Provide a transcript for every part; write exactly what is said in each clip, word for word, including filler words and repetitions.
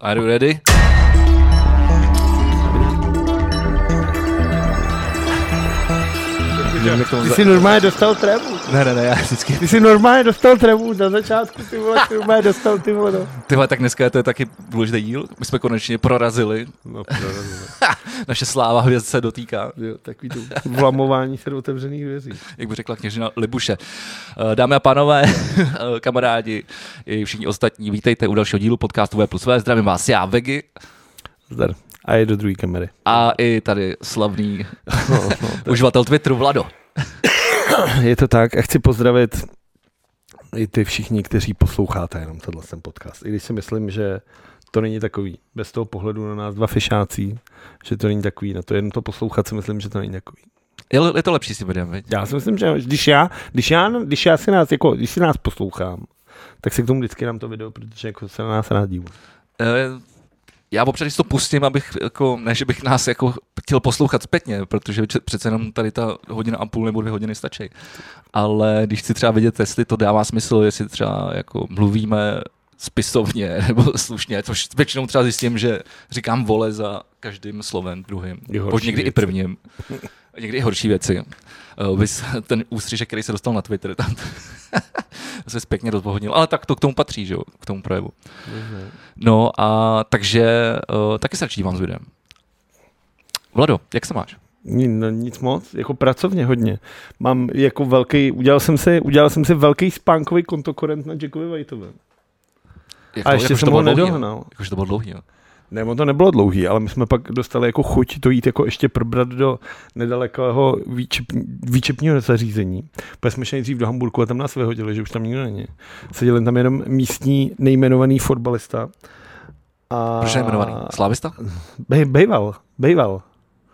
Are you ready? Ty jsi normálně dostal trému. Ne, ne, ne, já vždycky... Ty jsi normálně dostal trému na začátku, ty vole, ty normálně dostal, ty vole. No. Ty vole, tak dneska je to taky důležitý díl. My jsme konečně prorazili. No, prorazili. Naše sláva hvězd se dotýká. Jo, takový to vlamování se do otevřených dveří. Jak by řekla kněžina Libuše. Dámy a pánové, kamarádi i všichni ostatní, vítejte u dalšího dílu podcastu V plus V. Zdravím vás, já, Vegy. Zdar. A je do druhé kamery. A i tady slavný no, no, uživatel Twitteru Vlado. Je to tak a chci pozdravit i ty všichni, kteří posloucháte jenom tenhle ten podcast. I když si myslím, že to není takový. Bez toho pohledu na nás dva fišácí, že to není takový. Na to jenom to poslouchat si myslím, že to není takový. Je, je to lepší si budeme, viď? Já si myslím, že když já, když já, když já si nás, jako, když si nás poslouchám, tak si k tomu vždycky dám to video, protože jako se na nás rád dívám. Uh, Já občas, když to pustím, abych, jako, ne, že bych nás jako chtěl poslouchat zpětně, protože přece jenom tady ta hodina a půl nebo dvě hodiny stačí. Ale když chci třeba vidět, jestli to dává smysl, jestli třeba jako mluvíme spisovně nebo slušně, což většinou třeba zjistím, že říkám vole za každým slovem druhým, možná někdy věci. I prvním. Někdy i horší věci. Uh, vys ten ústřižek, který se dostal na Twitter, tam se pěkně rozpohodnil, ale tak to k tomu patří, že jo, k tomu projevu. Mm-hmm. No a takže uh, taky se radši dívám s videem. Vlado, jak se máš? No, nic moc, jako pracovně hodně. Mám jako velký, udělal jsem si, udělal jsem si velký spánkový kontokorent na Jackovi Whiteovi. Jak a to, ještě jsem ho nedohnal. Jakože to bylo dlouhý, jo? Ne, to nebylo dlouhý, ale my jsme pak dostali jako chuť to jít jako ještě probrat do nedalekého výčep, výčepního zařízení. Protože jsme šli nejdřív do Hamburku a tam nás vyhodili, že už tam nikdo není. Seděli tam jenom místní nejmenovaný fotbalista. A... Proč nejmenovaný? Slávista? Bej, bejval, bejval.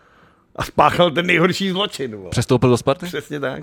A spáchal ten nejhorší zločin. Vole. Přestoupil do Sparty? Přesně tak.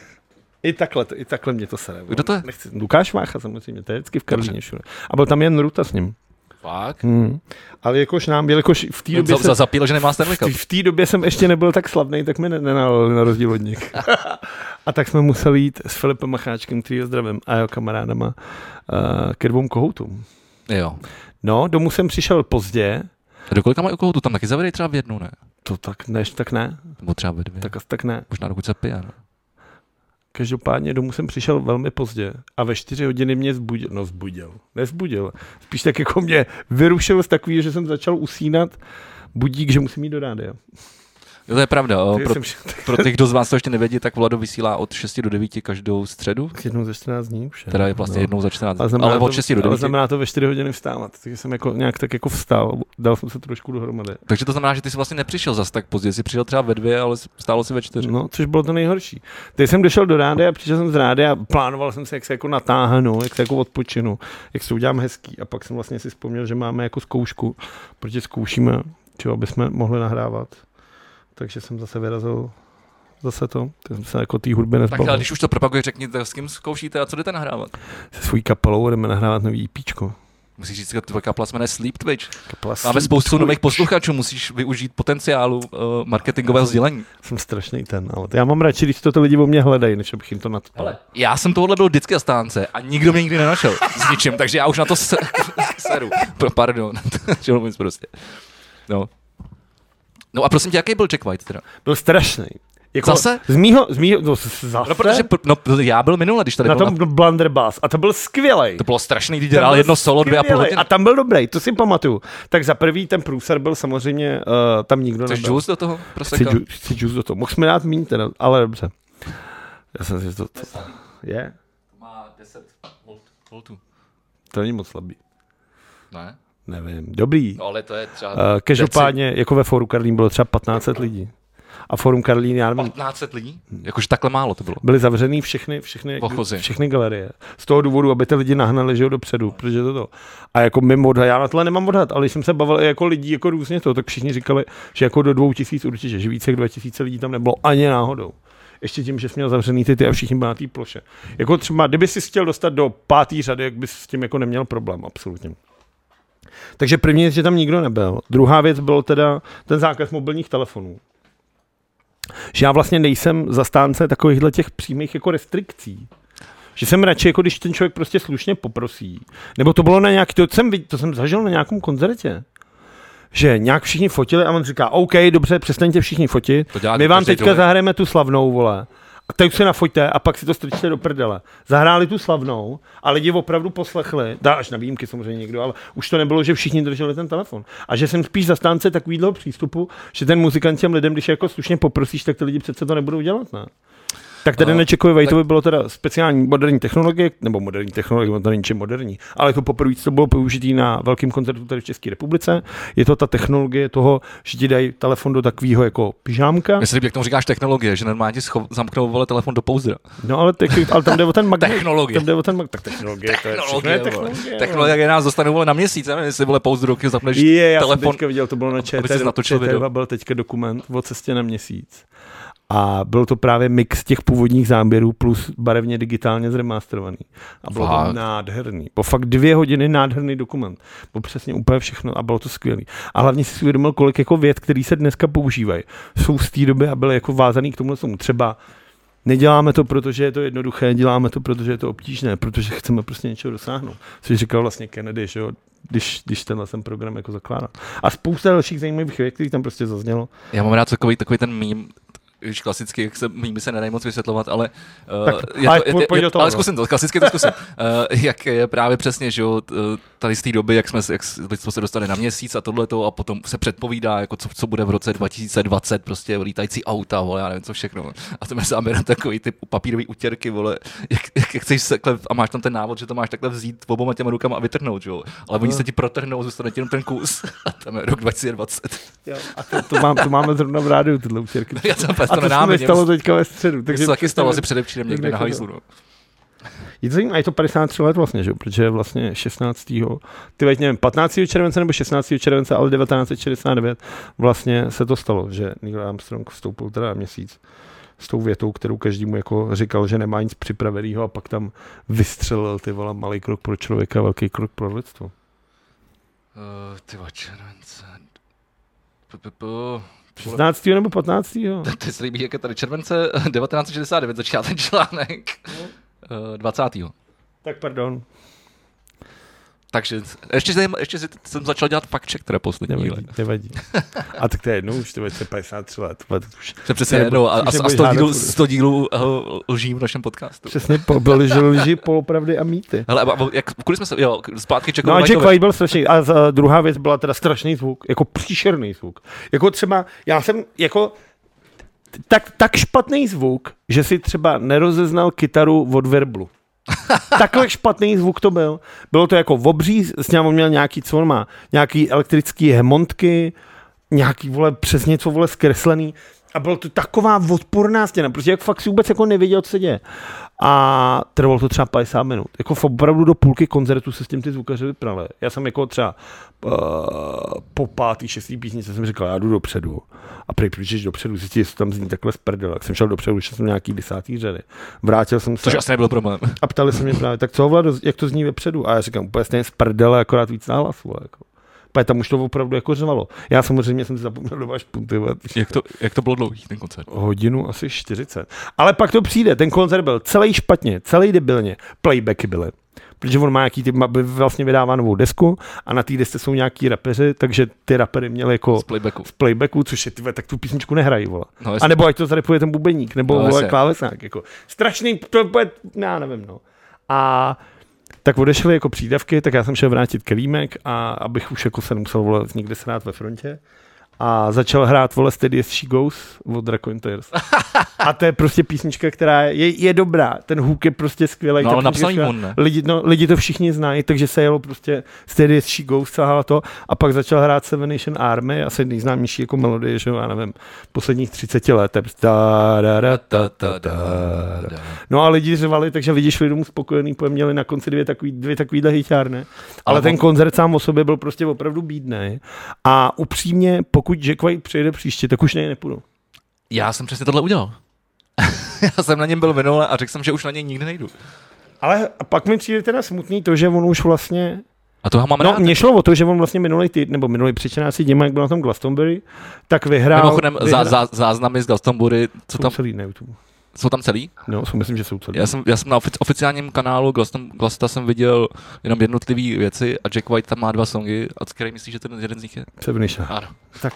I takhle, i takhle mě to sere. Kdo to je? Nechci. Lukáš Vácha samozřejmě, to je vždycky v Karlíně. A byl tam jen Ruta s ním. Fakt? Hmm. Ale jakož nám, jelikož v té době... Za, zapíl, že nemá Stanley Cup. V té době jsem ještě nebyl tak slavný, tak mi nenalili na rozdíl od nich. A tak jsme museli jít s Filipem Macháčkem, který je zdravím, a jeho kamarádama uh, ke dvou kohoutům. Jo. No, domů jsem přišel pozdě. A do kolika mají kohoutů? Tam taky zavedej třeba v jednu, ne? To tak ne, tak ne. Nebo třeba ve dvě. Tak, tak ne. Možná dokud se pije, ne? Každopádně domů jsem přišel velmi pozdě a ve čtyři hodiny mě zbudil, no zbudil, nezbudil, spíš tak jako mě vyrušil z takový, že jsem začal usínat budík, že musím jít do rádia. Jo, to je pravda. O, pro, jsem... pro těch, kdo z vás to ještě nevědí, tak Vlado vysílá od šesti do devíti každou středu. Jednou za čtrnáct dní už. Teda je vlastně no. jednou za čtrnáct dní, ale, ale od šesti do devíti. Ale znamená to ve čtyři hodiny vstávat, takže jsem jako nějak tak jako vstal, dal jsem se trošku dohromady. Takže to znamená, že ty jsi vlastně nepřišel zas tak pozdě, jsi přišel třeba ve dvě, ale stálo si ve čtyři. No, což bylo to nejhorší. Teď jsem došel do rádia, přišel jsem z rádia, plánoval jsem si, jak se jako natáhnu, jak se jako odpočinu, jak se udělám hezký a pak jsem vlastně si vzpomněl, že máme jako zkoušku, protože zkoušíme, čo, aby jsme mohli nahrávat. Takže jsem zase vyrazil zase to, tak jsem se jako té hudby nezbavil. Tak ale když už to propaguje, řekněte, s kým zkoušíte a co jdete nahrávat? Se svojí kapelou jdeme nahrávat nový EPčko. Musíš říct, že tvoje kapela se jmenuje Sleep Twitch. Kapela Máme Sleep spoustu Twitch. nových posluchačů, musíš využít potenciálu uh, marketingového sdělení. Jsem strašný ten, ale já mám radši, když to ty lidi o mě hledají, než abych jim to nadpal. Ale já jsem tohle byl vždycky zastánce a nikdo mě nikdy nenašel s ničím, takže já už na to se, seru. Pardon, čemu mít prostě. No. No a prosím tě, jaký byl Jack White teda? Byl strašný. Jako zase? Z mýho, z mýho, no zase? No, protože no, já byl minule, když tady na byl tom na... Blunderbuss a to byl skvělej. To bylo strašný, když dělal jedno solo, dvě a půl hodiny. A tam byl dobrý, to si pamatuju. Tak za prvý ten průser byl samozřejmě, uh, tam nikdo nebyl. Chceš juice do toho? Chci, ju, chci juice do toho. Mohl jsme dát míň teda, ale dobře. Já jsem si to... to je? To má deset voltů. To není moc slabý. Ne? Nevím, dobrý. No ale to je třeba... Uh, každopádně, jako ve Fóru Karlín bylo třeba patnáct set lidí. A Fórum Karlín, já nevím... patnáct set lidí? Jakože takhle málo to bylo. Byly zavřený všechny, všechny, všechny galerie. Z toho důvodu, aby ty lidi nahnali, že jo, dopředu, protože toto. A jako mimo odhad, já na tohle nemám odhad, ale když jsem se bavil i jako lidí, jako různě to, tak všichni říkali, že jako do dvou tisíc určitě, že více jak dva tisíce lidí tam nebylo ani náhodou. Ještě tím, že jsi měl zavřený ty ty a všichni byli na té ploše. Jako třeba, kdyby si chtěl dostat do páté řady, jak bys s tím jako neměl problém, absolutně. Takže první věc, že tam nikdo nebyl. Druhá věc byl teda ten zákaz mobilních telefonů. Že já vlastně nejsem zastánce takovýchhle těch přímých jako restrikcí. Že jsem radši, jako když ten člověk prostě slušně poprosí. Nebo to bylo na nějaký, to jsem, to jsem zažil na nějakém koncertě. Že nějak všichni fotili a on říká, OK, dobře, přestaňte všichni fotit, my vám teďka druhý. zahrajeme tu slavnou, vole. A teď se nafoťte a pak si to strčte do prdele. Zahráli tu slavnou a lidi opravdu poslechli, dá až na výjimky samozřejmě někdo, ale už to nebylo, že všichni drželi ten telefon. A že jsem spíš zastánce takovýhle přístupu, že ten muzikant těm lidem, když jako slušně poprosíš, tak ty lidi přece to nebudou dělat, ne? Tak tady no, nečekuji, Vejtovi bylo teda speciální moderní technologie, nebo moderní technologie, to není čím moderní, ale to poprvé, co bylo použitý na velkém koncertu tady v České republice, je to ta technologie toho, že ti dají telefon do takového jako pyžámka. Myslím, jak tomu říkáš technologie, že normálně schov, zamknou vole telefon do pouzdra. No ale, te, ale tam jde o ten magnet. Technologie. Tam jde o ten magnet. Tak technologie, technologie, to je technologie. Technologie nás dostane vole na měsíc, nevím, jestli vole pouzdru, když zapneš je, já telefon. Já jsem teďka viděl, to bylo na ČT, byl teďka dokument o cestě na měsíc. A byl to právě mix těch původních záběrů plus barevně digitálně zremasterovaný. A bylo fakt. to nádherný. Po fakt dvě hodiny nádherný dokument. Bylo přesně úplně všechno a bylo to skvělý. A hlavně si uvědomil, kolik jako věd, který se dneska používají, jsou z té doby a byly jako vázaný k tomu. Třeba neděláme to, protože je to jednoduché, děláme to, protože je to obtížné, protože chceme prostě něčeho dosáhnout. Což říkal vlastně Kennedy, že jo? Když, když tenhle ten program jako zakládá. A spousta dalších zajímavých věcí, které tam prostě zaznělo. Já mám rád takový, takový ten mím, už klasicky, jak se mými se nedají moc vysvětlovat, ale, tak, uh, je ale, to, je, je, je, to, ale zkusím to, klasicky to zkusím. Uh, jak je právě přesně, že jo, tady z té doby, jak jsme, jak jsme se dostali na měsíc a tohleto a potom se předpovídá, jako co, co bude v roce dva tisíce dvacet, prostě lítající auta, vole, já nevím co všechno. A to je záměr na takový ty papírový utěrky, vole, jak, jak, jak chceš takhle, a máš tam ten návod, že to máš takhle vzít oboma těma rukama a vytrhnout, že jo. Ale oni no. se ti protrhnou, zůstane ti jenom ten kus a tam je rok dva tisíce dvacet. Jo, a to, to, mám, to máme zrovna v rádiu, tyhle utěrky. A to se stalo teďka ve středu. Takže to taky stalo asi předevčírem někde na hajzlu. No. Je to zajímavé, je to padesát tři let vlastně, že? Protože vlastně šestnáctého Ty veď nevím, patnáctého července nebo šestnáctého července, ale devatenáct set šedesát devět vlastně se to stalo, že Neil Armstrong vstoupil teda na měsíc s tou větou, kterou každému jako říkal, že nemá nic připraveného a pak tam vystřelil ty vole malý krok pro člověka, velký krok pro lidstvo. Uh, ty července. šestnáctého nebo patnáctého Ty se líbí, jak je tady července devatenáct set šedesát devět začal ten článek. No. dvacátého Tak pardon. Takže ještě, ještě jsem začal dělat fakt check, teda poslední. Nevadí, nevadí. A tak to je jednou, už to je padesát tři let. Už, to je přesně jednou a, a sto dílů, sto dílů uh, lží v našem podcastu. Přesně, byly lži, polopravdy a mýty. Hele, a jak, kvůli jsme se, jo, zpátky checkou. No a Jack White byl strašný. A z, druhá věc byla teda strašný zvuk, jako příšerný zvuk. Jako třeba, já jsem jako tak, tak špatný zvuk, že si třeba nerozeznal kytaru od Verblu. Takhle špatný zvuk to byl. Bylo to jako obří, s ním měl nějaký, co on má, nějaký elektrický hemontky, nějaký, vole, přes něco, vole, zkreslený. A bylo to taková odporná stěna, protože jak fakt si vůbec jako nevěděl, co se děje. A trvalo to třeba padesát minut. Jako opravdu do půlky koncertu se s tím ty zvukaři vyprali. Já jsem jako třeba uh, po pátý, šestý písnice jsem říkal, já jdu dopředu. A prý, když dopředu zjistil, jestli tam zní takhle z prdele. Tak jsem šel dopředu, šel jsem nějaký desátý řady. Vrátil jsem se. Což asi nebyl problém. A ptali se mě právě, tak co, Vlado, jak to zní vepředu? A já říkám, úplně stejně z prdele, akorát víc náhlasu. Jako. Tam už to opravdu jako řvalo. Já samozřejmě jsem si zapomněl do váš punty. Jak to, jak to bylo dlouhý, ten koncert? Hodinu asi čtyřicet. Ale pak to přijde, ten koncert byl celý špatně, celý debilně. Playbacky byly. Protože on má nějaký typ, vlastně vydává novou desku a na té desce jsou nějaký rapeři, takže ty rapery měli jako z playbacku, z playbacku což je tyhle, tak tu písničku nehrají, vole. No, a nebo ať to zarepuje ten bubeník, nebo no, vole, klávesák, jako. Strašný, to bude, já nevím, no. A tak odešly jako přídavky, tak já jsem šel vrátit kelímek a abych už jako se nemusel vole někde srát ve frontě. A začal hrát, vole, Steady as She Goes od Raconteurs. A to je prostě písnička, která je, je dobrá. Ten hook je prostě skvělý. No, ale napsal jí on, ne? Lidi, no, lidi to všichni znají, takže se jelo prostě Steady as She Goes, celá to. A pak začal hrát Seven Nation Army, asi nejznámější jako melodie, že jo, já nevím, posledních třicet let. No a lidi řvali, takže lidi šli domů spokojený, pojem měli na konci dvě takový, dvě takovýhle hyťárny. Ale ten koncert sám o sobě byl prostě opravdu bídnej. A upřímně, pokud Jack White přijde příště, tak už něj nepůjdu. Já jsem přesně tohle udělal. Já jsem na něm byl minule a řekl jsem, že už na něj nikdy nejdu. Ale a pak mi přijde teda smutný to, že on už vlastně... A toho mám no, rád. Mně šlo o to, že on vlastně minulý týden, nebo minulý před čtrnácti dněma, jak byl na tom Glastonbury, tak vyhrál... Mimochodem vyhrál... Zá, zá, záznamy z Glastonbury, co tam... celý na YouTube. Jsou tam celý? No, jsou, myslím, že jsou celý. Já jsem, já jsem na ofici, oficiálním kanálu Glasta jsem viděl jenom jednotlivé věci a Jack White tam má dva songy. A který myslíš, že ten jeden z nich je? Sevenisha. Ano. Tak.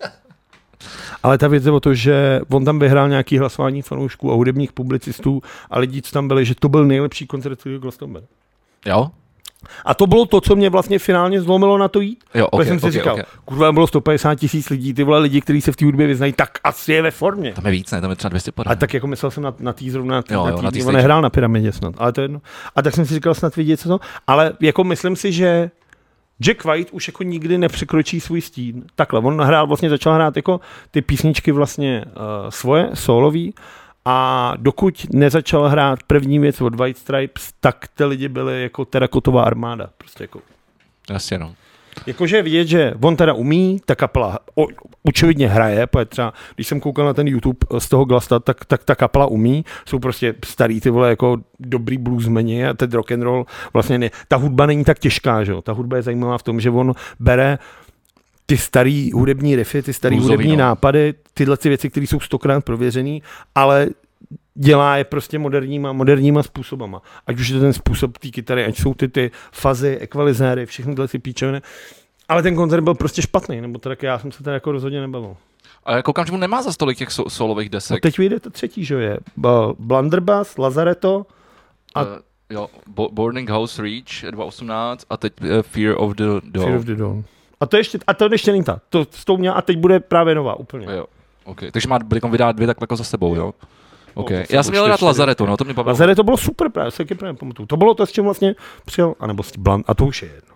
Ale ta věc je o to, že on tam vyhrál nějaký hlasování fanoušků a hudebních publicistů a lidí, co tam byli, že to byl nejlepší koncert Glastonbury. Jo? A to bylo to, co mě vlastně finálně zlomilo na to jít. Jo, okay, jsem si okay, říkal, okay. kurva, bylo sto padesát tisíc lidí, ty vole lidi, kteří se v té hudbě vyznají, tak asi je ve formě. Tam je víc, ne? Tam je třeba dvě stě padesát. A tak jako myslel jsem na, na tý zrovna, na tý, jo, na jo, tý, on nehrál na pyramidě snad, ale to je jedno. A tak jsem si říkal snad vidět, co to, ale jako myslím si, že Jack White už jako nikdy nepřekročí svůj stín. Takhle, on hrál, vlastně začal hrát jako ty písničky vlastně uh, svoje, solový, a dokud nezačal hrát první věc od White Stripes, tak ty lidi byli jako terakotová armáda. Prostě jako. Jasně, no. Jakože vidět, že on teda umí, ta kapela o, očividně hraje, protože třeba, když jsem koukal na ten YouTube z toho Glasta, tak, tak ta kapela umí, jsou prostě starý ty vole jako dobrý bluesmeni a ten rock and roll vlastně ne, ta hudba není tak těžká, že jo, ta hudba je zajímavá v tom, že on bere ty starý hudební riffy, ty starý Bluesový, hudební no. nápady, tyhle ty věci, které jsou stokrát prověřený, ale dělá je prostě moderníma, moderníma způsobama. Ať už je to ten způsob té kytary, ať jsou ty, ty fazy, ekvalizéry, všechny tyhle ty píčoviny. Ale ten koncert byl prostě špatný, nebo tak já jsem se tady jako rozhodně nebavil. Ale koukám, že mu nemá za stolik těch so- solových desek. No teď vyjde to třetí, že je. Blunderbuss, Lazaretto a... Uh, jo, Bo- Boarding House Reach dva tisíce osmnáct a teď uh, Fear of the Dawn. Fear of the Dawn. A to ještě, a to ještě není ta. To s tou měla a teď bude právě nová úplně. Jo, okay. Takže má bychom vydat dvě takhle jako za sebou, jo? Okay. No, já jsem měl rád Lazaretto, no, to mě bavilo. Lazaretto bylo super, právě se taky právě pamatuju. To bylo to, s čím vlastně přijel, anebo s Bland, a to už je jedno.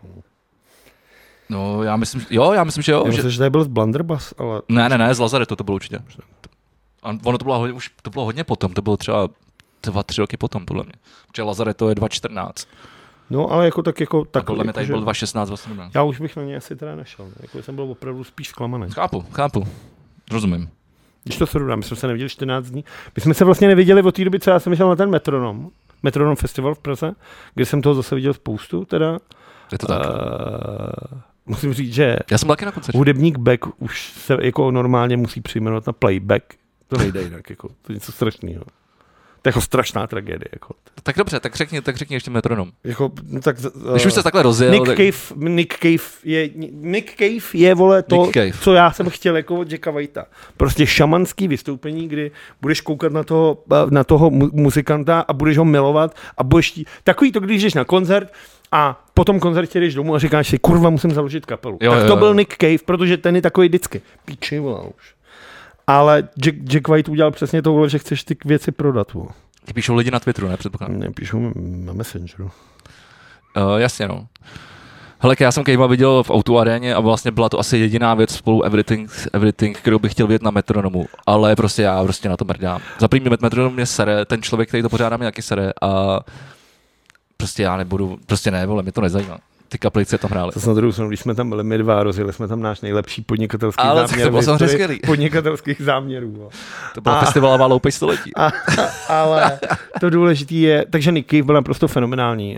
No, já myslím, jo, já myslím, že jo. Já že... myslím, že tady byl z Blunderbuss, ale... Ne, ne, ne, z Lazaretto to bylo určitě. A ono to bylo hodně, už to bylo hodně potom, to bylo třeba dva, tři roky potom, podle mě. Protože Lazaretto je dva tisíce čtrnáct. No, ale jako tak jako... tak, a podle mě tady jako, byl dva tisíce šestnáct, dva tisíce sedmnáct. Já už bych na ně asi teda nešel. Jako jsem byl opravdu spíš zklamaný. Chápu, chápu. Rozumím. Když to srovnám, my jsme se neviděli čtrnáct dní. My jsme se vlastně neviděli od té doby, co já jsem šel na ten Metronom. Metronom Festival v Praze, kde jsem toho zase viděl spoustu, teda. Je to tak. Uh, musím říct, že já jsem taky na koncertě. Hudebník Beck už se jako normálně musí přejmenovat na Playback. To nejde jinak, jako, to je něco strašného. To je jako strašná tragédie. Jako. Tak dobře, tak řekni, tak řekni ještě Metronom. Jako, no tak, uh, Když už se takhle rozjel... Nick, tak... Cave, Nick Cave je, Nick Cave je, vole, to, co já jsem chtěl jako od Jacka Whitea. Prostě šamanský vystoupení, kdy budeš koukat na toho, na toho mu- muzikanta a budeš ho milovat a budeš tí... Takový to, když jdeš na koncert a po tom koncertě jdeš domů a říkáš si, kurva, musím založit kapelu. Jo, tak jo, to jo. byl Nick Cave, protože ten je takový vždycky. Píči, vole, už. Ale Jack, Jack White udělal přesně to, že chceš ty věci prodat. Vole. Ty píšou lidi na Twitteru, ne? Předpokládám. Ne, píšou na Messengeru. Uh, jasně, no. Hele, já jsem Kejva viděl v Outu aréně a vlastně byla to asi jediná věc spolu Everything, Everything, kterou bych chtěl vidět na Metronomu, ale prostě já prostě na to mrdám. Za první Metronom mě sere, ten člověk, který to pořádá, mě taky sere a prostě já nebudu, prostě ne, vole, mě to nezajímá. Ty kaplice tam hrály. To na druhou stranu, když jsme tam byli my dva, rozjeli jsme tam náš nejlepší podnikatelský ale záměr. Ale to bylo skvělý. Podnikatelských záměrů. To byla festivalová loupej století. A, ale to důležité je, takže Nick Cave byl naprosto fenomenální. Uh,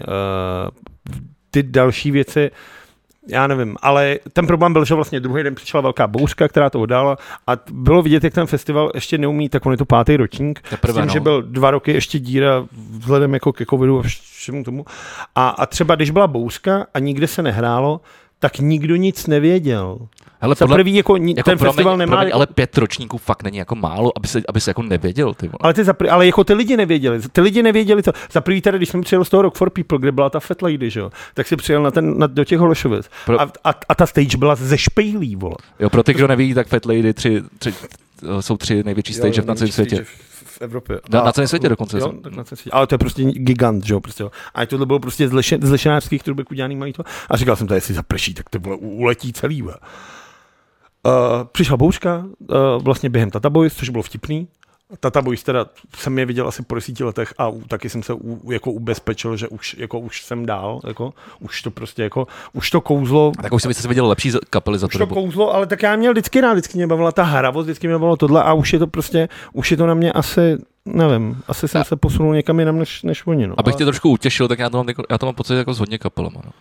ty další věci, já nevím, ale ten problém byl, že vlastně druhý den přišla velká bouřka, která to oddála a bylo vidět, jak ten festival ještě neumí, tak on je to pátý ročník, Teprve, s tím, no. že byl dva roky ještě díra vzhledem jako ke covidu a všemu tomu. A, a třeba když byla bouřka a nikde se nehrálo, tak nikdo nic nevěděl. Hele, Za prvý jako, jako ten promiň, festival nemá... Promiň, ale pět ročníků fakt není jako málo, aby se, aby se jako nevěděl. Ty vole. Ale, ty zapr- ale jako ty lidi nevěděli. Ty lidi nevěděli to. Za prvý tady, když jsem přijel z toho Rock for People, kde byla ta Fat Lady, že jo, tak si přijel na ten, na, do těch Holešovic. Pro... A, a, a, ta stage byla ze špejlí, vole. Jo, pro ty, kdo neví, tak Fat Lady tři, tři, jsou tři největší stage jo, na celém světě. V Evropě. Na, na celém světě dokonce. Jo, tak na celém světě. Ale to je prostě gigant, že jo, prostě. A tohle bylo prostě z, lešen, z lešenářských trubek udělaný malý to. A říkal jsem to, jestli zaprší, tak to bylo uletí celý, vole. Uh, přišla bouřka, uh, vlastně během Tata Boys, což bylo vtipný. Tata Boys teda jsem je viděl asi po desíti letech a u, taky jsem se u, jako ubezpečil, že už, jako, už jsem dál, jako, už to prostě jako, už to kouzlo. Tak už jsem si viděl lepší kapely za to dobu. Už to kouzlo, ale tak já měl vždycky rád, vždycky mě bavila ta hravost, vždycky mě bavilo tohle a už je to prostě, už je to na mě asi, nevím, asi jsem a... se posunul někam jinam než, než oni. No. Abych ale... tě trošku utěšil, tak já to mám, já to mám pocit jako s hodně kapelama, no.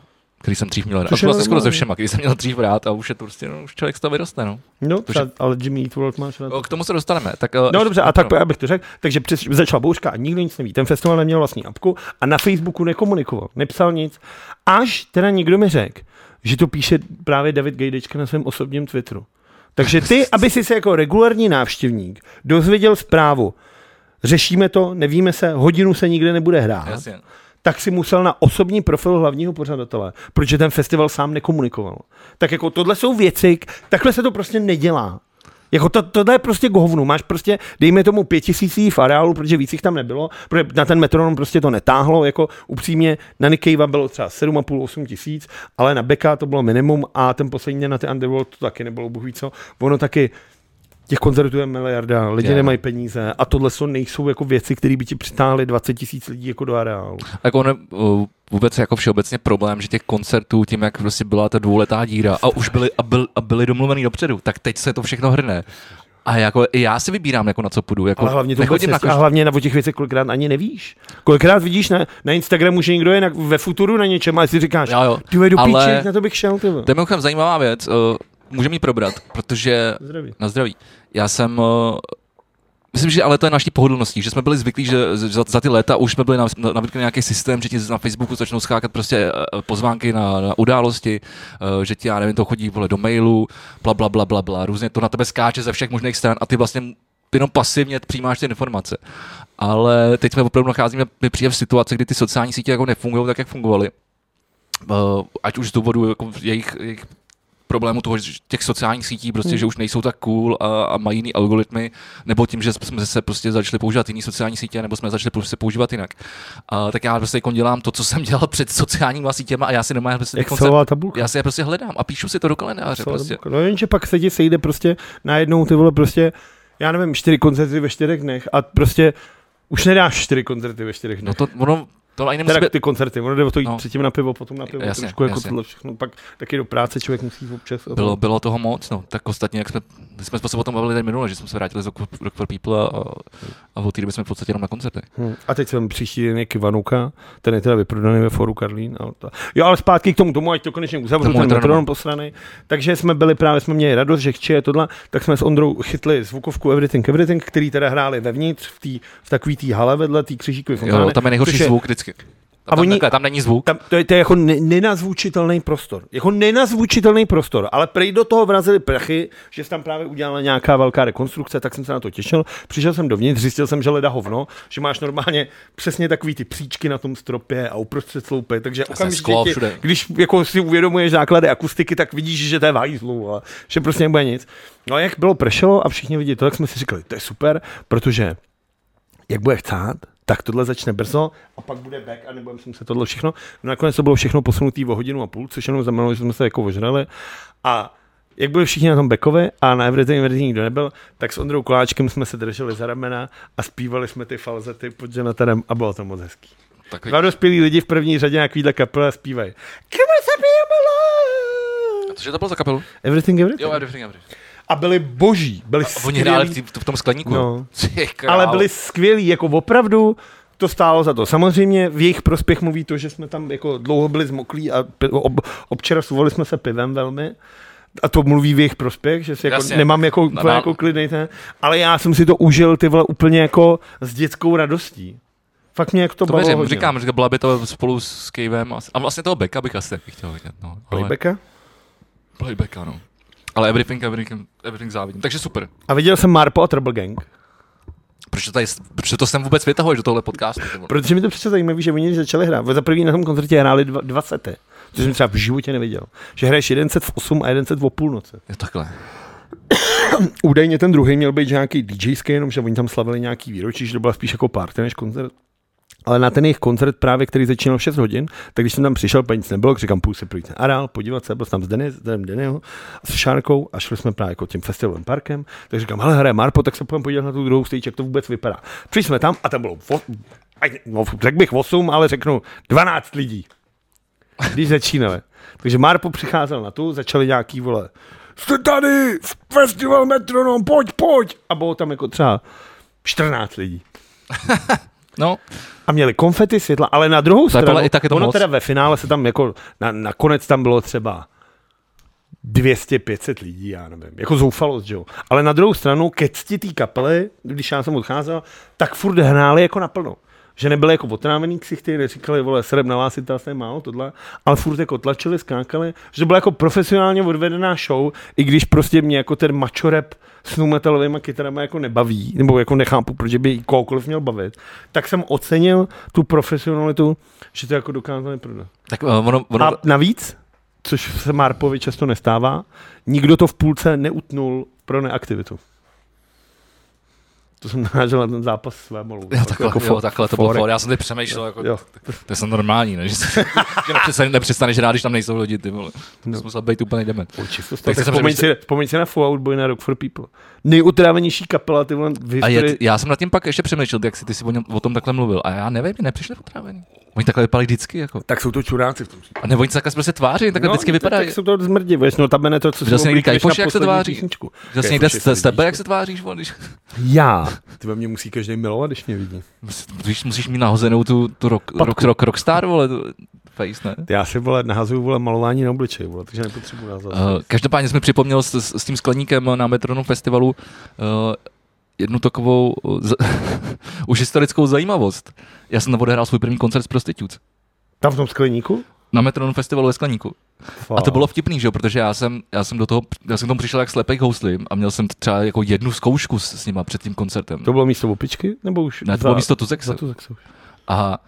který jsem dřív měl rád. A to vlastně skoro ze všema, který jsem měl dřív rád a už je to prostě, no, už člověk z toho vyroste, no. No, to, že... ale Jimmy Eat World máš rád. K tomu se dostaneme. Tak, no dobře, a tak abych to řekl, takže přes, začala bouřka a nikdo nic neví. Ten festival neměl vlastní apku a na Facebooku nekomunikoval, nepsal nic, až teda někdo mi řekl, že to píše právě David Gajdečka na svém osobním Twitteru. Takže ty, aby si se jako regulární návštěvník dozvěděl zprávu, řešíme to, nevíme se, hodinu se nikde nebude hrát, Jasně. tak si musel na osobní profil hlavního pořadatele, protože ten festival sám nekomunikoval. Tak jako tohle jsou věci, takhle se to prostě nedělá. Jako to, tohle je prostě k hovnu. Máš prostě, dejme tomu pět tisíc v areálu, protože víc jich tam nebylo, protože na ten metronom prostě to netáhlo, jako upřímně na Nick Cavea bylo třeba sedm a půl osm tisíc, ale na Beka to bylo minimum a ten poslední na ty Underworld to taky nebylo, bůh ví co. Ono taky těch koncertů je miliarda, lidi yeah. nemají peníze a tohle jsou, nejsou jako věci, které by ti přitáhly dvacet tisíc lidí jako do areálu. Jako on, vůbec jako všeobecně problém, že těch koncertů, tím jak prostě byla ta dvouletá díra a už byly, a byl, a byly domluvený dopředu, tak teď se to všechno hrne. A jako i já si vybírám, jako na co půjdu. Jako ale hlavně to vůbec na, a hlavně na o těch věcech kolikrát ani nevíš. Kolikrát vidíš na, na Instagramu, že někdo je na, ve futuru na něčem a si říkáš, ty do píči, na to bych šel. Tyvo. To je mimochodem zajímavá věc. Uh, Můžeme ji probrat, protože... Zdraví. Na zdraví. Já jsem... Uh, myslím, že ale to je naší pohodlností, že jsme byli zvyklí, že za, za ty léta už jsme byli navykli na nějaký systém, že ti na Facebooku začnou skákat prostě uh, pozvánky na, na události, uh, že ti, já nevím, to chodí vole, do mailu, bla, bla, bla, bla, bla, různě to na tebe skáče ze všech možných stran a ty vlastně jenom pasivně přijímáš ty informace. Ale teď jsme opravdu nacházíme, my přijde v situaci, kdy ty sociální sítě jako nefungují tak, jak fungovaly. Uh, ať už z důvodu jako jejich, jejich problému toho, těch sociálních sítí, prostě, hmm. že už nejsou tak cool a, a mají jiný algoritmy, nebo tím, že jsme se prostě začali používat jiný sociální sítě, nebo jsme začali prostě používat jinak. A, tak já prostě dělám to, co jsem dělal před sociálníma sítěma a já si nemám prostě tabulka. Já si je prostě hledám a píšu si to do kalendáře. Prostě. No jenže pak se ti sejde prostě najednou ty vole prostě, já nevím, čtyři koncerty ve čtyřech dnech a prostě už nedáš čtyři koncerty ve čtyřech dnech. No to, ono, to ani nemusí být... ty koncerty, ono jde o to jít no. předtím na pivo, potom na pivo, jasně, trošku jako jasně. tohle všechno, pak taky do práce člověk musí občas. Bylo, bylo toho moc, no, tak ostatně, jak jsme, jsme se o tom bavili tady minule, že jsme se vrátili z Rock for People a, a od té doby jsme v podstatě jenom na koncertech. Hmm. A teď jsem příští den je Kivanuka, ten je teda vyprodaný ve Foru Karlín. A to... Jo, ale zpátky k tomu, tomu, ať to konečně uzavřu, ten metronom posranej. Takže jsme byli právě, jsme měli radost, že chči je tohle, tak jsme s Ondrou chytli zvukovku Everything Everything, který teda hráli vevnitř v, tý, v takový té hale vedle té křižíkové fontány. Jo, tam je nejhorší zvuk vždycky. A tam, oni, takhle, tam není zvuk. Tam, to, je, to je jako nenazvučitelný prostor. Jako nenazvučitelný prostor. Ale prej do toho vrazili prachy, že se tam právě udělala nějaká velká rekonstrukce, tak jsem se na to těšil. Přišel jsem dovnitř, zjistil jsem, že leda hovno, že máš normálně přesně takový ty příčky na tom stropě a uprostřed sloupy. Takže okamžitě, když jako si uvědomuješ základy akustiky, tak vidíš, že to je vajzlu a že prostě nebude nic. No a jak bylo pršelo a všichni vidí to, tak jsme si říkali, to je super, protože jak bude chcát, tak tohle začne brzo a pak bude back a nebudeme se tohle všechno. No nakonec to bylo všechno posunutý o hodinu a půl, což jenom znamenalo, že jsme se jako ožrali. A jak byli všichni na tom backovi a na Everything Everything nikdo nebyl, tak s Ondrou Koláčkem jsme se drželi za ramena a zpívali jsme ty falzety pod Jonathanem a bylo to moc hezký. Takový... Dva dospělí lidi v první řadě na takovýhle kapele zpívají. A cože to bylo za kapelu? Everything Everything. Jo, Everything Everything. A byli boží, byli a skvělí. Oni hráli v, v tom skleníku. No. Ale byli skvělí, jako opravdu to stálo za to. Samozřejmě v jejich prospěch mluví to, že jsme tam jako dlouho byli zmoklí a ob, občerstvovali jsme se pivem velmi. A to mluví v jejich prospěch, že si jako nemám jako, úplně jako klidnej ten. Ale já jsem si to užil ty vole úplně jako s dětskou radostí. Fakt mě jako to, to bavilo věřím, hodně. Říkám, že byla by to spolu s Cavem a, a vlastně toho Beka bych asi taky chtěl vidět. No. Playbacka? Playbacka, no. Ale everything, everything, everything závidím. Takže super. A viděl jsem Marpo a Trouble Gang. Proč to, tady, proč to sem vůbec vytahuješ do tohle podcastu? Protože mi to přece zajímavé, že oni začali hrát. Za první na tom koncertě hráli dva, dva sety. To jsem třeba v životě neviděl. Že hraješ jeden set v osm a jeden set v půlnoci. Je takhle. Údajně ten druhý měl být nějaký DJský, jenom že oni tam slavili nějaký výročí, že to byla spíš jako party než koncert. Ale na ten jejich koncert právě, který začínal v šest hodin, tak když jsem tam přišel, pak nic nebylo, říkám, půjdu se projít na areál, podívat se, byl jsem tam s Denis, s Denem Denyho, s Šárkou a šli jsme právě jako tím festivalovým parkem, tak říkám, hele, hraje Marpo, tak se půjdeme podívat na tu druhou stage, jak to vůbec vypadá. Přišli jsme tam a tam bylo, no, řekl bych osm, ale řeknu dvanáct lidí, když začínali. Takže Marpo přicházel na tu, začali nějaký, vole, jste tady, festival Metronom, pojď, pojď, a bylo tam jako třeba čtrnáct lidí. No. A měli konfety, světla, ale na druhou to stranu, i tak je to ono moc. teda ve finále se tam jako, na, nakonec tam bylo třeba dvě stě pět set lidí, já nevím, jako zoufalost, že jo. Ale na druhou stranu, ke cti té kapely, když já jsem odcházel, tak furt hráli jako naplno. Že nebyli jako otrávený ksichty, neříkali, vole, sreb na vás, je to vlastně málo, tohle, ale furt jako tlačili, skákali, že to byla jako profesionálně odvedená show, i když prostě mě jako ten macho rap s nu metalovýma kytarama jako nebaví, nebo jako nechápu, protože by kohokoliv měl bavit, tak jsem ocenil tu profesionalitu, že to jako dokázali prodat. Tak ono, ono... A navíc, což se Marpovi často nestává, nikdo to v půlce neutnul pro neaktivitu. To jsem narážel na ten zápas své malou. Jo, takhle, jako jo, takhle to bylo for. Já jsem teď přemýšlel, jako, to, to je normální, ne? Že, že nepřestaneš, nepřestaneš hrát, když tam nejsou lidi, ty vole. To no. musel být úplně dement. Vzpomeň si, si na Fallout Boy na Rock for People. Nejutrávenější kapela, ty vole, v historii. A je, já jsem nad tím pak ještě přemýšlel, jak si ty si o, něm, o tom takhle mluvil. A já nevím, nepřišli utrávení. Oni takhle vypadají vždycky. Jako. Tak jsou to čuráci v tom. A nebo oni se takhle prostě tváří, takhle no, vždycky vypadají. Tak jsou to zmrdí, víš, no tam je to, co si někdy Kajfoš, jak se tváří. Viděl jsi někde z tebe, jak se tváříš? Já. Ty ve mě musí každý milovat, když mě vidí. Musíš, musíš mít nahozenou tu, tu rock, rock, rock, rockstar, vole, face, ne? Já si, vole, nahazuju, vole, malování na obličej, vole, takže nepotřebuji názor. Uh, každopádně jsme připomněl s, s, s tím skleníkem na Metronom festivalu uh, jednu takovou z, už historickou zajímavost. Já jsem tam odehrál svůj první koncert z Prostitutes. Tam v tom skleníku? Na Metronom festivalu ve skleníku. Fakt. A to bylo vtipný, že jo, protože já jsem, já jsem do toho, já jsem k tomu přišel jak slepej houslim a měl jsem třeba jako jednu zkoušku s, s nima před tím koncertem. To bylo místo opičky? Nebo už? Ne, to bylo místo Tuzekse. A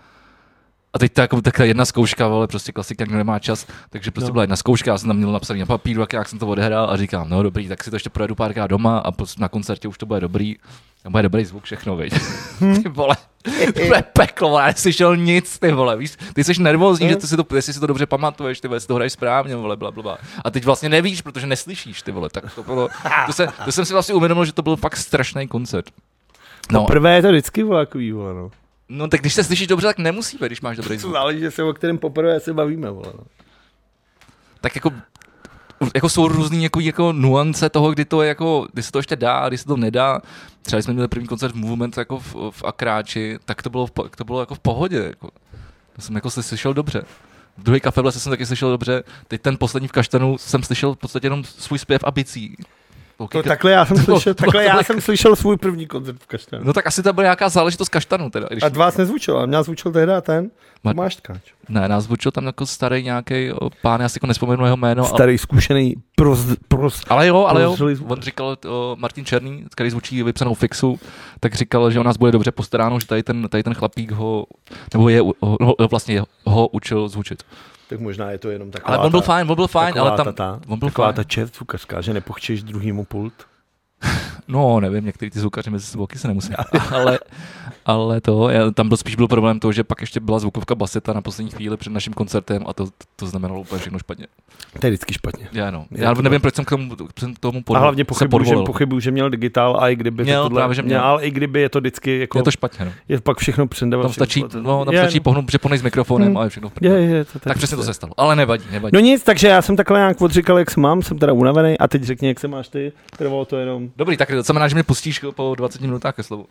A teď ta, jako, taková jedna zkouška, ale prostě klasika, někdo nemá čas, takže prostě no. byla jedna zkouška, já jsem tam měl napsaný na papíru, jak, jak jsem to odehrál a říkám, no dobrý, tak si to ještě projedu párkrát doma a na koncertě už to bude dobrý. A bude dobrý zvuk, všechno, viď. Hmm. Ty vole, to bude peklo, já neslyšel nic, ty vole, víš, ty jsi nervózní, hmm. že ty si to, jestli si to dobře pamatuješ, ty vole, si to hraješ správně, vole, blablabla. A teď vlastně nevíš, protože neslyšíš, ty vole, tak to bylo, to, se, to jsem si vlastně uvědomil, že to byl fakt strašný koncert. No. Poprvé je to vždycky vlakový, vole, no. No tak když se slyšíš dobře, tak nemusí, když máš dobrý zvuk. To záleží, že se o kterém poprvé se bavíme, vole. No. Tak jako, jako jsou různý jako, jako nuance toho, kdy to je jako, kdy se to ještě dá, kdy se to nedá. Třeba když jsme měli první koncert v Movement jako v, v Akráči, tak to bylo, v, to bylo jako v pohodě. Jako. To jsem jako se slyšel dobře. V druhý Kafeble jsem taky slyšel dobře. Teď ten poslední v Kaštanu jsem slyšel v podstatě jenom svůj zpěv a bicí. To, takhle já jsem slyšel, takhle já jsem slyšel svůj první koncert v Kaštanu. No tak asi to byla nějaká záležitost Kaštanu teda. Když... A dva vás nezvučil, a mě zvučil tehdy ten Tomáš Tkáč. Ne, nás zvučil tam jako starý nějaký pán, já si jako nespomenu jeho jméno. Starý, ale... zkušený, prost, prost, ale jo, ale jo, on říkal, to Martin Černý, který zvučí vypsanou Fixu, tak říkal, že o nás bude dobře postaráno, že tady ten, tady ten chlapík ho, nebo je, ho, vlastně ho učil zvučit. Tak možná je to jenom taková ale on byl fajn, on byl fajn, ale tam ta, ta, on byl taková fajn. ta čert zvukařská, že nepochčeš druhýmu pult. No, nevím, některý ty zvukaři mezi sebou se nemusí. ale, ale to, já, tam byl spíš byl problém to, že pak ještě byla zvukovka baseta na poslední chvíli před naším koncertem a to, to znamenalo úplně všechno špatně. To je vždycky špatně. Já, no. já nevím, tak... proč jsem k tomu, k tomu podvol, a hlavně pochybuju, že, pochybuju, že měl digitál a i kdyby měl, to tohle, právě, že měl. měl, i kdyby je to vždycky jako... Je to špatně, no. Je pak všechno přendává. Tam stačí, no, tam stačí pohnout, přeponej s mikrofonem hmm. a je všechno je, je, to, tak, tak přesně to se stalo, ale nevadí, nevadí. No nic, takže já jsem takhle nějak odříkal, jak se mám, jsem teda unavený a teď řekni, jak se máš ty, trvalo to jenom. Dobrý, tak to znamená, že mě pustíš po dvaceti minutách ke slovu.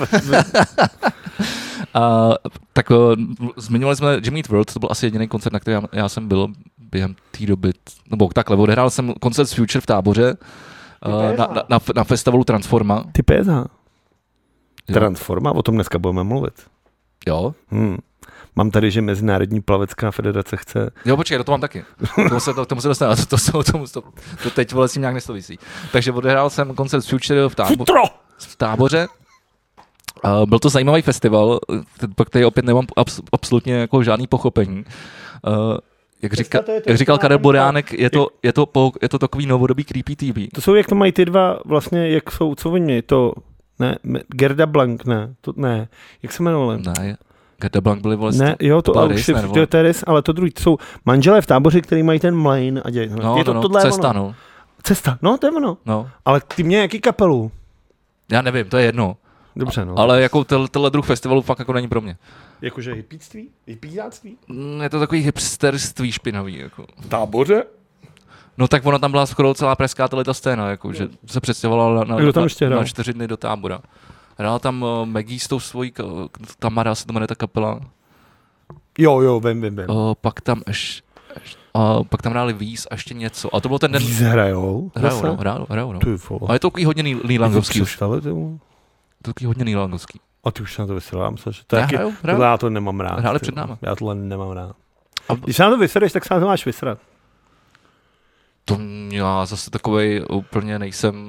A, tak zmiňovali jsme Jimmy Eat World, to byl asi jediný koncert, na který já, já jsem byl během té doby, nebo takhle, odehrál jsem koncert z Future v Táboře na, na, na, na festivalu Transforma. Ty P S H. Transforma, o tom dneska budeme mluvit. Jo. Hmm. Mám tady, že Mezinárodní plavecká federace chce... Jo, počkej, to mám taky. Tomu se, to, tomu se dostane, to, to, to, to, to teď vole s tím nějak nesouvisí. Takže odehrál jsem koncert z Future v, tábo, v Táboře. Uh, byl to zajímavý festival, který opět nemám abs, absolutně jako žádný pochopení. Uh, jak, říka, jak říkal Karel Boránek, je to, je, to po, je to takový novodobý creepy T V. To jsou, jak to mají ty dva, vlastně, jak jsou, co oni mějí, to, ne, Gerda Blank, ne, to, ne, jak se jmenovali? Ne, Gerda Blank byli vole... Ne, jo, to, to, rys, ne, to, to je rys, ale to druhý, to jsou manželé v Táboře, který mají ten mlejn a dělají. No, je to, no, tohle cesta, ono. no. Cesta, no, to je ono. No. Ale ty mě jaký kapelu? Já nevím, to je jedno. Dobře, no. Ale jako tenhle druh festivalu fakt jako není pro mě. Jakože hippíctví? Hippízáctví? Je to takový hipsterství špinavý. Jako. V Táboře? No tak ono tam byla skoro celá pražská tato scéna, jako, že se představovala na, na, na, na čtyři dny do Tábora. Hrála tam uh, Maggie s tou svojí, Tamara se to jmenuje ta kapela. Jo, jo, vím, vím, vím. Uh, pak tam ještě, uh, pak tam hráli Víz a ještě něco. A to bylo ten den... Víz hrajou? Hrajou, no, hrajou, hrajou, no. A je to takový hodně Nýlangovský. To je takový hodně Nýlangovský. A ty už se na to vysílám, že to je hrajou, hrajou. Já to nemám rád. Hráli před náma. Já tohle nemám rád. A když se na to vysereš, tak se na to máš vysrat. To já zase takovej úplně nejsem...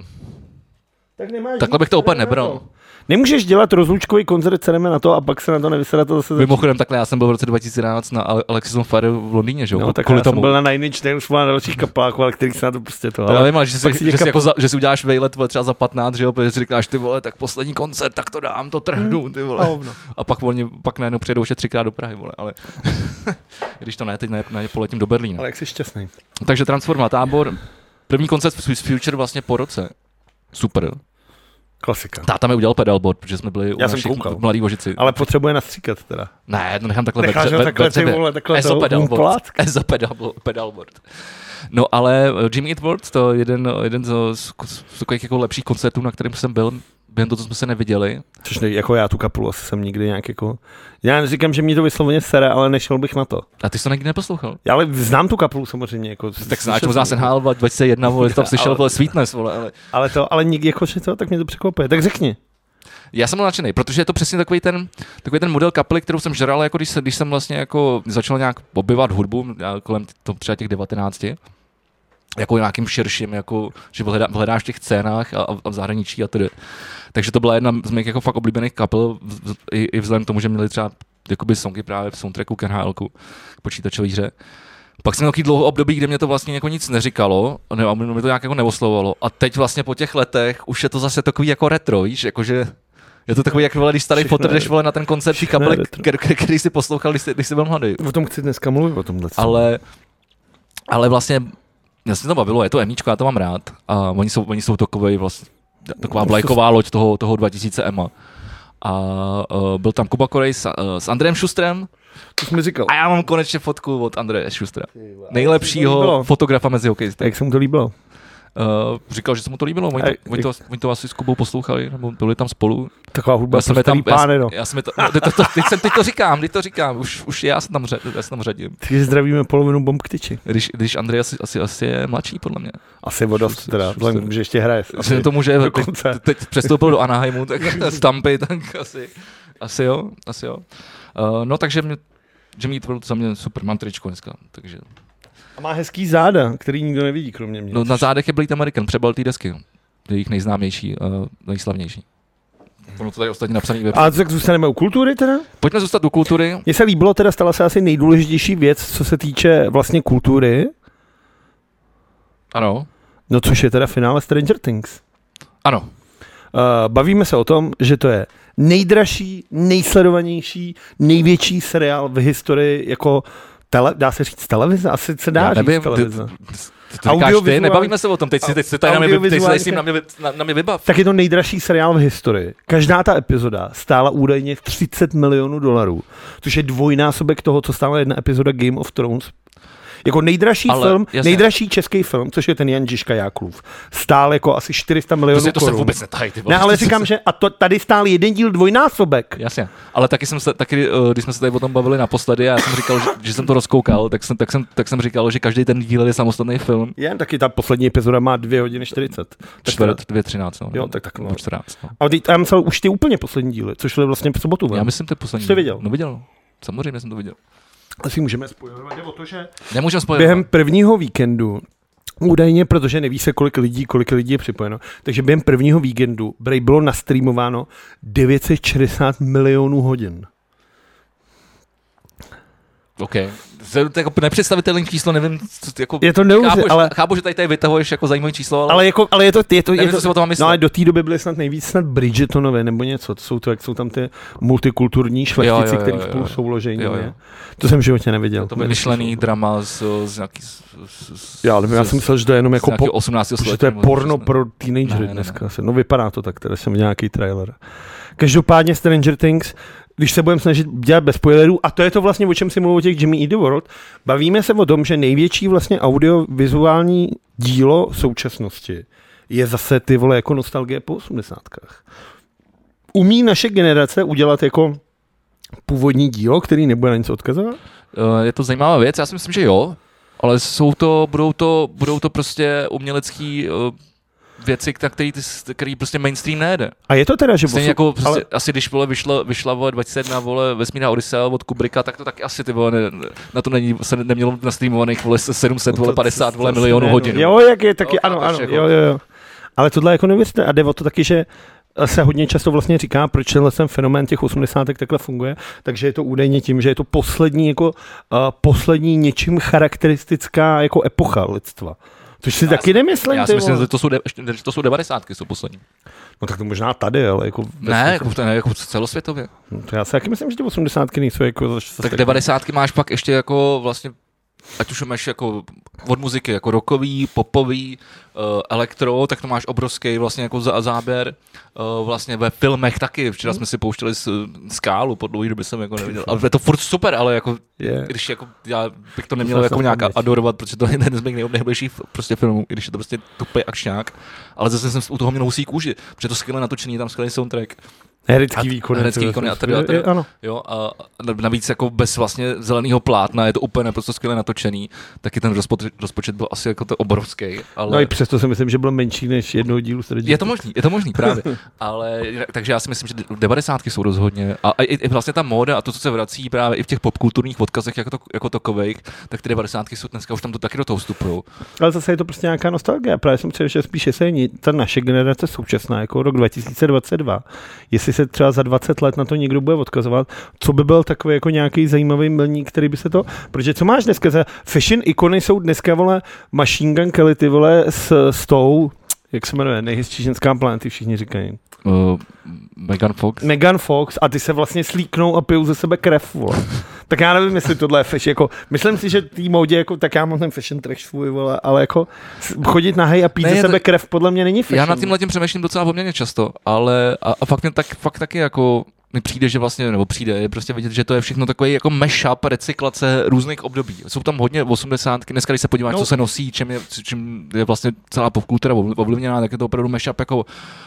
Tak nemáš takhle bych to úplně nebral. Nemůžeš dělat rozlučkový koncert, ceneme na to a pak se na to nevysrat to zase začít. Mimochodem takhle, já jsem byl v roce dva tisíce jedenáct na Alexis on Fire v Londýně, že jo? No, tak já tomu. jsem byl na Nine Inch Nails a dalších kapláků, ale kterých se na to prostě to. Ale, ale vím, ale že, si, že, si jako za, že si uděláš vejlet třeba za patnáct, že jo, protože si říkáš, ty vole, tak poslední koncert, tak to dám, to trhnu, ty vole. Oh, no. A pak oni pak najednou přijedou ještě třikrát do Prahy, vole, ale když to ne, teď ne, ne poletím do Berlína. Ale jak jsi šťastný. Takže Transforma, Tábor, první koncert v Swiss Future vlastně po roce. Super. Klasika. Táta mi udělal pedalboard, protože jsme byli Já u našich mladý Vožici. Ale potřebuje nastříkat teda. Ne, to nechám takhle Necháš ve, ve, takhle, ve, ve, vole, takhle Ezo pedalboard. Ezo pedalboard. No ale Jimmy Eat World, to je jeden, jeden z, z, z takových jako lepších koncertů, na kterým jsem byl, během toho, co jsme se neviděli. Což ne, jako já tu kapelu asi jsem nikdy nějak jako... Já neříkám, že mě to vysloveně sere, ale nešel bych na to. A ty jsi to nikdy neposlouchal? Já ale znám tu kapelu samozřejmě. Jako, tak znáš, možná jsem hál dva tisíce jedna, vole, tam slyšel, vole, Sweetness, vole, ale... Ale to, ale nikdy jako, že to, tak mě to překvapuje. Tak řekni. Já jsem byl nadšený, protože je to přesně takový ten, takový ten model kapely, kterou jsem žral, jako když, se, když jsem vlastně jako začal nějak objevovat hudbu, kolem to, třeba těch devatenácti, jako nějakým širším, jako, že hledáš v těch scénách a, a v zahraničí a tedy. Takže to byla jedna z mých jako fakt oblíbených kapel, i, i vzhledem k tomu, že měli třeba jakoby songy právě v soundtracku k N H L ku, k počítačové hře. Pak jsem měl takový dlouho období, kde mě to vlastně jako nic neříkalo, ne, a mě to nějak jako neoslovovalo. A teď vlastně po těch letech už je to zase takový jako retro, víš, jakože je to takový, jak vole, když starý Potter jdeš vole na ten koncert těch kapelek, který jsi poslouchal, když jsi, když jsi byl mladý. O tom chci dneska mluvit, o tomhle. Ale, ale vlastně, mě se to bavilo, je to emíčko, já to mám rád. A oni jsou, oni jsou takovej vlastně, taková vlajková loď toho, toho dva tisíce Ema. A uh, byl tam Kuba Korej s, uh, s Andrejem Šustrem. To jsi mi říkal. A já mám konečně fotku od Andreje Šustra. Nejlepšího fotografa mezi hokejisty. Jak se mu to líbilo? Uh, říkal, že se mu to líbilo, oni to, oni to, oni to asi s Kubou poslouchali, nebo byli tam spolu. Taková hudba pro starý pány, no. Já jsem to, no, to, to, teď, jsem, teď to říkám, teď to říkám, už, už já se tam, řad, já se tam řadím. Takže zdravíme polovinu bombktyči. Když, když Andrej asi, asi, asi je mladší, podle mě. Asi vodost teda, vzhledem, že ještě hraje. Asi to může, teď, teď přestoupil do Anaheimu, tak z Tampy, tak asi, asi jo, asi jo. Uh, no takže mě, Jimmy Eat World za mě super, mám tričko dneska, takže... A má hezký záda, který nikdo nevidí, kromě mě. No, na zádech je Bleed American, přebal té desky. Jejich nejznámější, uh, nejslavnější. Ono to tady ostatně napsaný web. A tak zůstaneme u kultury teda? Pojďme zůstat u kultury. Mně se líbilo, teda stala se asi nejdůležitější věc, co se týče vlastně kultury. Ano. No což je teda finále Stranger Things. Ano. Uh, bavíme se o tom, že to je nejdražší, nejsledovanější, největší seriál v historii jako Tele, dá se říct televize? Asi se dá nevím, říct televize. Ty, ty to říkáš ty, nebavíme se o tom, teď si, teď si tady na mě, teď si na, mě, na, na mě vybav. Tak je to nejdražší seriál v historii. Každá ta epizoda stála údajně třicet milionů dolarů, což je dvojnásobek toho, co stála jedna epizoda Game of Thrones. Jako nejdražší ale, film, jasně. nejdražší český film, což je ten Jan Žižka Jáklův, stál jako asi čtyři sta milionů korun. To se vůbec netají. Ne, ale říkám, že a to, tady stál jeden díl dvojnásobek. Jasně, ale taky jsem se, taky, když jsme se tady o tom bavili naposledy a já jsem říkal, že, že jsem to rozkoukal, tak jsem, tak, jsem, tak jsem říkal, že každý ten díl je samostatný film. Jen taky ta poslední epizoda má dvě hodiny čtyřicet. Čtvrt, dvě třináct. No, jo, tak tak. No. čtrnáct. No. A ty tam psal už ty úplně poslední díly, což byly vlastně v sobotu. Já myslím, ty poslední. Jsi to viděl? No viděl. Samozřejmě jsem to viděl. Asi můžeme spojovat, jde o to, že Nemůžeme spojovat. Během prvního víkendu, údajně, protože neví se, kolik lidí, kolik lidí je připojeno, takže během prvního víkendu bylo nastreamováno devět set šedesát milionů hodin. OK. To jako nepředstavitelný číslo, nevím, co, jako, je to neuvěř, chápu, ale... chápu, že tady tady vytahuješ jako zajímavý číslo, ale... Ale, jako, ale je to... Je to, nevím, je to, co si o tom mám myslet. No ale do té doby byly snad nejvíc snad Bridgetonové nebo něco, to jsou, to, jak jsou tam ty multikulturní šlechtici, kteří spolu souložení. To jsem v životě neviděl. To byl myšlený drama z, z nějaký... Z, z, já, ale já jsem myslel, že to je jenom jako... Po, že to je porno pro teenagery dneska. No vypadá to tak, teda jsem viděl nějaký trailer. Každopádně Stranger Things, když se budeme snažit dělat bez spoilerů, a to je to vlastně, o čem si mluvil těch Jimmy Eat World, bavíme se o tom, že největší vlastně audiovizuální dílo současnosti je zase ty vole jako nostalgie po osmdesátkách. umí naše generace udělat jako původní dílo, který nebude na nic odkazovat? Je to zajímavá věc, já si myslím, že jo, ale jsou to, budou to, budou to prostě umělecký věci, který, který prostě mainstream nejde. A je to teda, že... Stejně jako prostě, ale... asi když vole, vyšla, vyšla vole dvacet jedna vole Vesmírná Odyssea od Kubricka, tak to taky asi ty vole, ne, na to není, se nemělo nastreamovaných vole sedm set vole padesát vole milionů hodin. Jo, jak je taky, no, ano, ano, jako... jo, jo, jo. Ale tohle jako nevěřte a jde o to taky, že se hodně často vlastně říká, proč tenhle ten fenomén těch osmdesátek takhle funguje, takže je to údajně tím, že je to poslední jako uh, poslední něčím charakteristická jako epocha lidstva. Což si já taky nemyslím. Já si myslím, že to jsou, de, to jsou devadesátky, jsou poslední. No tak to možná tady, ale jako... Ne, jako, to ne, jako celosvětově. No, to já si taky myslím, že ty osmdesátky nejsou jako... Tak devadesátky máš pak ještě jako vlastně, ať už máš jako od muziky, jako rockový, popový, uh, elektro, tak to máš obrovský vlastně jako zá, záběr. Uh, vlastně ve filmech taky, včera jsme si pouštěli z, Skálu, po dlouhý době jsem jako neviděl. Ale je to furt super, ale jako, yeah. když jako, já bych to neměl to jako nějak adorovat, protože to je jeden z mých nejbližších prostě filmů, i když je to prostě tupý akčňák, ale zase jsem u toho měl husí kůži, protože to skvěle natočený, tam skvělý soundtrack. Herecký výkon. Herecký výkon a tady, a tady. Ano. Jo, a navíc jako bez vlastně zeleného plátna, je to úplně naprosto skvěle natočený, taky ten rozpočet, rozpočet byl asi jako to obrovský. Ale... No i přesto si myslím, že byl menší než jednoho dílu Stranger. Je to možný, je to možný právě. Ale takže já si myslím, že devadesátky jsou rozhodně a, a i, i vlastně ta móda a to, co se vrací právě i v těch popkulturních odkazech jako, to, jako takovejch, tak ty devadesátky jsou dneska už tam to taky do toho vstupují. Ale zase je to prostě nějaká nostalgie. Právě jsem přemýšlel, že spíš jestli je ta naše generace současná, jako rok dva tisíce dvacet dva. Jestli se třeba za dvacet let na to někdo bude odkazovat, co by byl takový jako nějaký zajímavý milník, který by se to, protože co máš dneska za fashion ikony jsou dneska, vole, Machine Gun Kelly, ty vole, s, s tou, jak se jmenuje, nejhezčí ženská planety, všichni říkají. Uh, Megan Fox. Megan Fox a ty se vlastně slíknou a pijou ze sebe krev, vole. Tak já nevím, jestli tohle je fashion, jako, myslím si, že tý modě, jako, tak já mám ten fashion trash svůj, vole, ale jako chodit nahej a pít ne, ze sebe to, krev podle mě není fashion. Já nad tím letím přemýšlím docela poměrně často, ale a, a fakt mě tak, fakt taky jako mi přijde, že vlastně, nebo přijde, je prostě vidět, že to je všechno takový jako mashup, recyklace různých období. Jsou tam hodně osmdesátky, dneska když se podíváš, no. co se nosí, čím je, čím je vlastně celá popkultura ovlivněná, tak je to opravdu mashup jako uh,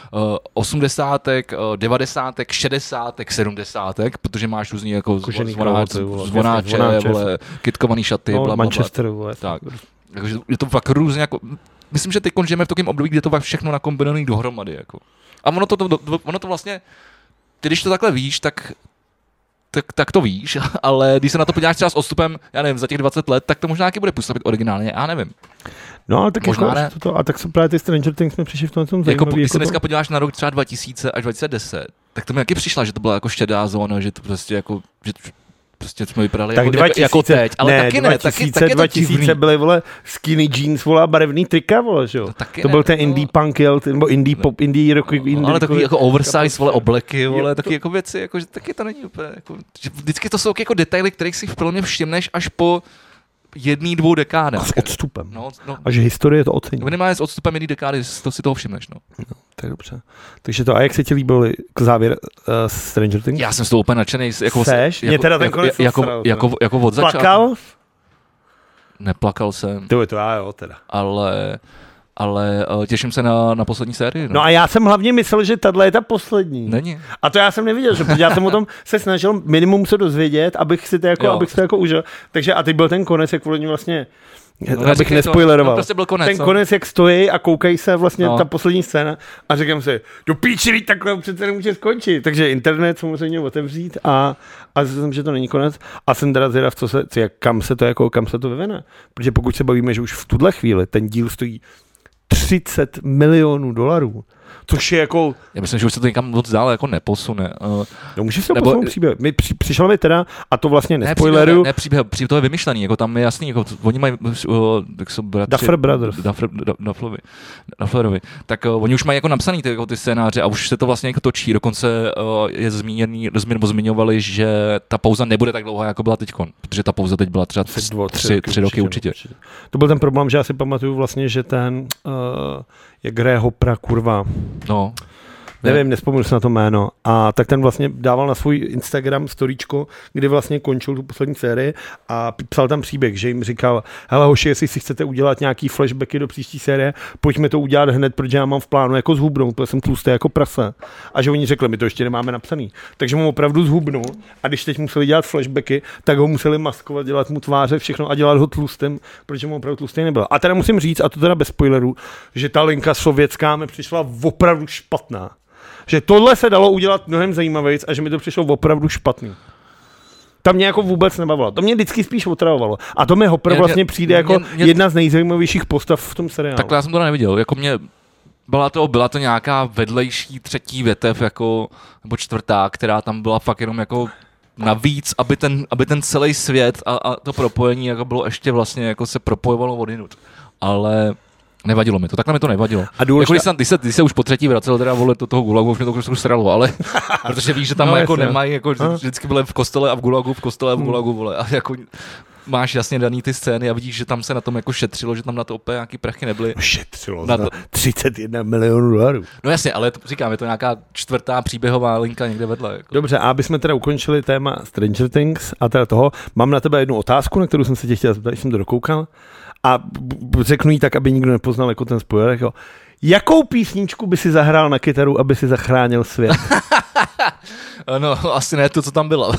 osmdesátek, uh, devadesátek, šedesátek, sedmdesátek, protože máš různý jako zvonáče, zvonáče, vole, kytkovaný šaty, no, bla, bla, Manchester, vole. Tak. Takže je to fakt různě jako, myslím, že teď žijeme v takovém období, kde to fakt všechno nakombinovaný dohromady, jako. A ono to, to, ono to vlastně když to takhle víš, tak, tak, tak to víš, ale když se na to podíváš třeba s odstupem, já nevím, za těch dvacet let, tak to možná taky bude působit originálně, já nevím. No, ale tak možná jako, ne. To, a tak se právě ty Stranger Things jsme přišli v tom zajímavý. Jako, když jako se dneska podíváš na rok třeba dva tisíce až dva tisíce deset, tak to mi taky přišla, že to byla jako štědá zóna, že to prostě jako, že prostě jsme vypadali tak jako, dva tisíce, jako teď, ale ne, taky ne, taky, taky dva tisíce byly, vole, skinny jeans, vole, barevný trika, vole, že jo. To, to byl ten indie punk, jel, nebo indie pop, indie rock, indie no, ale takový jako oversize, vole, obleky, vole, taky jako věci, jako, že taky to není úplně, jako, že vždycky to jsou jako detaily, kterých si v mě všimneš až po jedný, dvou dekádách. S odstupem. No, no. A že historie to ocení. Minimálně s odstupem jedný dekády, to si toho všimneš, no. no. Tak dobře. Takže to, a jak se ti líbily k závěr uh, Stranger Things? Já jsem z toho úplně nadšený. Jako, Seš? Mě teda ten konec jako, jako, jako, jako od začátku. Plakal? Neplakal jsem. To je to, já jo, teda. Ale... ale uh, těším se na, na poslední sérii. No. no a já jsem hlavně myslel, že tahle je ta poslední. Není. A to já jsem neviděl, že já jsem o tom se snažil minimum se dozvědět, abych si to jako, abych si to jako užil. Takže a teď byl ten konec, jak kvůli vlastně, no, abych nespoileroval. To, prostě byl konec, ten no. konec, jak stojí a koukají se vlastně no. ta poslední scéna a říkám si, do píči, takhle přece nemůže skončit. Takže internet samozřejmě otevřít a, a jsem, že to není konec. A jsem teda zvědav, co se, jak, kam se to jako, kam se to vyvine. Protože pokud se bavíme, že už v tuhle chvíli ten díl stojí třicet milionů dolarů, což je jako... Já myslím, že už se to někam moc dále jako neposune. Uh, no může se posunout příběh. My při, přišel mi teda, a to vlastně nespoileruju. Ne, ne, příběh, příběh, to je vymyšlený, jako tam je jasný, jako oni mají, uh, tak jsou bratři... Duffer Brothers. Duffer, Dufferovi. Dufferovi. Tak uh, oni už mají jako napsaný ty, jako ty scénáře a už se to vlastně jako točí, dokonce uh, je zmíněný, nebo zmiňovali, že ta pauza nebude tak dlouhá, jako byla teďkon, protože ta pauza teď byla třeba tři, dvo, tři, tři, tři roky určitě. určitě. To byl ten problém, že já si pamatuju vlastně, že ten, uh, jak hraje Hopra, kurva, no. Nevím, nespomínám se na to jméno. A tak ten vlastně dával na svůj Instagram storíčko, kdy vlastně končil tu poslední sérii a psal tam příběh, že jim říkal, hele hoši, jestli si chcete udělat nějaký flashbacky do příští série, pojďme to udělat hned, protože já mám v plánu jako zhubnout, protože jsem tlustý jako prase. A že oni řekli, my to ještě nemáme napsaný. Takže mu opravdu zhubnul a když teď museli dělat flashbacky, tak ho museli maskovat, dělat mu tváře, všechno a dělat ho tlustým, protože mu opravdu tlustý nebyl. A teda musím říct, a to teda bez spoilerů, že ta linka sovětská mi přišla opravdu špatná. Že tohle se dalo udělat mnohem zajímavějc a že mi to přišlo opravdu špatný. Tam mě jako vůbec nebavilo. To mě vždycky spíš otravovalo. A to mi Hopper vlastně přijde jako mě, mě, jedna z nejzajímavějších postav v tom seriálu. Takhle já jsem to neviděl. Jako mě byla to, byla to nějaká vedlejší třetí větev, jako, nebo čtvrtá, která tam byla fakt jenom jako navíc, aby ten, aby ten celý svět a, a to propojení jako bylo ještě vlastně, jako se propojovalo odinut. Ale nevadilo mi to, takhle mi to nevadilo. A důležitá... jako, když, jsem, když, se, když se už po třetí vracel teda vole do toho gulagu, už mě to trošku sralo, ale protože víš, že tam no, jako jasně. nemají, jako vždycky byly v kostele a v gulagu, v kostele a v gulagu, vole, a jako máš jasně daný ty scény a vidíš, že tam se na tom jako šetřilo, že tam na to opět nějaký prachy nebyly. Šetřilo na to... třicet jedna milionů dolarů. No jasně, ale to, říkám, je to nějaká čtvrtá příběhová linka někde vedle. Jako. Dobře, a aby jsme teda ukončili téma Stranger Things a teda toho, mám na tebe jednu otázku, na kterou jsem se tě chtěl zeptat, když jsem to dokoukal. A řeknu jí tak, aby nikdo nepoznal jako ten spoiler. Jako, jakou písničku by si zahrál na kytaru, aby si zachránil svět? No, asi ne to, co tam bylo.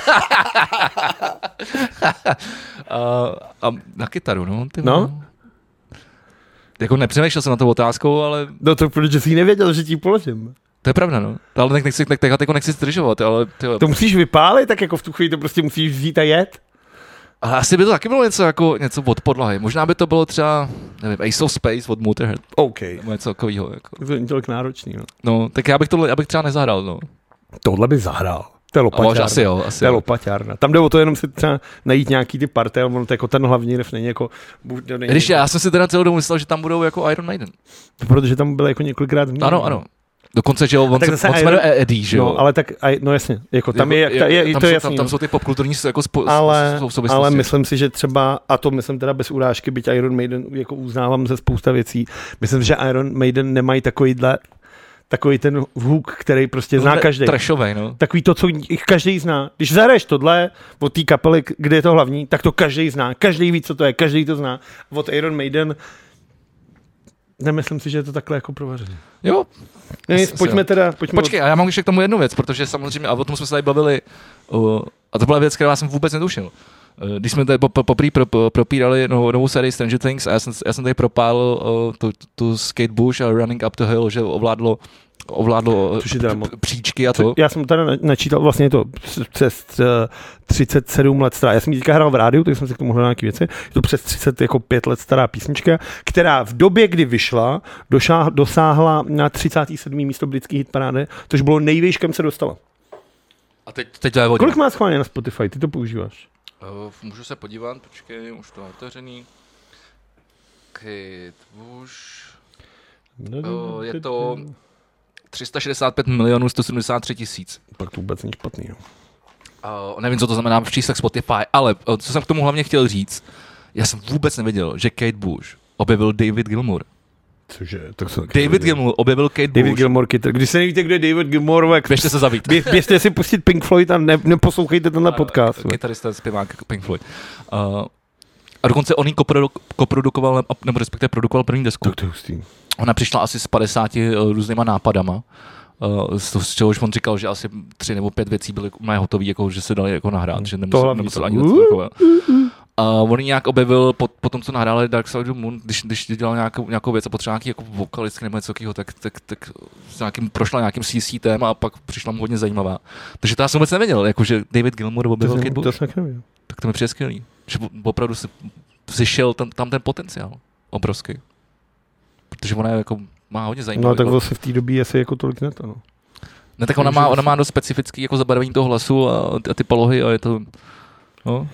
a, a na kytaru, no. Ty no? Jako nepřemýšlel jsem na to otázkou, ale... No to protože jsi nevěděl, že ti položím. To je pravda, no. Ale tak nechci, tak, tak, tak nechci zdržovat, ale... Tyhle... To musíš vypálit, tak jako v tu chvíli to prostě musíš vzít a jet. Ale asi by to taky bylo něco jako něco od podlahy. Možná by to bylo třeba, nevím, Ace of Space od Motorhead. OK. Nebo něco takového. Jako. To je tolik náročný, no. No, tak já bych tohle, já bych třeba nezahrál, no. Tohle by zahrál. To je lopaťárna. Asi jo, asi to je lopaťárna. Tam jde o to jenom si třeba najít nějaký ty party, ale ono to jako ten hlavní ref není jako... Není Když já jsem si teda celou dobu myslel, že tam budou jako Iron Maiden. Protože tam bylo jako několikrát v Ano, ano. Dokonce, že jo, on se, on se jmenuje Eddie, že jo? No, ale tak, no jasně, jako tam je, je, je, je tam to jsou, jasný. Tam, tam jsou ty popkulturní jako spo, ale, souvislosti. Ale myslím si, že třeba, a to myslím teda bez urážky, byť Iron Maiden jako uznávám ze spousta věcí, myslím, že Iron Maiden nemají takovýhle, takový ten hook, který prostě zná každý. Trashovej, no. Takový to, co každý zná. Když zahraješ tohle od té kapely, kde je to hlavní, tak to každý zná. Každý ví, co to je, každý to zná. Od Iron Maiden nemyslím si, že je to takhle jako provařené. Jo. Ne, pojďme teda... Pojďme Počkej, od... a já mám ještě k tomu jednu věc, protože samozřejmě, a o tom jsme se tady bavili, uh, a to byla věc, kterou já jsem vůbec netušil. Uh, když jsme tady poprvé pro, pro, propírali novou, novou sérii Stranger Things a já jsem, já jsem tady propálil uh, tu, tu Skate Bush a Running Up the Hill, že ovládlo ovládlo příčky a to. Já jsem tady načítal vlastně to přes třicet sedm let stará. Já jsem teďka hrál v rádiu, takže jsem si k tomu hledal nějaké věci. Je to přes třicet pět let stará písnička, která v době, kdy vyšla, došá, dosáhla na třicáté sedmé místo britské hitparády, což bylo nejvýš, kam se dostala. A teď, teď to je hodně. Kolik má schválně na Spotify? Ty to používáš? Uh, můžu se podívat, počkej, už to je otevřený. Kate Bush. Uh, je to tři sta šedesát pět milionů sto sedmdesát tři tisíc. Pak to vůbec není špatný. No. Uh, nevím, co to znamená v číslech Spotify, ale uh, co jsem k tomu hlavně chtěl říct, já jsem vůbec nevěděl, že Kate Bush objevil David Gilmour. Cože? Tak se David Gilmour objevil Kate David Bush. Gilmour, když se nevíte, kdo je David Gilmour, tak běžte se zavít. Bě, běžte si pustit Pink Floyd a ne, neposlouchejte tenhle uh, podcast. Kytarista, zpěvák Pink Floyd. Uh, a dokonce on ji koprodu, koprodukoval, nebo respektive produkoval první desku. Tak to je hustý. Ona přišla asi s padesáti uh, různýma nápadama. Uh, z, z čehož on říkal, že asi tři nebo pět věcí byly mají hotové, jako, že se dali jako nahrát, mm. že nemusel, nemusel ani něco takové. A uh, on nějak objevil po, po tom, co nahráli Dark Side of the Moon, když, když dělal nějakou, nějakou věc a potřeboval nějaký jako vokalistky nebo něco takového, tak, tak, tak nějakým, prošla nějakým C C téma a pak přišla mu hodně zajímavá. Takže to já jsem vůbec nevěděl, jako, že David Gilmour objevil Kate Bush. Tak to mi přijde skvělý. Že opravdu si, si šel tam, tam ten potenciál obrovský. Protože ona je jako má hodně zajímavý. No tak vlastně v té době asi jako tolik ne to, no. Ne, tak ona má, ona má dost specifický jako zabarvení toho hlasu a, a ty polohy a je to, no.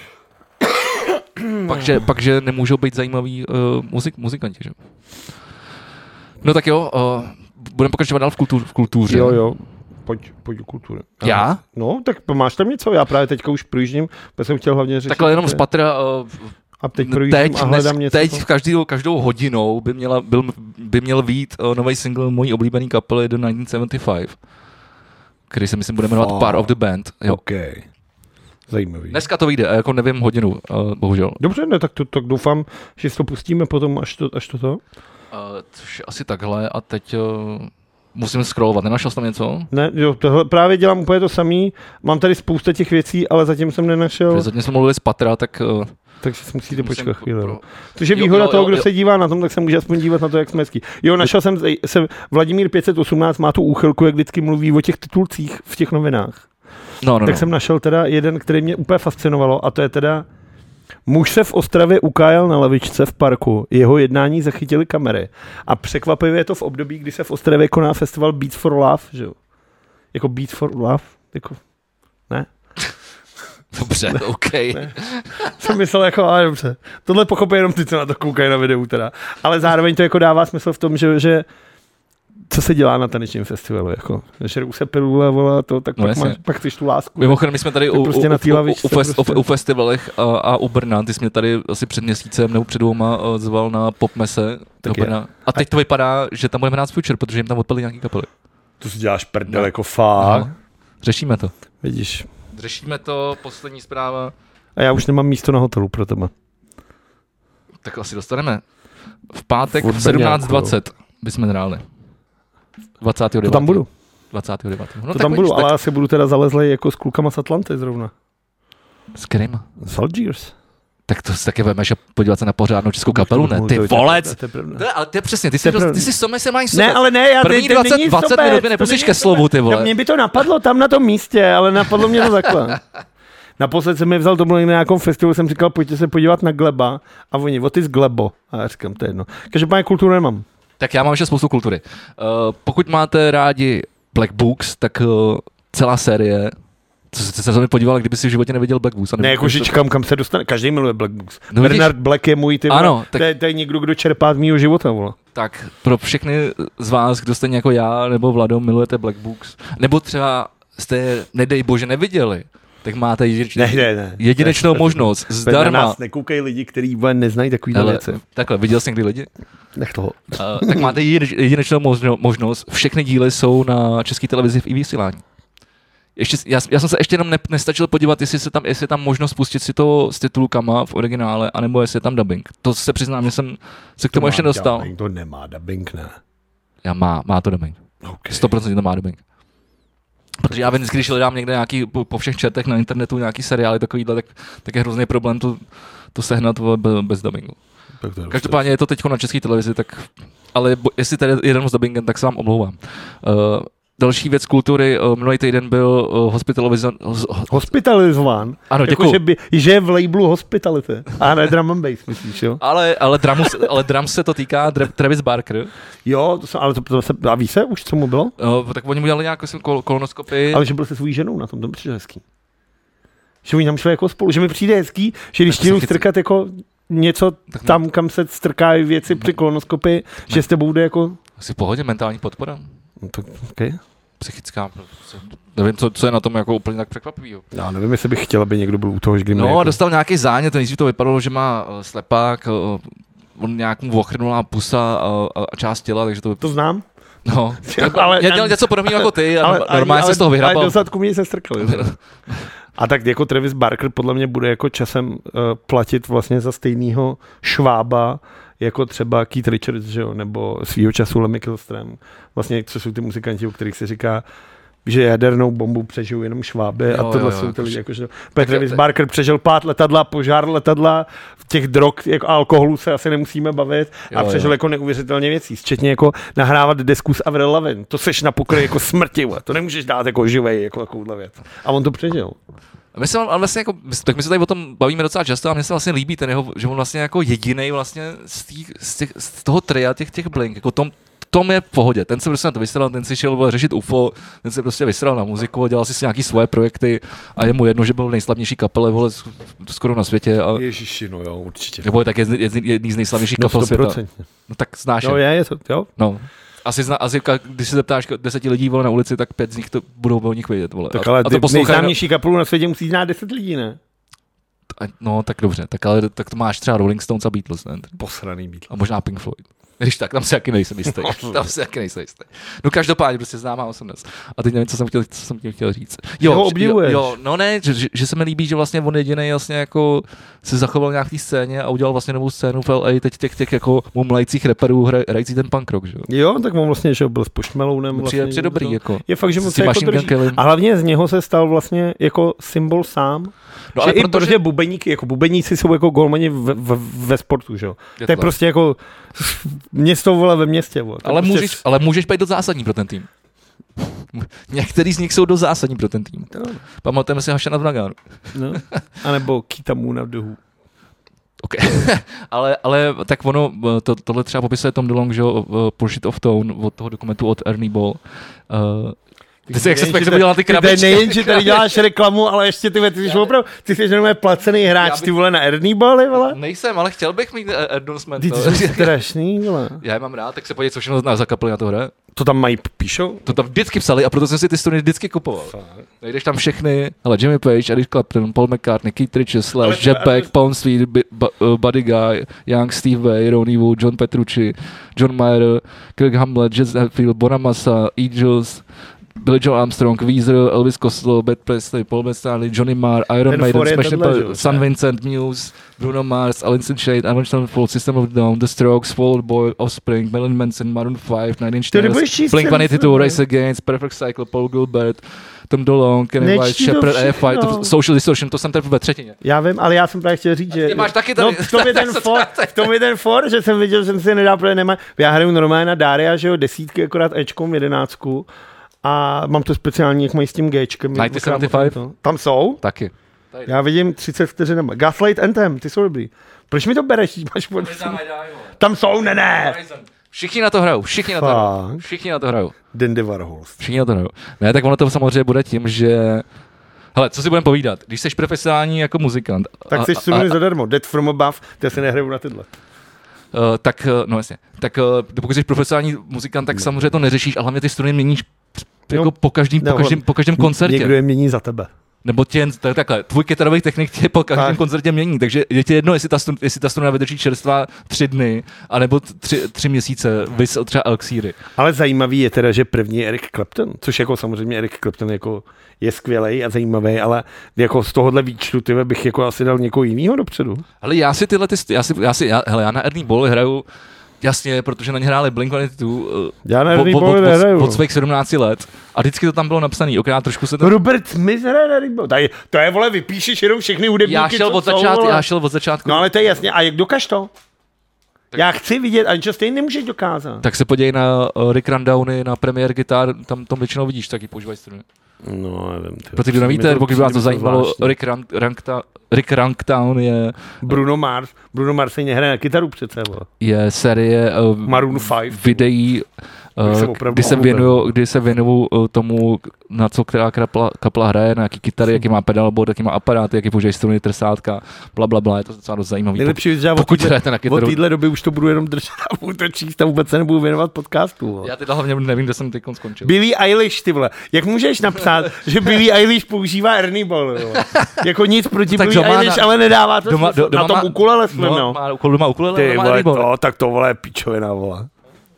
Pakže, pakže nemůžou být zajímavý uh, muzik, muzikanti, že? No tak jo, uh, budeme pokračovat dál v, kultur, v kultuře. Jo, jo, pojď, pojď do kultury. Já? No, tak máš tam něco, já právě teďka už projíždím, protože jsem chtěl hlavně řešit. Takhle jenom z patra... Uh, A teď projíždím a hledám dnes, něco. Teď v každou, každou hodinou by, měla, byl, by měl vyjít uh, nový single mojí oblíbený kapely do devatenáct set sedmdesát pět, který se myslím bude jmenovat oh. Part of the Band. Jo. Okay. Zajímavý. Dneska to vyjde, jako nevím hodinu, uh, bohužel. Dobře, ne, tak, to, tak doufám, že si to pustíme potom, až to až to. to? Uh, což asi takhle a teď uh, musím scrollovat. Nenašel jsi tam něco? Ne, jo, tohle právě dělám úplně to samý. Mám tady spousta těch věcí, ale zatím jsem nenašel. Protože zatím jsme mluvili z Patra, tak... Uh, takže si musíte počkat chvíli. Pro... Což je výhoda jo, jo, toho, kdo jo. se dívá na tom, tak se může aspoň dívat na to, jak jsme hezký. Jo, našel jsem se, Vladimír pět set osmnáct má tu úchylku, jak vždycky mluví o těch titulcích v těch novinách. No, no, tak no. jsem našel teda jeden, který mě úplně fascinovalo, a to je teda muž se v Ostravě ukájel na lavičce v parku, jeho jednání zachytili kamery a překvapivě je to v období, kdy se v Ostravě koná festival Beats for Love, že jo? Jako Beats for Love? Jako, ne? Dobře, ne, OK. Ne. Jsem myslel jako, ale dobře. Tohle pochopí jenom ty, co na to koukají na videu teda. Ale zároveň to jako dává smysl v tom, že, že co se dělá na tanečním festivalu, jako, že se pilule, vole, to, tak no pak, máš, pak chceš tu lásku. Mimochodem, my jsme tady u, prostě u, u, u, fest, prostě. u festivalech a, a u Brna, ty jsi mě tady asi před měsícem nebo před dvouma zval na popmese do Brna. A teď to vypadá, že tam budeme hrát Future, protože jim tam odpadly nějaký kapely. To si děláš prdel, no. Jako fakt. No. Řešíme to. Vidíš. Řešíme to, poslední zpráva. A já už nemám místo na hotelu pro tebe. Tak asi dostaneme. V pátek v sedmnáct dvacet bychom hráli. dvacátého devátého To tam budu. dvacátého devátého No to tam budu, tak... ale asi budu teda zalezlej jako s klukama z Atlanty zrovna. S kterýma? S Algiers. Tak to si taky vemeš a podívat se na pořádnou českou kapelu, ne? Ty volec! Ale to je přesně, ty jsi ty jsi some se mají Ne, ale ne, já první dvacet, dvacet minut mi nepustíš ke slovu, ty vole. Mě by to napadlo tam na tom místě, ale napadlo mě to takhle. Naposled jsem mi vzal, to bylo na nějakém festivalu, jsem říkal, pojďte se podívat na Gleba a oni, o ty z Glebo. A já říkám, to je jedno. Každopádně kulturu nemám. Tak já mám ještě spoustu kultury. Uh, pokud máte rádi Black Books, tak uh, celá série, co jste se mi podíval, kdyby si v životě neviděl Black Books. Ne, jako že čekám, kam se dostane. Každý miluje Black Books. No, Bernard vidíš? Black je můj typ. Ano. Tak... To, je, to je někdo, kdo čerpá z mýho života. Vole. Tak pro všechny z vás, kdo stejně jako já nebo Vlado milujete Black Books, nebo třeba jste, nedej bože, neviděli, tak máte jedinečnou, ne, ne, ne. jedinečnou ne, možnost ne, zdarma. Na nás nekoukej lidi, kteří neznají takovýhle věci. Takhle, viděl jsi někdy lidi? Nech toho. Uh, tak máte jedinečnou možno, možnost. Všechny díly jsou na České televizi v i-vysílání. Ještě, já, já jsem se ještě jenom ne, nestačil podívat, jestli se tam, jestli je tam možnost pustit si to s titulkama v originále, anebo jestli je tam dubbing. To se přiznám, že jsem se k tomu to ještě dostal. Dubbing, to nemá dubbing, ne? Já má, má to dubbing. Okay. sto procent to má dubbing. Protože já vím, když hledám někde nějaký, po, po všech četech na internetu nějaký seriály takovýhle, tak, tak je hrozný problém to, to sehnat bez dubbingu. Každopádně je to teď na České televizi, tak, ale bo, jestli tady jeden s dubbingem, tak se vám omlouvám. Uh, Další věc kultury, uh, minulý týden byl uh, hospitalizován. Hospitalizován? Ano, děkuji. Jako, že, by, že je v labelu Hospitality. A ne drum and bass, myslíš, jo? Ale, ale, dramus, ale drums se to týká Dra- Travis Barker. Jo, to se, ale to, to se, a ví se už, co mu bylo? Uh, tak oni mu dělali nějakou kol- kolonoskopii. Ale že byl se svojí ženou na tom, to mi přijde hezký. Že oni tam šli jako spolu, že mi přijde hezký, že když ti jdu strkat jako něco tak tam, kam se strkají věci při kolonoskopii, ne. Že s tebou jde jako... Asi v pohodě, mentální podpora. No to, okay. Psychická, nevím, co, co je na tom jako úplně tak překvapivýho. Já nevím, jestli bych chtěl, aby někdo byl u toho, že kdy No, jako... dostal nějaký zánět, nejdřív to vypadalo, že má uh, slepák, uh, on nějakou ochrnulá pusa uh, a část těla, takže to... To znám. No, ale, já dělal něco podobného jako ty a ale, normálně ale, se z toho vyhrabal. Ale do zadku mě se strkali. A tak jako Travis Barker podle mě bude jako časem uh, platit vlastně za stejného švába, jako třeba Keith Richards, že jo, nebo svýho času Lemmy Kilström. Vlastně, co jsou ty muzikanti, o kterých se říká, že jadernou bombu přežijou jenom šváby jo, a tohle jo, jsou ty lidi, jakože Travis Barker přežil pát letadla, požár letadla, těch drog, jako alkoholu se asi nemusíme bavit a jo, přežil jo. Jako neuvěřitelně věcí, včetně jako nahrávat desku s Avril Lavigne. To seš na pokryj jako smrti, to nemůžeš dát jako živej, jako takovouhle věc. A on to přežil. My se, ale vlastně jako, tak my se tady o tom bavíme docela často a mně se vlastně líbí ten jeho, že on vlastně jako jedinej vlastně z, tý, z, těch, z toho tria těch, těch Blink, jako tom, tom je v pohodě, ten se prostě na to vysral, ten si šel vole, řešit U F O, ten se prostě vysral na muziku, dělal si si nějaký svoje projekty a je mu jedno, že byl nejslavnější kapele vole, skoro na světě. A, Ježiši, no jo, určitě. Nebo je tak jedný, jedný z nejslavnějších no, kapel světa. No tak znáš No je, je to, jo. No. Asi, zna, asi když se zeptáš deseti lidí vole, na ulici, tak pět z nich to budou o nich vědět. Vole. Tak ale a, a to nejznámější kapelu na světě musí znát deset lidí, ne? no tak dobře, tak ale tak to máš třeba Rolling Stones a Beatles, ne? Posraný Beatles. A možná Pink Floyd. Když tak, tam si jaký nejsem jistý. Tam si jaký nejsem jistý. No každopádně prostě známá osobnost. A teď nevím, co jsem chtěl, co jsem tím chtěl říct. Jo, ho obdivuješ. Jo, jo, no ne, že, že, že, se mi líbí, že vlastně on jedinej vlastně jako se zachoval nějak v té scéně a udělal vlastně novou scénu v L A, teď těch, těch jako mumlajících rapperů hraj, hrající ten punk rock, že jo. Jo, tak on vlastně, že byl s Pošmelounem. Vlastně, přijde dobrý, to, jako. Je fakt, že moc se jako drží. A hlavně z něho se stal vlastně jako symbol sám. No, že i protože, protože bubeníky, jako bubeníci jsou jako golmani ve, ve, ve sportu, že jo. To je prostě jako město vole ve městě. Vole. Ale, prostě... můžeš, ale můžeš být dost zásadní pro ten tým. Některý z nich jsou dost zásadní pro ten tým. No. Pamatujeme si Hašana v Nagánu. No. A nebo Kitamuna v Dohu. Okay. ale, ale tak ono, to, tohle třeba popisuje Tom DeLonge, že jo, Pursuit of Tone, od toho dokumentu od Ernie Ball. Uh, Ty jsi jak se tak dělal ty krabičky. Ty nejen, že tady děláš reklamu, ale ještě ty, ty jsi opravdu, ty jsi jenom placený hráč, bych, ty vole na Ernie Bally, vole? Nejsem, ale chtěl bych mít endorsement. Ty jsi strašný, vole. Já je mám rád, tak se podívej, co všechno zakapli na to hra. To tam mají, píšou? To tam vždycky psali a proto jsem si ty strany vždycky kupoval. Najdeš tam všechny, ale Jimmy Page, Eric Clapton, Paul McCartney, Keith Richards, Slash, Jeff Beck, Pound Street, Buddy Guy, Young, Steve Vai, Ronnie Wood, John Petrucci, John Mayer, Kirk Hamlet, Jazz Hetfield, Bonamassa, Eagles, Billy Joe Armstrong, Weezer, Elvis Costello, Bud Presley, Paul McCartney, Johnny Marr, Iron Maiden, Smash Mouth, Sun Vincent, Muse, Bruno Mars, Alice in Chains, Avenged Sevenfold, System of a Down, The Strokes, Fall Out Boy, Offspring, Marilyn Manson, Maroon five, Nine Inch Nails, Blink one eighty-two, Rise Against, Perfect Cycle, Paul Gilbert, Tom DeLonge, Kenny White, Shepard, A F I, Social Distortion, to jsem teprve ve třetině. Já vím, ale já jsem právě chtěl říct, že... Ty máš taky tady. No, v tom je ten for, v tom je ten for, že jsem viděl, že jsem si nedal, protože nemá. Já hraju normálně na Daria, že jo, desítky, akorát Ečkom, jedenáctku. A mám to speciální, jak mají s tím Gčkem. devatenáct set sedmdesát pět? Tam jsou? Taky. Já vidím třicet vteřin. Gaslight Anthem, ty jsou dobrý. Proč mi to bereš? Máš pod... Tam jsou, ne, ne. Všichni na to hrajou, všichni na to hrajou. Všichni na to hrajou. Dandy Warhols. Všichni na to hrajou. Ne, tak ono to samozřejmě bude tím, že... Hele, co si budeme povídat? Když jsi profesionální jako muzikant... Tak jsi sununý zadarmo. Dead from Above, ty si nehraju na tyhle. Uh, tak, no jasně. Tak uh, pokud jsi profesionální muzikant, tak no. samozřejmě to neřešíš, ale hlavně ty struny měníš jako no, po, každým, no, po, každým, po každém koncertě. Někdo je mění za tebe. Nebo tě, tak, takhle, tvůj kytarový technik tě po každém tak. koncertě mění, takže je ti jedno, jestli ta, struna, jestli ta struna vydrží čerstvá tři dny, anebo tři, tři měsíce, vys třeba Elxíry. Ale zajímavý je teda, že první je Eric Clapton, což jako samozřejmě Eric Clapton jako je skvělej a zajímavý, ale jako z tohohle výčtu tyhle bych jako asi dal někoho jiného dopředu. Ale já si tyhle, ty, já si, já si, já, hele, já na Ernie Ball hraju jasně, protože na ně hráli Blink one eighty-two Já na od, od, od, od svých sedmnácti let a vždycky to tam bylo napsaný, okrát trošku se to... Robert Smith hraje na Ernie Ball. Tady, to je, vole, vypíšeš jenom všechny hudebníky, já šel od začátku, Já šel od začátku. No ale to je jasně, a jak dokaž to? Tak, já chci vidět, a ničeho stejně nemůžeš dokázat. Tak se podívej na uh, Rick Rundowny, na Premier Guitar, tam to většinou vidíš, taky používají struny. No, nevím. Pro ty, kdo nevíte, pokud by vás to zajímalo, Rick, Rank, Rankta, Rick Ranktown je... Bruno Mars. Bruno Mars se hraje na kytaru přece. Bo. Je série uh, Maroon five. Videí, uh, kdy, se věnuju, kdy se věnuju uh, tomu, na co která kapla, kapla hraje, na jaký kytary, jaký má pedalboard, jaký má aparáty, jaký používají struny, trsátka, bla, bla, bla. Je to docela dost zajímavý. Nejlepší, že pokud hrajete na kytaru. Od téhle doby už to budu jenom držet a budu to číst a vůbec se nebudu věnovat podcastu. Bo. Já teda hlavně nevím, kde jsem teď skončil. Billie Eilish, ty vole. Jak můžeš napsat, že Billie Eilish používá Ernie Ball, jako nic proti Billie Eilish, na, ale nedává to doma, do, doma na tom ukulele svým, no. Má, doma ukulele, ty vole, to, tak to vole je pičovina, vole.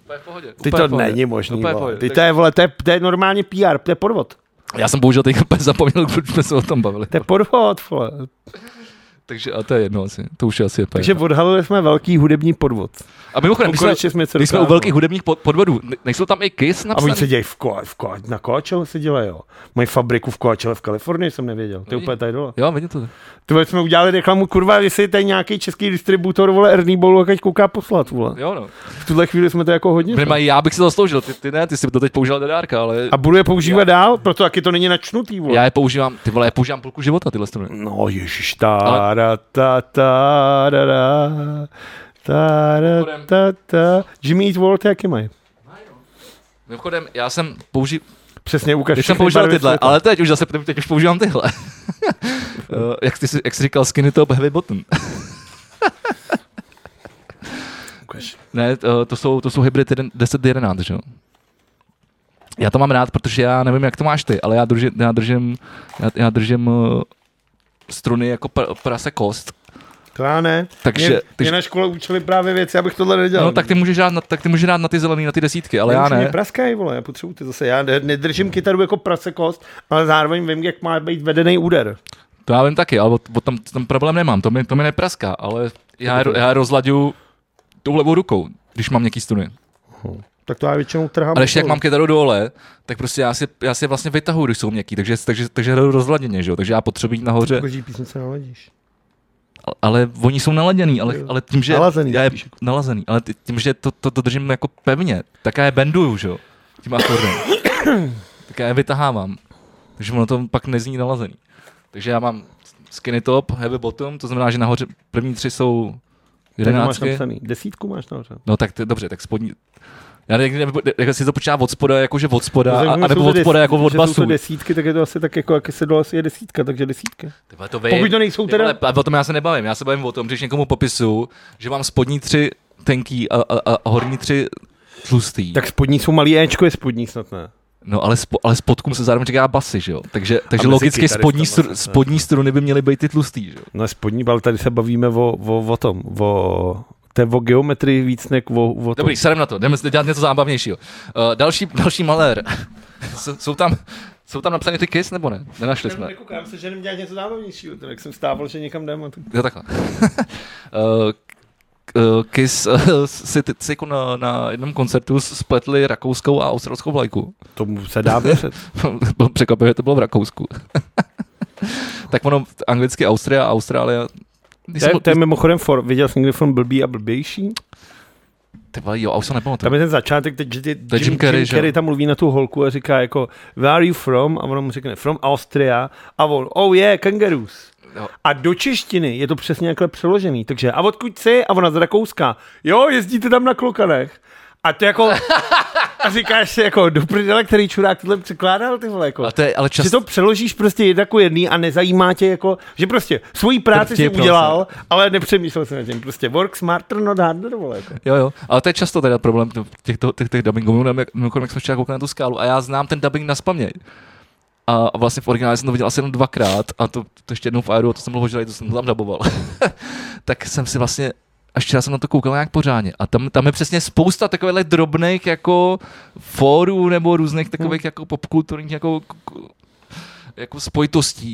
Ty to pohodě. Není možný, vole. Ty to je, vole, to je, to je normálně P R, to je podvod. Já jsem bohužel teď zapomněl, proč jsme se o tom bavili. To je podvod, vole. Takže a to je jedno asi, to už je asi je Takže odhalili jsme velký hudební podvod. A mimochodem, když jsme, když jsme u velkých hudebních podvodů, nejsou tam i Kiss napsaný? A oni se dějí v Ko- v Ko- na Coachelle se dělají, jo. Mají fabriku v Coachelle v Kalifornii, jsem nevěděl. To je úplně tady dole. Jo, vidím to. Ty jsme udělali reklamu, kurva, jestli tady nějaký český distributor, vole, Ernie Ballu, ať kouká poslat, vole. Jo, no. V tuhle chvíli jsme to jako hodně. Nemají, já bych si to zasloužil, ty, ty ne, ty jsi to teď používal do dárka, ale... A budu je používat já... dál, proto taky to není načnutý, vole. Já je používám, ty vole, já používám půlku života, tyhle strany. No, ježiš, ta, ale... ta, ta, da, da. Ta, da, ta, ta. Jimmy Eat World, jaký mají? Mimochodem, já jsem použil... Přesně, ukaž. Teď jsem používal tyhle, světa. Ale teď už zase, teď už používám tyhle. uh, jak, jsi, jak jsi říkal, skinny top, heavy bottom. Ukaž. Ne, uh, to jsou, to jsou hybrid deset jedenáct, že jo? Já to mám rád, protože já nevím, jak to máš ty, ale já držím, já držím, já, já držím uh, struny jako pr- prase kost. To já ne. Takže, mě, tyž... mě na škole učili právě věci, abych tohle nedělal. No tak ty můžeš dát na, tak ty můžeš dát na ty zelený, na ty desítky, ale já, já ne. Mě praskají, vole, já potřebuji ty zase. Já nedržím kytaru jako prase kost, ale zároveň vím, jak má být vedený úder. To já vím taky, ale o tom, tom problém nemám, to mi, to mi nepraská, ale já, já rozlaďuju tou levou rukou, když mám nějaký struny. Uh-huh. Tak to já většinou trhám. Ale ještě jak mám kytaru dole, tak prostě já si, já si vlastně vytahuji, když jsou měkký, takže, takže, takže hraju rozladěně, že jo, takže já potřebuji jít nahoře. Každý písnice naladíš. Ale, ale oni jsou naladěný, ale, ale tím, že nalazený, já je nalazený, ale tím, že to, to, to držím jako pevně, tak já je benduju, že jo, tím akordem. Tak já je vytahávám, takže ono to pak nezní nalazený. Takže já mám skinny top, heavy bottom, to znamená, že nahoře první tři jsou jedenáctky. Desítku máš nahoře. No tak to, dobře, tak spodní. Já nevím, jak si to počítá od spoda, jakože od spoda, no, a, a nebo od spoda jako od basu. Když jsou to desítky, tak je to asi tak jako, jak se dole asi je desítka, takže desítka. Tyhle to vy, Pokud to nejsou teda... Tyhle, o tom já se nebavím, já se bavím o tom, když někomu popisu, že mám spodní tři tenký a, a, a horní tři tlustý. Tak spodní jsou malý éčko, je spodní snad ne. No ale, spo, ale spodkům se zároveň říká basy, že jo? Takže, takže logicky spodní, stru, spodní struny by měly být ty tlustý, že jo? No spodní, ale tady se bavíme o, o, o tom, o... To je o geometrii víc než o, o tom. Dobrý, serem na to, jdeme dělat něco zábavnějšího. Uh, další, další malér. jsou, tam, jsou tam napsané ty Kiss, nebo ne? Nenašli jsme. Nekoukám se, že jdem dělat něco zábavnějšího, tak jsem stával, že někam jdeme. Jo, takhle. uh, Kiss uh, si, si jako na, na jednom koncertu spletli rakouskou a australskou vlajku. Tomu se dá věřit. Bylo překvapivé, to bylo v Rakousku. Tak ono anglicky Austria a Austrálie. To je, to je mimochodem for, viděl jsem někdy film Blbý a blbější? Ty vole, jo, a už se nepamatuju. Tam je ten začátek, teď Jim, Jim, Jim Carrey, Jim Carrey tam mluví na tu holku a říká jako where are you from? A ono mu řekne from Austria. A on, oh yeah, kangaroos. Jo. A do češtiny je to přesně takhle přeložený. Takže a odkud jsi? A ona z Rakouska. Jo, jezdíte tam na klokanech. A to jako... A říkáš si jako do prdele, který čurák tohle překládal, ty vole, jako. A to je, ale čas... Že to přeložíš prostě jedna jako jedný a nezajímá tě jako, že prostě svoji práci si udělal, ale nepřemýšlel jsem na tím, prostě work smarter, not harder, vole, jako. Jo, jo, ale to je často teda problém těch, těch, těch dubbingů, mimochodem, jak jsme včera koukali na tu skálu a já znám ten dubbing nazpaměť. A vlastně v originále jsem to viděl asi jenom dvakrát a to, to ještě jednou v Airu, a to jsem byl hožilej, to jsem to tam daboval. Tak jsem si vlastně až včera jsem na to koukal nějak pořádně. A tam, tam je přesně spousta takových drobných jako fórů nebo různých takových jako popkulturních jako, jako spojitostí.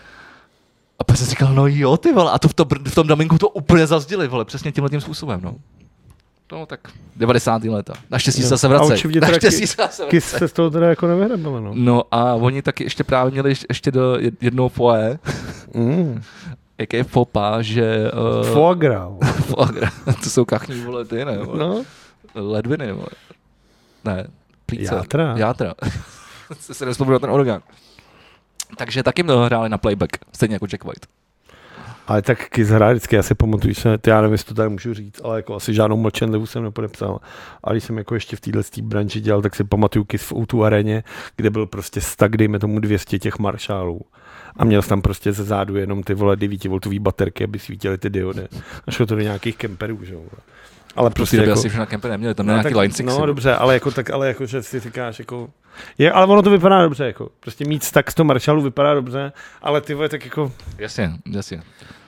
A pak jsem říkal, no jo, ty vole, a to v, to, v tom dubbingu to úplně zazděli, vole, přesně tímhle tím způsobem, no. No tak devadesátá léta. Naštěstí se zase vracej. Naštěstí se zase vracej. se z toho teda jako nevyhrabalo, no. No a oni taky ještě právě měli ještě do jednoho foie. Mm. Jaký je fopa, že... Uh, foie gras. Foie gras. To jsou kachní, vole, ty, ne? Vole. No. Ledviny, vole. Ne, plíce. Játra. Játra. se nespomínal ten orgán. Takže taky mě hráli na playback, stejně jako Jack White. Ale tak Kiss hraje vždycky, já si pamatuju, že já nevím, jestli to tady můžu říct, ale jako asi žádnou mlčenlivu jsem nepodepsal. A když jsem jako ještě v této branži dělal, tak si pamatuju Kiss v ó dva aréně, kde byl prostě stak, dejme tomu dvě stě těch maršálů. A měl jsem tam prostě ze zádu jenom ty vole devítivoltový baterky, aby svítily ty diody. A šlo to do nějakých kemperů, že jo. Ale prostě jako... asi už na kemper neměli, tam no, nějaký line six. No dobře, ale jako tak, ale jako, že si říkáš jako... Je, ale ono to vypadá dobře, jako. Prostě mít stak z toho maršálu vypadá dobře, ale ty vole tak jako... Jasně, jasně.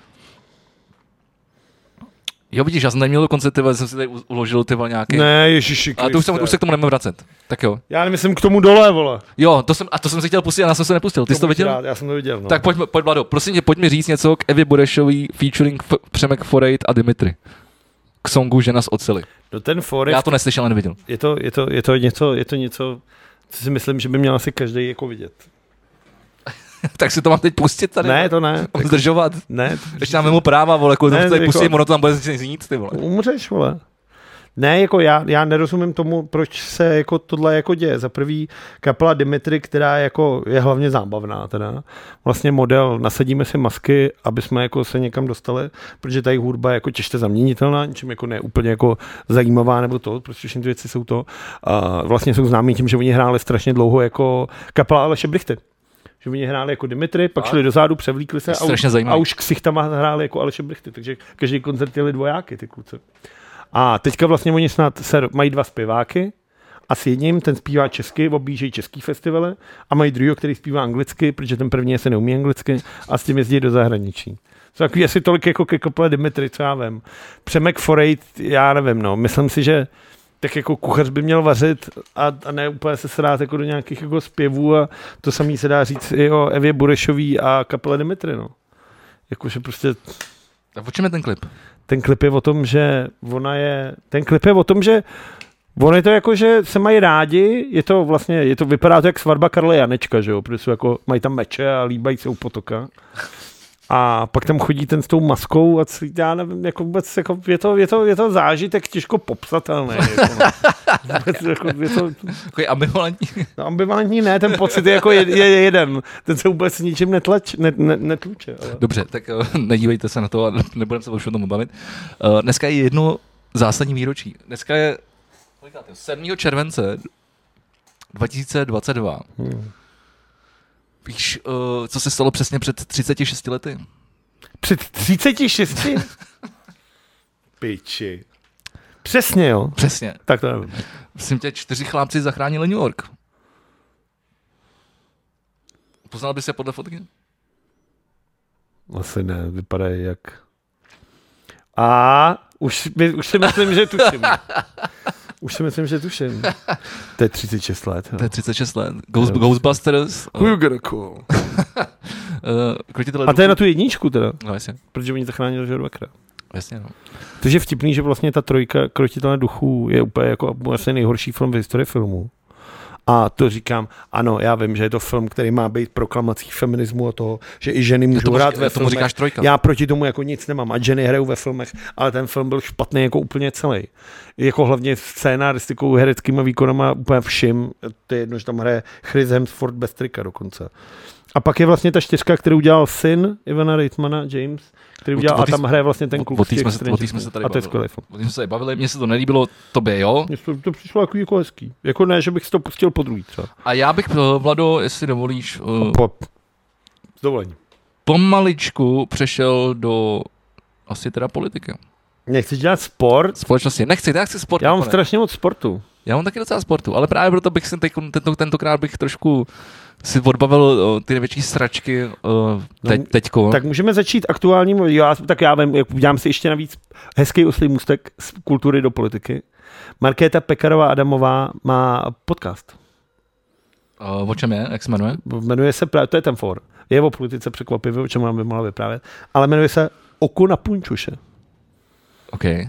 Jo, vidíš, já jsem neměl dokonce, ty vole, jsem si tady uložil ty vole nějaký... Ne, ježiši Ale to už, jsem, už se k tomu nemůžu vracet. Tak jo. Já nemyslím k tomu dole, vole. Jo, to jsem, a to jsem si chtěl pustit, a já jsem se nepustil. Ty to jsi to viděl? Rád, já jsem to viděl, no. Tak pojď, pojď Vlado, prosím tě, pojď mi říct něco k Evě Burešový featuring F- Přemek Forejt a Dimitri. K songu Žena z oceli. No ten Forejt... Já to neslyšel a neviděl. Je to, je, to, je, to něco, je to něco, co si myslím, že by měl asi každý jako vidět. Tak si to mám teď pustit tady? Ne, to ne. Mám zdržovat? Ne. Ještě nám mimo práva, vole, kvůli tomu tady jako, pustím, ono to tam bude znít, ty vole. Umřeš, vole. Ne, jako já, já nerozumím tomu, proč se jako tohle jako děje. Za prvý kapela Dimitri, která jako je hlavně zábavná, teda. Vlastně model, nasadíme si masky, aby jsme jako se někam dostali, protože ta jejich hudba je jako těžce zaměnitelná, ničím jako ne úplně jako zajímavá nebo to, protože všechny ty věci jsou to. A vlastně jsou známí tím, že oni hráli strašně dlouho jako kapela Aleše Brichty. Že oni hráli jako Dimitri, pak šli dozadu, převlíkli se a už, a už ksichtama hráli jako Aleše Brichty, takže každý koncert jeli dvojáky, ty kluci. A teďka vlastně oni snad se, mají dva zpěváky a s jedním ten zpívá česky, objížejí český festivaly a mají druhýho, který zpívá anglicky, protože ten první se neumí anglicky a s tím jezdí do zahraničí. To takový asi tolik jako ke Kople Dimitri, co já vím. Přemek Forejt, já nevím, no. Myslím si, že tak jako kuchař by měl vařit a, a ne úplně se srát jako do nějakých jako zpěvů a to samý se dá říct i o Evě Burešový a Kapele Dimitri, no. Jakože prostě... A o čem je ten klip? Ten klip je o tom, že ona je... Ten klip je o tom, že ono je to jako, že se mají rádi, je to vlastně, je to, vypadá to jak svatba Karla Janečka, že jo, protože jsou jako, mají tam meče a líbají se u potoka. A pak tam chodí ten s tou maskou a já nevím, jako vůbec, jako je, to, je, to, je to zážitek těžko popsatelný. Jako, no. Vůbec, jako, je to... Takový ambivalentní. No, ambivalentní ne, ten pocit je jako je, je jeden. Ten se vůbec s ničím netlač, net, net, netluče. Ale... Dobře, tak uh, nedívejte se na to a nebudeme se už o tom bavit. Uh, dneska je jedno zásadní výročí. Dneska je sedmého července dva tisíce dvacet dva. Hmm. Víš, uh, co se stalo přesně před třiceti šesti lety? Před třiceti šesti? Piči. Přesně, jo? Přesně. Tak to nevím. Myslím tě, čtyři chlápci zachránili New York. Poznal bys je podle fotky? Asi ne, vypadají jak... A už, už si myslím, že tuším. Už si myslím, že tuším. To je třicet šest let. Jo. To je třicet šest let. Ghost, Ghostbusters. Who you gonna call? uh, A to je na tu jedničku teda. No jasně. Protože oni zachránili že dvakrát. Jasně, no. Takže je vtipný, že vlastně ta trojka Krotitelé duchů je úplně jako asi nejhorší film v historii filmu. A to říkám, ano, já vím, že je to film, který má být proklamací feminismu a toho, že i ženy můžou hrát ve filmech. Říkáš trojka. Já proti tomu jako nic nemám a ženy hrajou ve filmech, ale ten film byl špatný jako úplně celý. Jako hlavně scénaristikou, hereckýma výkonama úplně všim. To je jedno, že tam hraje Chris Hemsworth bez trika dokonce. A pak je vlastně ta čtyřka, kterou udělal syn Ivana Reitmana, James, který udělal, a tam hraje vlastně ten kluk. O té jsme, jsme se tady a to je skvělý film. O té jsme se tady bavili, mně se to nelíbilo, tobě, jo? Mně to, to přišlo jako, jako hezký. Jako ne, že bych si to pustil po druhý třeba. A já bych, Vlado, jestli dovolíš, uh, po, s dovolením. Pomaličku přešel do asi teda politiky. Nechceš dělat sport? Společnosti. Nechci, já chci sport. Já mám strašně moc sportu. Já mám taky docela sportu, ale právě proto bych si teď, tento, tentokrát bych trošku si odbavil uh, ty největší sračky uh, teď, no, teďko. Tak můžeme začít aktuálním, já, tak já vím, udělám si ještě navíc hezký oslý můstek z kultury do politiky. Markéta Pekarová Adamová má podcast. Uh, o čem je? Jak se jmenuje? Jmenuje se, to je ten for. Je o politice překvapivě, o čem mám by mohla vyprávět, ale jmenuje se Oko na punčuše. OK. A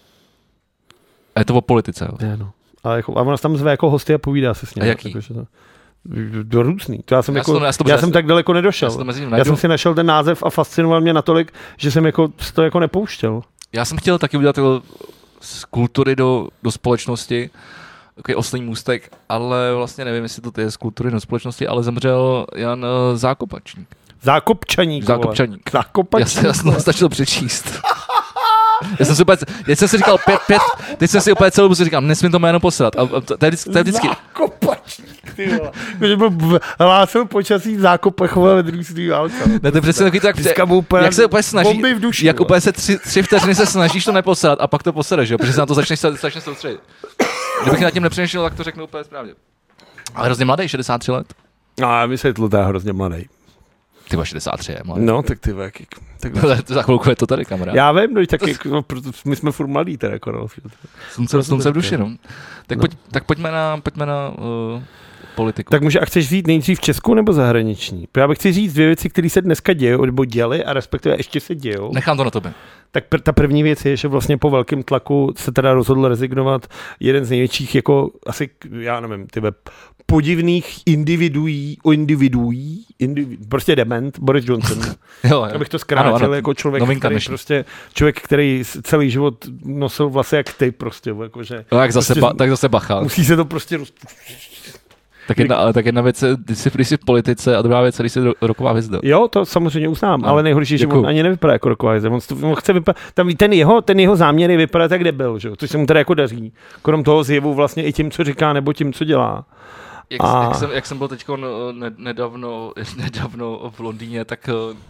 je to o politice, jo? Je, no. Ale jako, a ona tam zve jako hosty a povídá se s ním. A jaký? Takže to, do různý. To já jsem, já jako, to, já to, já jsem tak daleko nedošel. Já, já jsem si našel ten název a fascinoval mě natolik, že jsem jako, to jako nepouštěl. Já jsem chtěl taky udělat z kultury do, do společnosti, takový oslý můstek, ale vlastně nevím, jestli to je z kultury do společnosti, ale zemřel Jan Zákopačník. Zákopčaník. Zákopčaník. Zákopčaník. Já jsem to stačil přečíst. Já jsem si úplně, teď jsem si říkal pět, pět, teď jsem si úplně celou dobu si říkal, nesmím to jméno posrat. A to, to je vždycky... To je vždycky... Zákopačník, ty vole. Že byl hlásel počasí v Zákopachové vedrý svý válka. Ne, to je přesně takový tak, jak se úplně snaží, duši, jak úplně se tři, tři vteřiny se snažíš to neposrat a pak to posereš, jo, protože se na to začneš, začneš soustředit. Kdybych nad tím nepřemýšlel, tak to řeknu úplně správně. Ale hrozně mladý, šedesát tři let. No, já vysvětlu, to je hrozně mladý. Ty máš šedesát tři, je mladý. No, tak ty jaký. Za chvilku je to tady, kamarád. Já vím, no, tak no, my jsme furt mladí teda, jako. Slunce, slunce v duši, no. Tak, no. Pojď, tak pojďme na, pojďme na uh, politiku. Tak může, a chceš říct nejdřív Českou nebo zahraniční? Já bych chci říct dvě věci, které se dneska dějou, nebo děly a respektive ještě se dějou. Nechám to na tobě. Tak pr- ta první věc je, že vlastně po velkém tlaku se teda rozhodl rezignovat jeden z největších, jako asi, já nevím, tyhle podivných individuí, individuí, individu, prostě dement, Boris Johnson. jo, jo. Abych to zkrátil, ano, ano. Jako člověk, Novinka který dnešní. prostě, člověk, který celý život nosil vlasy jak ty prostě, jakože. No, jak zase, prostě, ba, tak zase bacha. Musí se to prostě rozpustit. Tak jedna, ale tak jedna věc je, když jsi, když jsi v politice a druhá věc je, když jsi roková hvězda. Jo, to samozřejmě uznám, no, ale nejhorší, že děkuju. on ani nevypadá jako roková hvězda. On, on chce vypadat, tam ten jeho, ten jeho záměr je vypadat jak debil, že jo, což se mu teda jako daří. Krom toho zjevu vlastně i tím, co říká, nebo tím, co dělá. Jak, a... jak, jsem, jak jsem byl teď nedávno, nedávno v Londýně, tak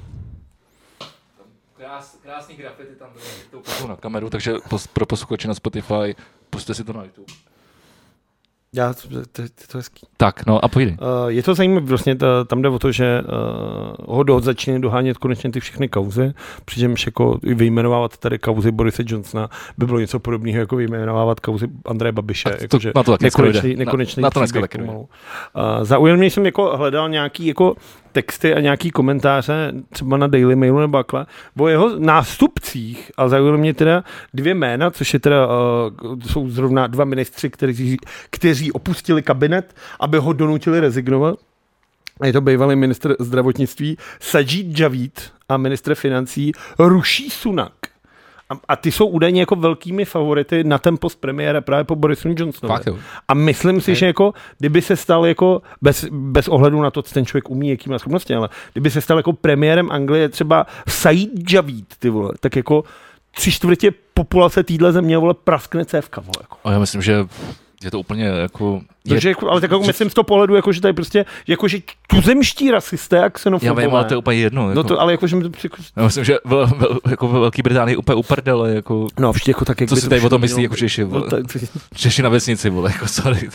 krás, krásný grafity tam byly na kameru, takže pro posluchače na Spotify, pusťte si to na YouTube. Já, to, to, to je hezký. Tak, no a pojdej. Uh, je to zajímavé, vlastně to, tam jde o to, že uh, ho do, začínají dohánět konečně ty všechny kauzy, přičemž jako vyjmenovávat tady kauzy Borise Johnsona by bylo něco podobného, jako vyjmenovávat kauzy Andreje Babiše. To, jako, že na to nekonečný, nekonečný na, na to dneska taky uh, zaujal mě, jsem jako hledal nějaký jako texty a nějaký komentáře, třeba na Daily Mailu nebo akle, o jeho nástupcích a zaujalo mě teda dvě jména, což je teda, uh, jsou zrovna dva ministři, kteří, kteří opustili kabinet, aby ho donutili rezignovat. Je to bývalý ministr zdravotnictví Sajid Javid a ministr financí Rishi Sunak. A, a ty jsou údajně jako velkými favority na ten post premiéra právě po Borisu Johnsonovi. A myslím si, že jako, kdyby se stal jako, bez, bez ohledu na to, co ten člověk umí, jaký má schopnosti, ale kdyby se stal jako premiérem Anglie třeba Sajid Javid, ty vole, tak jako tři čtvrtě populace týhle země, vole, praskne cévka, vole. Jako. A já myslím, že je to úplně jako... Je, Takže, ale tak jako že, myslím z toho pohledu, jako, že tady prostě, jako, že tuzemští rasisté a xenofobové. Já vím, ale to je úplně jedno. Jako, no to, ale jako, že mi to přiko... Já myslím, že vel, vel, jako ve Velké Británii úplně uprdele, jako... No vždy jako tak, jak co si tady o tom myslí, jako Češi, vole. No, tak... Češi na vesnici, vole, jako sorry.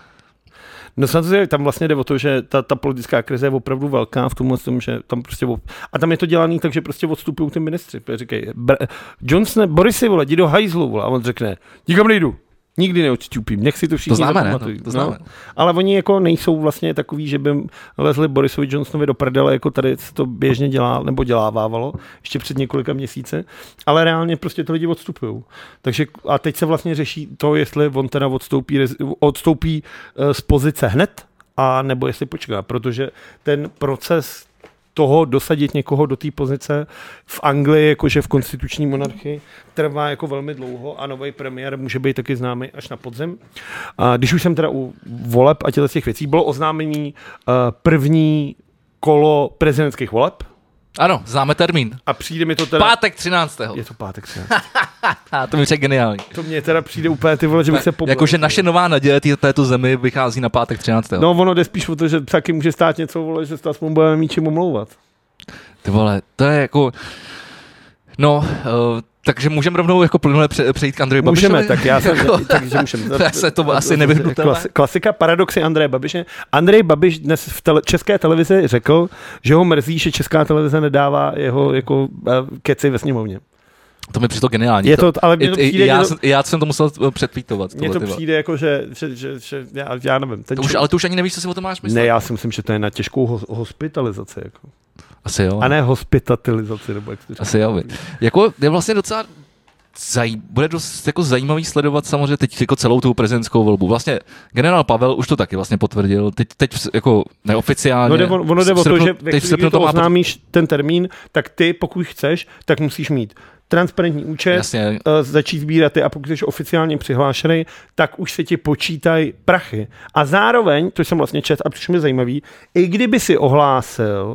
No samozřejmě tam vlastně jde o to, že ta, ta politická krize je opravdu velká v tomhle tom, že tam prostě... A tam je to dělaný tak, že prostě odstupují ty ministři. Říkají, Johnson, Borisi, vole, jdi do hajzlu, vole, a on řekne, nikam nejdu. Nikdy neodstupím, nech si to všichni zapamatují. To známe, no. Ale oni jako nejsou vlastně takový, že by lezli Borisovi Johnsonovi do prdele, jako tady se to běžně dělá, nebo dělávávalo, ještě před několika měsíce, ale reálně prostě to lidi odstupují. Takže a teď se vlastně řeší to, jestli on teda odstoupí, odstoupí z pozice hned, a nebo jestli počká, protože ten proces toho dosadit někoho do té pozice v Anglii, jakože v konstituční monarchii, trvá jako velmi dlouho a nový premiér může být taky známý až na podzim. A když už jsem teda u voleb a těchto těch věcí, bylo oznámení uh, první kolo prezidentských voleb. Ano, známe termín. A přijde mi to teda... Pátek třináctého Je to pátek třináctého To mi přijde geniální. To mě teda přijde úplně ty vole, že bych se poblil. Jakože naše nová naděje této zemi vychází na pátek třináctého No ono jde spíš o to, že taky může stát něco, vole, že se aspoň budeme mít čím omlouvat. Ty vole, to je jako... No, uh, takže můžeme rovnou jako plynule přejít k Andreji Babišovi? Můžeme, tak já jsem... takže můžeme. Já se to asi nevyhnutelné. Klasika, paradoxy Andreje Babiše. Andrej Babiš dnes v tele, české televizi řekl, že ho mrzí, že česká televize nedává jeho jako keci ve sněmovně. To mi přišlo geniální. Je to, ale to přijde, já, to, jsem, já jsem to musel předtweetovat. Mně to přijde jako, že, že, že, že já, já nevím. To už, ale ty už ani nevíš, co si o tom máš myslet. Ne, já si myslím, že to je na těžkou ho, hospitalizaci. Jako. Asi jo. A ne hospitalizaci, nebo jak to říká. Asi jo. Jako je vlastně docela zaj, bude dost jako zajímavý sledovat samozřejmě teď jako celou tu prezidentskou volbu. Vlastně generál Pavel už to taky vlastně potvrdil. Teď, teď jako neoficiálně. No jde, ono jde o to, že teď když to oznámíš pot... ten termín, tak ty, pokud chceš, tak musíš mít transparentní účet, Jasně. začít sbírat ty a pokud jsi oficiálně přihlášený, tak už se ti počítají prachy. A zároveň, to jsem vlastně čet a přišlo mi zajímavý, i kdyby si ohlásil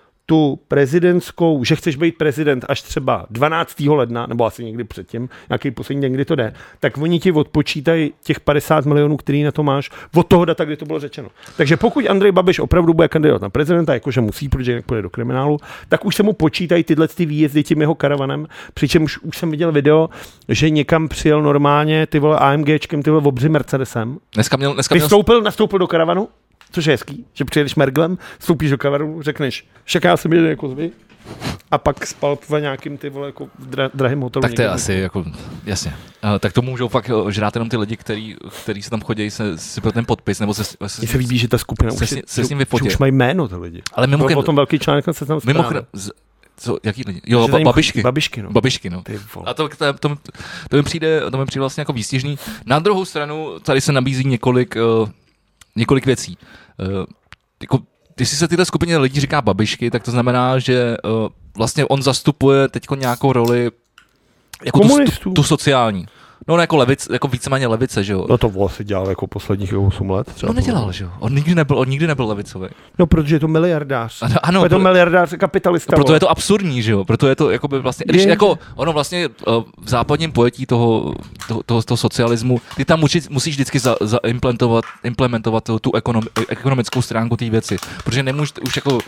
tu prezidentskou, že chceš být prezident až třeba dvanáctého ledna, nebo asi někdy předtím, nějaký poslední den, kdy to jde, tak oni ti odpočítají těch padesát milionů, který na to máš, od toho data, kdy to bylo řečeno. Takže pokud Andrej Babiš opravdu bude kandidovat na prezidenta, jakože musí, protože jinak půjde do kriminálu, tak už se mu počítají tyhle ty výjezdy tím jeho karavanem, přičemž už jsem viděl video, že někam přijel normálně ty vole AMGčkem, ty vole obři Mercedesem. Dneska měl, dneska měl... Vystoupil, nastoupil do karavanu, což je hezký, že přijedeš Merglem, vstoupíš do karavanu, řekneš, však já jsem jeden jako zvy, a pak spal v nějakým ty vole jako dra, drahým hotelu. Tak to je asi jako, jasně. Uh, tak to můžou fakt žrát jenom ty lidi, který, který se tam chodí se, si pro ten podpis, nebo se... se Mně se líbí, že ta skupina se, už, se, se s ním vyfotí. Už mají jméno ty lidi. Ale mimochodem... O tom velký článek se tam Mimochodem, co, jaký lidi? Jo, ba, babišky. Babišky, no. Babišky, no. A to, to, to, to, mi přijde, to mi přijde vlastně jako výstěžný. Na druhou stranu tady se nabízí několik, uh, několik věcí. Uh, jako, když si se tyhle skupině lidí říká babišky, tak to znamená, že uh, vlastně on zastupuje teďko nějakou roli jako tu, tu sociální. No jako, levic, jako víceméně levice, že jo. No to asi dělal jako posledních osm let. Třeba no nedělal, že jo. On nikdy nebyl, on nikdy nebyl levicový. No protože je to miliardář. Ano, ano je to miliardář kapitalista. Proto je to absurdní, že jo. Proto je to jako by vlastně, když jako ono vlastně v západním pojetí toho, toho, toho, toho socialismu, ty tam musíš, musíš vždycky za, za implementovat, implementovat tu ekonom, ekonomickou stránku té věci. Protože nemůžeš už jako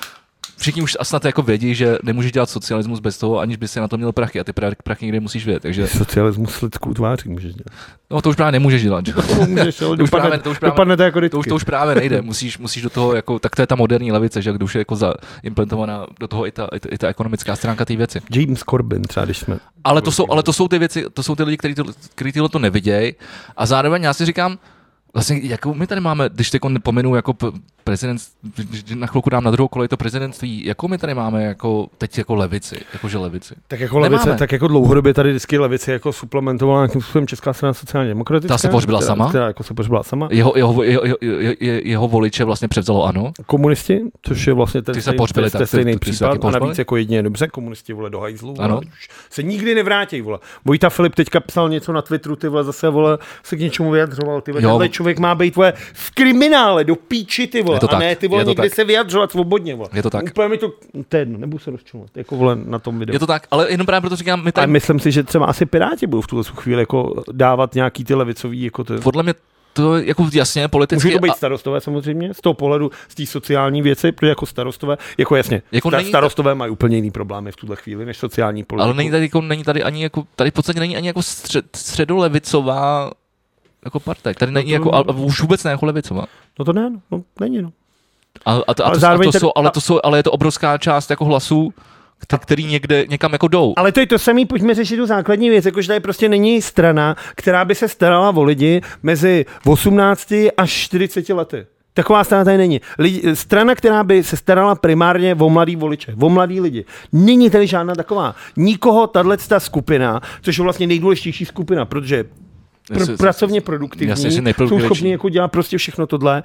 všichni už snad jako vědí, že nemůžeš dělat socialismus bez toho, aniž by si na to měl prachy a ty prachy někde musíš vědět. Takže... Socialismus s lidskou tváří můžeš dělat. No to už právě nemůžeš dělat. Že? To, můžeš, ale to, už právě, to, už právě, dopadne to jako to, už, to už právě nejde. Musíš, musíš do toho, jako, tak to je ta moderní levice, že když je jako zaimplementovaná do toho i ta, i ta, i ta ekonomická stránka té věci. James Corbyn třeba, když jsme... Ale to jsou, ale to jsou ty věci, to jsou ty lidi, kteří to, kteří tyhle to nevidějí a zároveň já si říkám, vlastně, jakou my tady máme, když teď pomenu jako prezident, když na chvilku dám na druhou kolej to prezidentství, jakou my tady máme jako teď jako levici, jakože levici? Tak jako levice, Nemáme. tak jako dlouhodobě tady vždycky levici jako suplementovala nějakým způsobem Česká strana sociálně demokratická. Ta se pohřbila sama? Ta jako se pohřbila sama. Jeho, jeho, jeho, jeho, jeho voliče vlastně převzalo ANO. Komunisti, což je vlastně ten stejný, se ten stejný případ a navíc jako jedině dobře, komunisti vole do hajzlu, vole, už se nikdy nevrátí, vole. Vojta Filip teďka psal něco na Twitteru, ty vole, zase vole, se k něčemu vyjadřoval, ty vole, člověk má být vole v kriminále do píči, ty vole, a tak. ne ty vole někdy tak. se vyjadřovat svobodně, vole. Je to tak. Úplně mi to, to je jedno, nebudu se rozčilovat, jako vole na tom videu. Je to tak, ale jenom právě proto říkám, my tady... Ale myslím si, že třeba asi Piráti budou v tuhle chvíli jako dávat nějaký ty levicový, jako to... Podle mě to jako jasně politicky... Může to být starostové samozřejmě, z toho pohledu, z té sociální věci, protože jako starostové, jako jasně, jako star- starostové mají úplně jiný problémy v tuhle chvíli, než sociální politika. Ale není tady, jako, není tady ani jako, tady v podstatě není ani jako střed, středolevicová jako partaj, tady není no to, jako, ale už vůbec ne jako levicová. No to ne, no, není no. A, a, to, ale, a, to, a to ten, jsou, ale to jsou, ale je to obrovská část jako hlasů, který někde někam jako jdou. Ale to je to samé, pojďme řešit tu základní věc, jakože tady prostě není strana, která by se starala o lidi mezi osmnácti až čtyřiceti lety. Taková strana tady není. Lidi, strana, která by se starala primárně o mladý voliče, o mladý lidi. Není tady žádná taková. Nikoho tato skupina, což je vlastně nejdůležitější skupina, protože pr- jsi, pracovně produktivní, jasně, jsou schopni jako dělat prostě všechno tohle.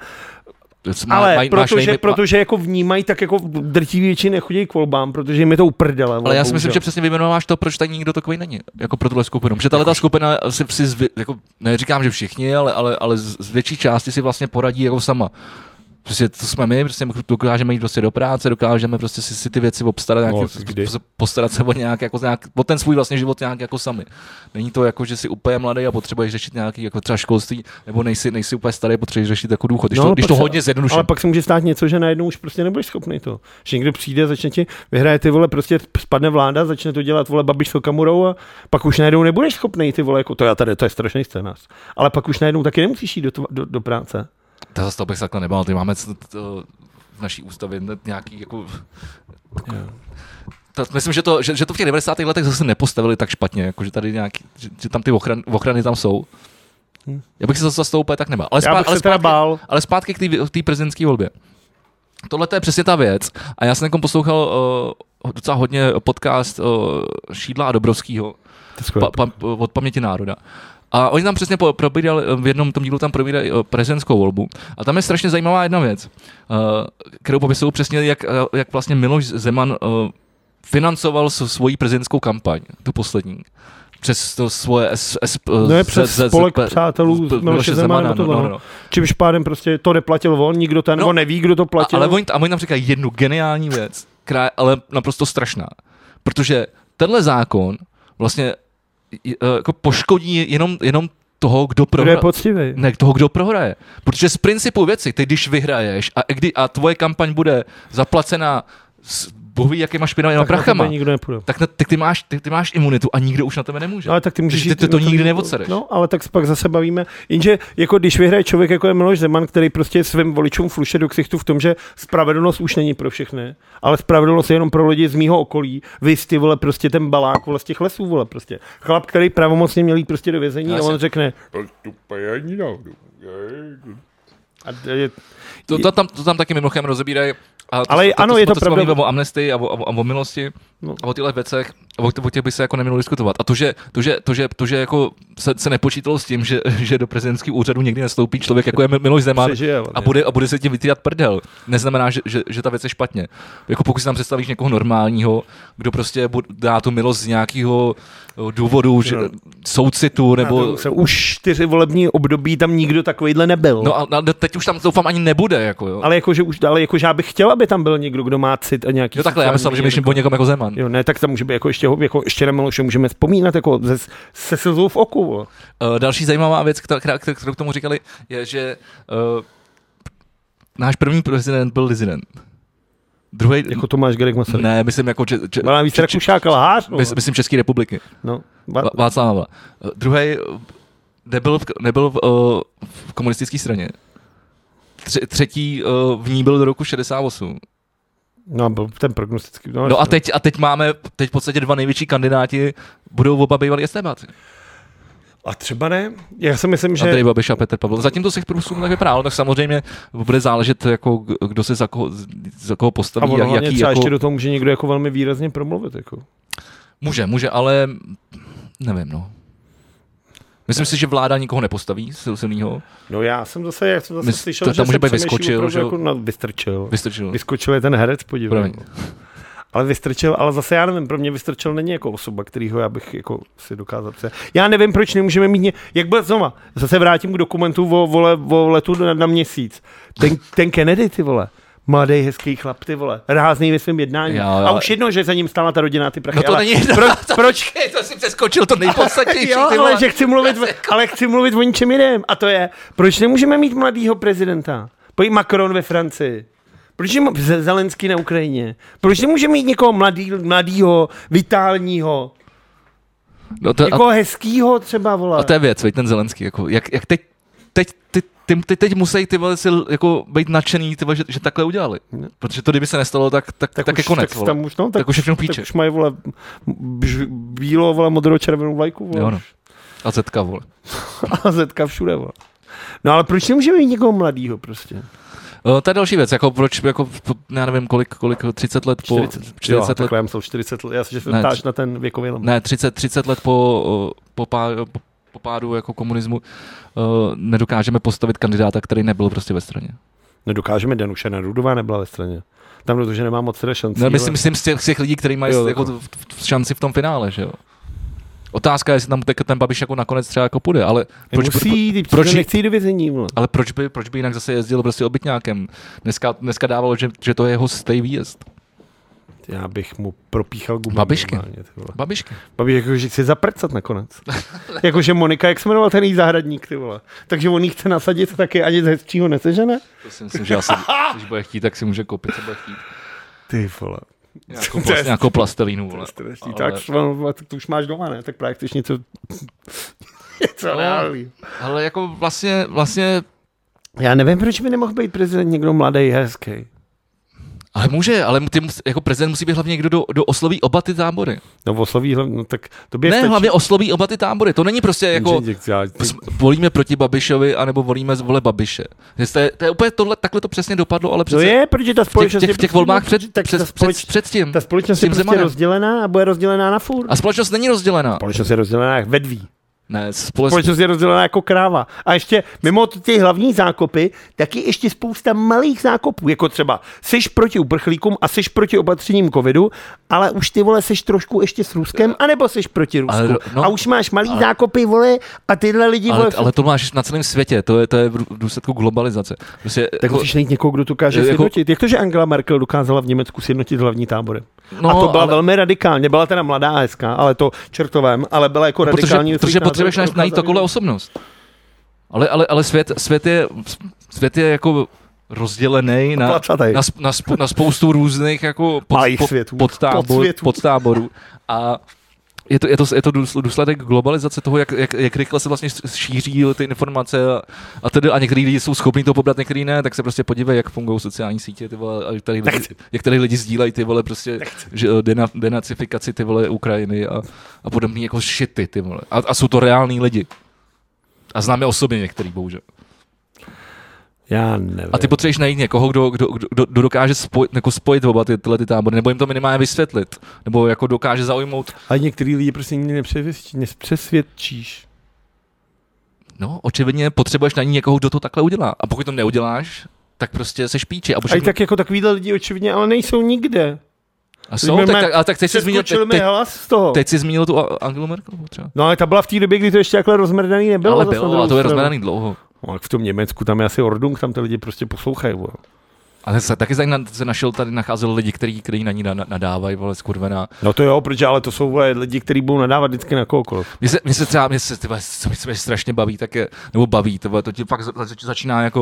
Má, ale maj, protože, nejme... protože jako vnímají, tak jako drtivý většiny nechodí k volbám, protože jim je to uprdele. Ale já si myslím, že přesně vyjmenováš to, proč tady nikdo takový není, jako pro tuhle skupinu. Protože tahle ta skupina si, si zvy, jako, neříkám, že všichni, ale, ale, ale z větší části si vlastně poradí jako sama. Prostě to jsme my, prostě dokážeme jít prostě do práce, dokážeme prostě si, si ty věci obstarat, nějaký, no, postarat se o nějak, jako nějak, o ten svůj vlastně život nějak jako sami. Není to jako, že jsi úplně mladý a potřebuješ řešit nějaký jako třeba školství, nebo nejsi, nejsi úplně starý a potřebuješ řešit jako důchod. Když no, to, když to hodně zjednoduším. Ale pak se může stát něco, že najednou už prostě nebudeš schopný to. Že někdo přijde, začne ti, vyhraje ty vole, prostě spadne vláda, začne to dělat vole Babiš s Okamurou a pak už najednou nebudeš schopný ty vole, jako to já tady, to je strašný scénář. Ale pak už najednou taky nemusíš jít do, do, do práce. To zase to bych takhle nebál, ty máme to, to, v naší ústavě nějaký jako... Yeah. To, myslím, že to, že, že to v těch devadesátých letech zase nepostavili tak špatně, jako že tady nějaký, že, že tam ty ochran, ochrany tam jsou. Hmm. Já bych se zase toho úplně tak nebál. Ale, spát, ale, zpátky, ale zpátky k té prezidentské volbě. Tohle je přesně ta věc. A já jsem jako poslouchal uh, docela hodně podcast uh, Šídla a Dobrovskýho pa, pa, od Paměti národa. A oni tam přesně probírali, v jednom tom dílu tam probírali prezidentskou volbu. A tam je strašně zajímavá jedna věc, kterou popisují přesně, jak, jak vlastně Miloš Zeman financoval svoji prezidentskou kampaň, tu poslední. Přes to svoje S, S, no je přes z, spolek z, přátelů z Miloše Zemana. No, no, no. Čímž pádem prostě to neplatil on, nikdo ten, no, neví, kdo to platil. A, ale oni, a oni tam říkají jednu geniální věc, která je ale naprosto strašná. Protože tenhle zákon vlastně jako poškodí jenom, jenom toho, kdo prohraje. Ne, toho, kdo prohraje. Protože z principu věci, ty když vyhraješ a, kdy, a tvoje kampaň bude zaplacená s Bůh ví, jakýma špinavýma prachama, tak, na, tak ty, máš, ty, ty máš imunitu a nikdo už na tebe nemůže. Ale tak ty můžeš ty, ty to nikdy neodsereš. No, ale tak pak zase bavíme. Jenže jako když vyhraje člověk jako je Miloš Zeman, který prostě svým voličům fluše do ksichtu v tom, že spravedlnost už není pro všechny, ale spravedlnost je jenom pro lidi z mýho okolí. Vy ty vole prostě ten balák vole z těch lesů vole prostě. Chlap, který pravomocně měl jít prostě do vězení a on řekne a je, to, to, tam, to tam taky mimochodem rozebírají. A to, ale to, ano, to, je to, to, to pravda. O amnestii a o, o, o milosti no. A o těchto věcech, o, o těch by se jako nemělo diskutovat. A to, že, to, že, to, že, to, že jako se, se nepočítalo s tím, že, že do prezidentského úřadu někdy nastoupí člověk, jako je Miloš Zeman a bude, a bude se tím vytýrat prdel, neznamená, že, že, že ta věc je špatně. Jako pokud si tam představíš někoho normálního, kdo prostě dá tu milost z nějakého důvodu, že, no. soucitu, nebo... Se už čtyři volební období tam nikdo takovejhle nebyl. No a, a teď už tam doufám ani nebude, jako jo. Ale jakože už dále, jakože já bych chtěl, aby tam byl někdo, kdo má cit a nějaký... Jo takhle, já myslím, že myšlím o někom jako Zeman. Jo, ne, tak tam může být jako ještě, jako ještě na Miloše můžeme vzpomínat jako se, se slzou v oku. Uh, další zajímavá věc, která, kterou k tomu říkali, je, že uh, náš první prezident byl dizident. Druhý, jako Tomáš Garrigue Masaryk. Ne, myslím jako... Če, če, Byla víc Rakušák a lhář? No. Myslím České republiky. No. Va, Václav Havla. Druhý nebyl, v, nebyl v, uh, v komunistické straně. Tři, třetí uh, v ní byl do roku šedesát osm. No, byl ten prognostický. No, no a, teď, a teď máme, teď v podstatě dva největší kandidáti budou oba bývalí estébáci. A třeba ne? Já si myslím, že... Andrej Babiš a Petr Pavel. Zatím to se průzkum tak vypadá, tak samozřejmě bude záležet, jako, kdo se za koho, za koho postaví. A ono jak, jaký, třeba jako... ještě do toho může někdo jako velmi výrazně promluvit. Jako. Může, může, ale nevím, no. Myslím si, že vláda nikoho nepostaví silnýho. No já jsem zase, jak jsem zase Mysl, slyšel, to, že může se být vyskočil, že? Jako na, vystrčil. Vystrčil. Vyskočil je ten herec, podívej. Ale Vystrčil, ale zase já nevím, pro mě Vystrčil není jako osoba, kterýho já bych jako si dokázal přijat. Já nevím, proč nemůžeme mít, ně... jak byl znova, zase vrátím k dokumentu o, vole, o letu na, na měsíc. Ten, ten Kennedy, ty vole. Mladý, hezký chlap, ty vole. Rázný ve svém jednání. Jo, jo. A už jedno, že za ním stála ta rodina, ty prachy. No to ale není jedno. Pro, proč? To si přeskočil to nejpodstatnější. Jo, ale že chci mluvit, ale chci mluvit o ničem jiném. A to je, proč nemůžeme mít mladýho prezidenta? Pojď Macron ve Francii. Proč je Zelenský na Ukrajině? Proč nemůže mít někoho mladý, mladýho, vitálního? No to, někoho a, hezkýho třeba, vole. A to je věc, veď ten Zelenský, jako, jak, jak teď, teď, ty, ty, ty teď musí ty vole si jako být nadšený, ty vole, že, že takhle udělali. Ne. Protože to, kdyby se nestalo, tak, tak, tak, tak už, je konec, tak, tam už, no, tak, tak už je všechno píče. Tak už mají, vole, bílo, vole, modro-červenou vlajku, vole. Jo, no. A zetka, vole. A zetka všude, vole. No ale proč nemůžeme mít někoho mladýho prostě? Uh, to je další věc, jako proč, jako, já nevím, kolik, kolik, třicet let po... čtyřicet, čtyřicet jo, let. Takhle já myslel čtyřicet let, já si, že se ptáš na ten věkový limit. Ne, třicet, třicet let po, po, pá, po, po pádu jako komunismu uh, nedokážeme postavit kandidáta, který nebyl prostě ve straně. Nedokážeme, Danuše Nerudová nebyla ve straně. Tam, protože nemá moc teda šanci. No, myslím, myslím z, těch, z těch lidí, kteří mají jo, jako šanci v tom finále, že jo. Otázka je, jestli tam ten Babiš jako nakonec třeba jako půjde, ale proč, musí, proč, proč nechci jít do vězení, vole. Ale proč by, proč by jinak zase jezdil prostě obytňákem? Dneska, dneska dávalo, že, že to je jeho stej výjezd. Já bych mu propíchal gumy. Babišky. Babišky. Babiš, jakože chci zaprcat nakonec. Jakože Monika, jak se jmenoval ten jí zahradník, ty vole. Takže on jí chce nasadit taky, ani z hezčího nesežene? To si myslím, že asi, když bude chtít, tak si může koupit, co bude chtít. Ty vole. Nějakou, plast, nějakou plastelínu, vole. Ale... Tak, tak to už máš doma, ne? Tak právě chceš něco... něco no, reálný. Ale jako vlastně, vlastně... Já nevím, proč by nemohl být prezident někdo mladý, hezký. Ale může, ale ty, jako prezident musí být hlavně někdo, do, do osloví oba ty tábory. No osloví, no tak to by Ne, stačí. hlavně osloví oba ty tábory. To není prostě jako volíme proti Babišovi, anebo volíme vole Babiše. To je, to je úplně tohle, takhle to přesně dopadlo, ale přece... To je, protože ta společnost v těch, v těch volbách před, tak před, společ, před, před tím. Ta společnost je prostě Zemanem. rozdělená a bude rozdělená na furt. A společnost není rozdělená. Společnost je rozdělená jak vedví. Ne, společnost... společnost je rozdělená jako kráva. A ještě mimo ty hlavní zákopy, taky ještě spousta malých zákopů, jako třeba seš proti uprchlíkům a seš proti opatřením covidu, ale už ty vole seš trošku ještě s Ruskem, anebo seš proti Rusku. Ale, no, a už máš malý ale, zákopy, vole, a tyhle lidi, ale, vole... Ale to máš na celém světě, to je, to je v důsledku globalizace. Prostě, tak jako, musíš najít někoho, kdo to dokáže jako, sjednotit. Jak to, že Angela Merkel dokázala v Německu sjednotit hlavní tábory? No, a to byla ale, velmi radikálně, byla teda mladá hezká, ale to čertovém, ale byla jako radikální. Protože potřebuješ najít takovou osobnost. Ale, ale, ale svět, svět, je, svět je jako rozdělený na, na, na, na spoustu různých jako pod, pod, podtábor, podtáborů. A je to, je, to, je to důsledek globalizace toho, jak, jak, jak rychle se vlastně šíří ty informace a, a, tedy, a některý lidi jsou schopní to pobrat, některý ne, tak se prostě podívej, jak fungují sociální sítě, ty vole, a některý lidi, některý lidi sdílejí ty vole prostě že, dena, denacifikaci ty vole Ukrajiny a, a podobný jako shity, ty vole. A, a jsou to reální lidi. A známe osobně některý, bohužel. Já nevím. A ty potřebuješ najít někoho, kdo, kdo, kdo, kdo dokáže spojit, jako spojit oba ty, tyhle ty tábory, nebo jim to minimálně vysvětlit, nebo jako dokáže zaujmout. A některý lidi prostě nikdy nepřesvědčíš. No, očividně potřebuješ najít někoho, kdo to takhle udělá. A pokud to neuděláš, tak prostě seš píči. A, a i tak jako takovýhle lidi očividně, ale nejsou nikde. A jsou, tak, tak, ale tak teď si zmínil, teď, teď, hlas z toho. teď si zmínil tu Angelu Merkelovou třeba. No ale ta byla v té době, kdy to ještě takhle rozmrdaný nebylo. Ale bylo, ale to je rozmrdaný dlouho. No, v tom Německu tam je asi Ordnung, tam ty lidi prostě poslouchají. Bo. Ale se, taky se našel, tady nacházel lidi, kteří, kteří na ní nadávají, vole, skurvená. No to jo, protože ale to jsou vole, lidi, kteří budou nadávat vždycky na kohokoliv. Mně se, mně se třeba, mně se, tyhle, co mě strašně baví, tak je, nebo baví, tyhle, to ti fakt začíná jako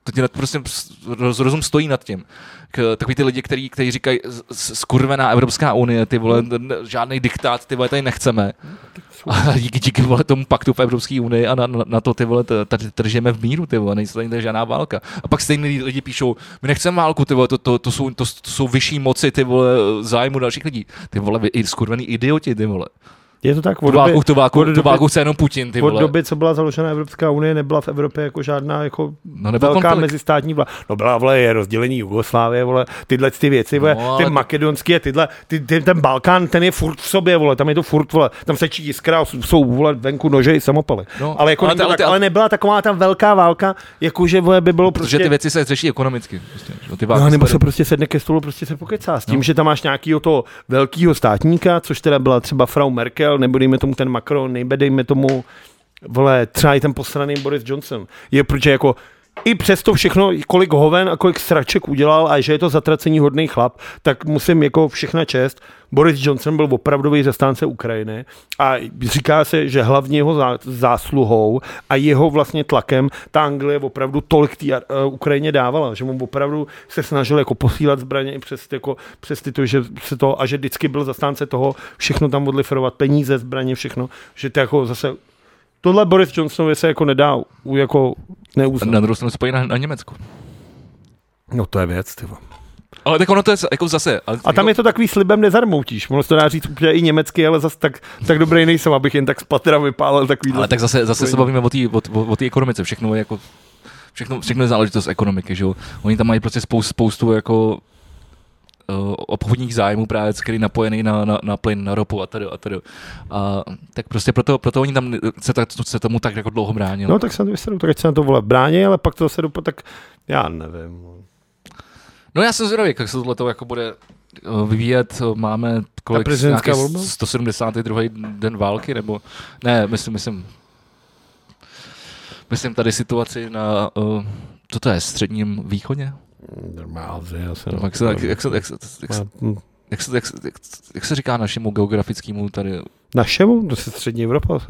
To tě prostě rozum stojí nad tím. K, takový ty lidi, kteří, kteří říkají skurvená Evropská unie, ty vole, žádný diktát, ty vole, tady nechceme. A díky, díky vole, tomu paktu v Evropské unii a na, na, na to ty vole, tady držíme v míru, ty vole, nejsou tady žádná válka. A pak stejný lidi píšou, my nechceme válku, ty vole, to, to, to, jsou, to, to jsou vyšší moci, ty vole, zájmu dalších lidí. Ty vole, vy skurvený idioti, ty vole. Je to tak, tu válku, tu válku, tu válku chce jenom Putin, ty vole. Od doby, co byla založena Evropská unie, nebyla v Evropě jako žádná jako no, velká konflikt. Mezistátní vláda. No byla, vole, je rozdělení Jugoslávie, vole, tyhle ty věci, vole, no, ty to... makedonský, tyhle, ty, ty, ten Balkán, ten je furt v sobě, vole, tam je to furt, vole, tam se čí jiskra, jsou, vole, venku nože i samopaly. No, ale, jako ale, nebyla, ale, tak, ale nebyla taková tam velká válka, jakože, vole, by bylo prostě... Protože ty věci se řeší ekonomicky. Prostě, ty no, nebo se prostě sedne ke stolu, prostě se pokecá s tím, no. že tam máš nějakýho toho velkého státníka, což teda byla třeba Frau Merkel, nebo dejme tomu ten Macron, nejbe dejme tomu, vole, třeba i ten posraný Boris Johnson. Je, protože jako i přesto všechno, kolik hoven a kolik sraček udělal a že je to zatracení hodný chlap, tak musím jako všechna čest. Boris Johnson byl opravdový zastánce Ukrajiny a říká se, že hlavně jeho zásluhou a jeho vlastně tlakem ta Anglie opravdu tolik té uh, Ukrajině dávala, že mu opravdu se snažil jako posílat zbraně i přes, jako, přes ty to, že se to, a že vždycky byl zastánce toho všechno tam odliferovat, peníze, zbraně, všechno, že to jako zase tohle Boris Johnsonovi se jako nedá jako neuznat. Na druhou stranu se pojí na, na Německu. No to je věc, tyvo. Ale tak ono to je jako zase. Ale a tam jako... je to takový slibem nezarmoutíš. Ono se to dá říct úplně i německy, ale zase tak, tak dobrý nejsem, abych jen tak z patra vypálil takový. Ale tak zase, zase se bavíme o té o, o, o ekonomice. Všechno je jako všechno, všechno je záležitost ekonomiky, že jo. Oni tam mají prostě spoustu, spoustu jako Uh, obchodních zájmů právě, který napojený na, na, na plyn, na ropu a tady a tady. A tak prostě proto, proto oni tam se, tak, se tomu tak jako dlouho bránili. No tak se na to vysedu, tak se na to vole brání, ale pak to se dopo, tak já nevím. No já jsem zvědavý, jak se tohleto jako bude vyvíjet. Máme kolik, nějaký sto sedmdesátý druhý den války, nebo ne, myslím, myslím myslím tady situaci na uh, co to je, středním východě? Jak se říká našemu geografickému tady? Našemu? To se střední Evropa asi.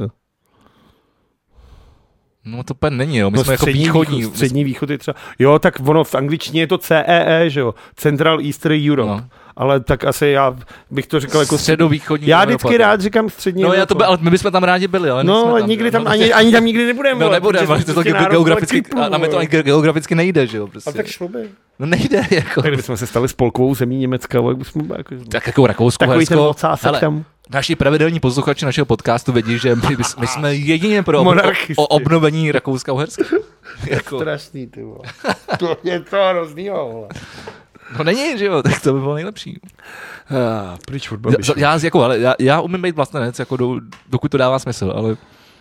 No to úplně není, jo. My no jsme jako východní. Východ, střední východ je třeba. Jo, tak ono v angličtině je to C E E, že jo. Central Eastern Europe. No. Ale tak asi já bych to říkal jako středovýchodní. Já vždycky Evropa, rád říkám střední. No já to by, ale my bychom tam rádi byli, ale no, ale nikdy tam, tam ani, ani tam nikdy nebudeme. No nebudeme, ale to prostě geograficky, a nám to ani geograficky nejde, že jo. Prostě. Ale tak šlo by. No nejde, jako. Tak kdybychom se stali spolkovou zemí Německa, jak bychom jako... Tak jako Rakousko, Hersko. Ale tam. Naši pravidelní posluchači našeho podcastu vědí, že my, my jsme jedině pro ob, o, o obnovení Rakouska a Herska. Jako. Strašný, ty vole. To je to hroznýho, vole. No není, že jo, tak to by bylo nejlepší. Ah, pryč furt já, já, jako, ale já, já umím být vlastenec, jako do, dokud to dává smysl, ale...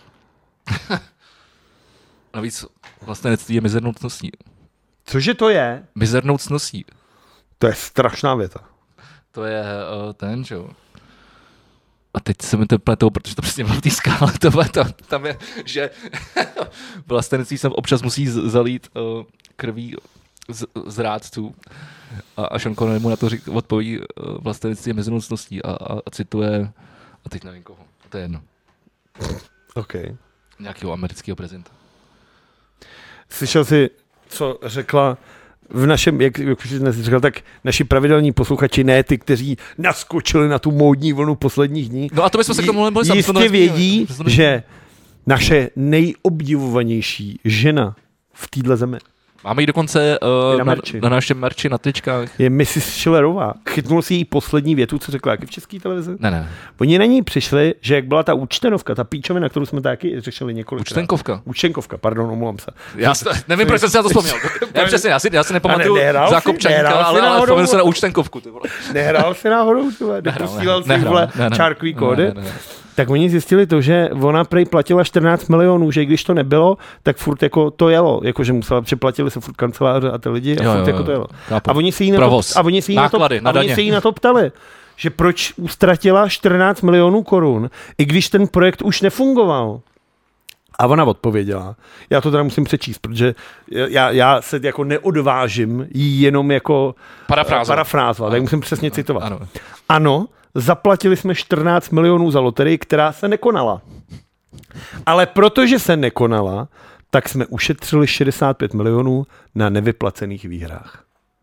Navíc vlastenectví je mizernou cností. Cože to je? Mizernou cností. To je strašná věta. To je uh, ten, že jo. A teď se mi to pletou, protože to přesně v té skále, to, to, tam je, že vlastenectví se občas musí zalít uh, krví z, z rádců. A, a Sean Connery mu na to řík, odpoví uh, vlastenectví je mizernou cností a, a, a cituje, a teď nevím koho, to je jedno. OK. Nějakého amerického prezidenta. Slyšel jsi, co řekla v našem, jak, jak už dnes říkal, tak naši pravidelní posluchači, ne ty, kteří naskočili na tu módní vlnu posledních dní. No a to bychom se k tomu mohli jistě to vědí, že naše nejobdivovanější žena v téhle zemi. Máme ji dokonce uh, na, na našem merči, na tyčkách. Je missus Schillerová. Chytnul si její poslední větu, co řekla, jak v české televizi? Ne, ne. Oni na ní přišli, že jak byla ta účtenovka, ta píčovina, kterou jsme taky řešili několikrát. Účtenkovka. Účtenkovka, pardon, omlouvám se. Já se, nevím, proč jsem si na to vzpomněl. Já přesně, já si, já si nepamatuju ne, Zákopčanka, ale, ale vzpomněl se na účtenkovku. Ty vole. Nehrál si náhodou, ty vole, neposílal si vole čárkový kódy. Ne, ne, ne. Tak oni zjistili to, že ona prej platila čtrnáct milionů, že když to nebylo, tak furt jako to jelo, jakože musela, přeplatili se furt kanceláře a ty lidi a jo, furt jo, jako to jelo. Chápu. A oni se jí na to, a oni se jí náklady, na to, a oni se jí na to ptali, že proč utratila čtrnáct milionů korun, i když ten projekt už nefungoval. A ona odpověděla. Já to teda musím přečíst, protože já, já se jako neodvážím jí jenom jako parafrázovat, tak musím přesně citovat. Ano. ano Zaplatili jsme čtrnáct milionů za loterii, která se nekonala. Ale protože se nekonala, tak jsme ušetřili šedesát pět milionů na nevyplacených výhrách.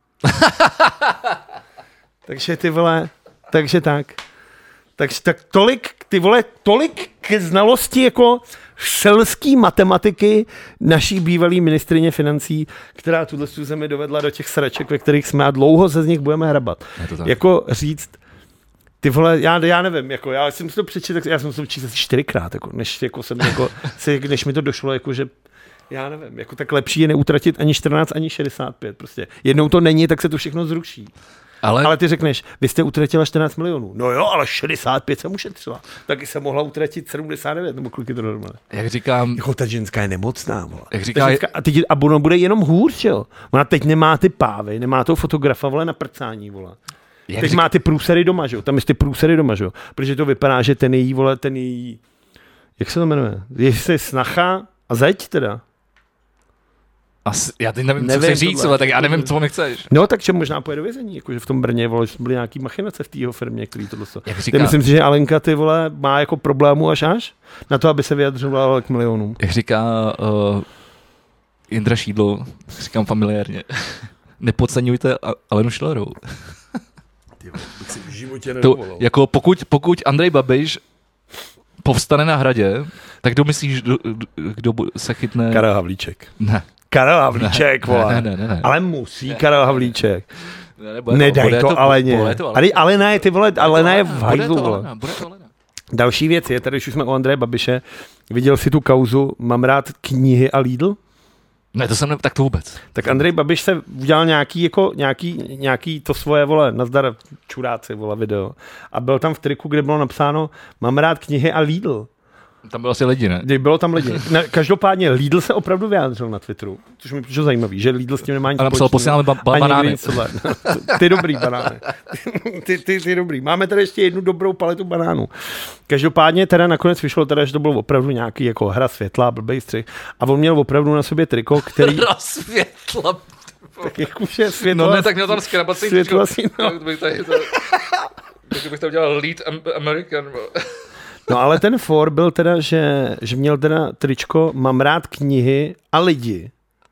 Takže ty vole, takže tak. Takže tak tolik, ty vole, tolik k znalosti jako šelský matematiky naší bývalý ministryně financí, která tuhle zemi dovedla do těch sraček, ve kterých jsme a dlouho se z nich budeme hrabat. Jako říct, ty vole, já, já nevím, jako já jsem si to přečetl, já jsem si to číst asi čtyřikrát, jako, než, jako jsem, jako, si, než mi to došlo, jako, že já nevím, jako tak lepší je neutratit ani čtrnáct, ani šedesát pět, prostě. Jednou to není, tak se to všechno zruší. Ale... ale ty řekneš, vy jste utratila čtrnáct milionů. No jo, ale šedesát pět jsem ušetřila. Taky jsem mohla utratit sedmdesát devět, nebo kolik je to normálně. Jak říkám... Jako ta ženská je nemocná, vole. Jak říká... ženská, a, teď, a ono bude jenom hůř, jo. Ona teď nemá ty pávy, nemá toho fotografa, vole, na prcání, vole. Jak teď řík... má ty průsery doma, že jo. Tam je ty průsery doma, že jo. Protože to vypadá, že ten její, vole, ten její... Jak se to jmenuje? Jestli snacha a zeď teda. Asi, já teď nevím, nevím co chci říct, ale tak já nevím, co mi chceš. No, takže možná pojede do vězení, jakože v tom Brně, vole, byly nějaký machinace v té jeho firmě, který to dostal. Myslím si, že Alenka, ty vole, má jako problému až až na to, aby se vyjadřovala k milionům. Jak říká uh, Jindra Šídlo, říkám familiárně, nepodceňujte Alenu Schillerovou. Bych si v životě to, jako pokud, pokud Andrej Babiš povstane na Hradě, tak kdo myslíš, kdo, kdo se chytne? Karel Havlíček. Ne. Karel Havlíček, vole. Ne, ne, ne, ne. Ale musí Karel Havlíček. Ne, to, Nedaj to, to Aleně. Ale Alena je, ty vole, Alena je v hajzlu, vole. Další věc je, tady už jsme u Andreje Babiše, viděl si tu kauzu Mám rád knihy a Lidl? Ne, to jsem ne, tak to vůbec. Tak Andrej Babiš se udělal nějaký, jako, nějaký, nějaký to svoje, vole, nazdar čuráci, vole, video. A byl tam v triku, kde bylo napsáno Mám rád knihy a Lidl. Tam bylo asi lidi, ne? Bylo tam lidi. Ne, každopádně Lidl se opravdu vyjádřil na Twitteru, což mi přišlo zajímavý, že Lidl s tím nemá nic společného. A napsal, posíláme ba- ba- banány. Ty dobrý banány. Ty, ty, ty dobrý. Máme tady ještě jednu dobrou paletu banánů. Každopádně teda nakonec vyšlo teda, že to bylo opravdu nějaký jako hra světla, blbej střih. A on měl opravdu na sobě triko, který... Hra světla. Tak jak už je světlo. No ne, tak měl tam skrabací. Světlo si, no. Tak bych tady to... Tak bych tam dělal Lead American, No ale ten for byl teda, že, že měl teda tričko Mám rád knihy a lidi.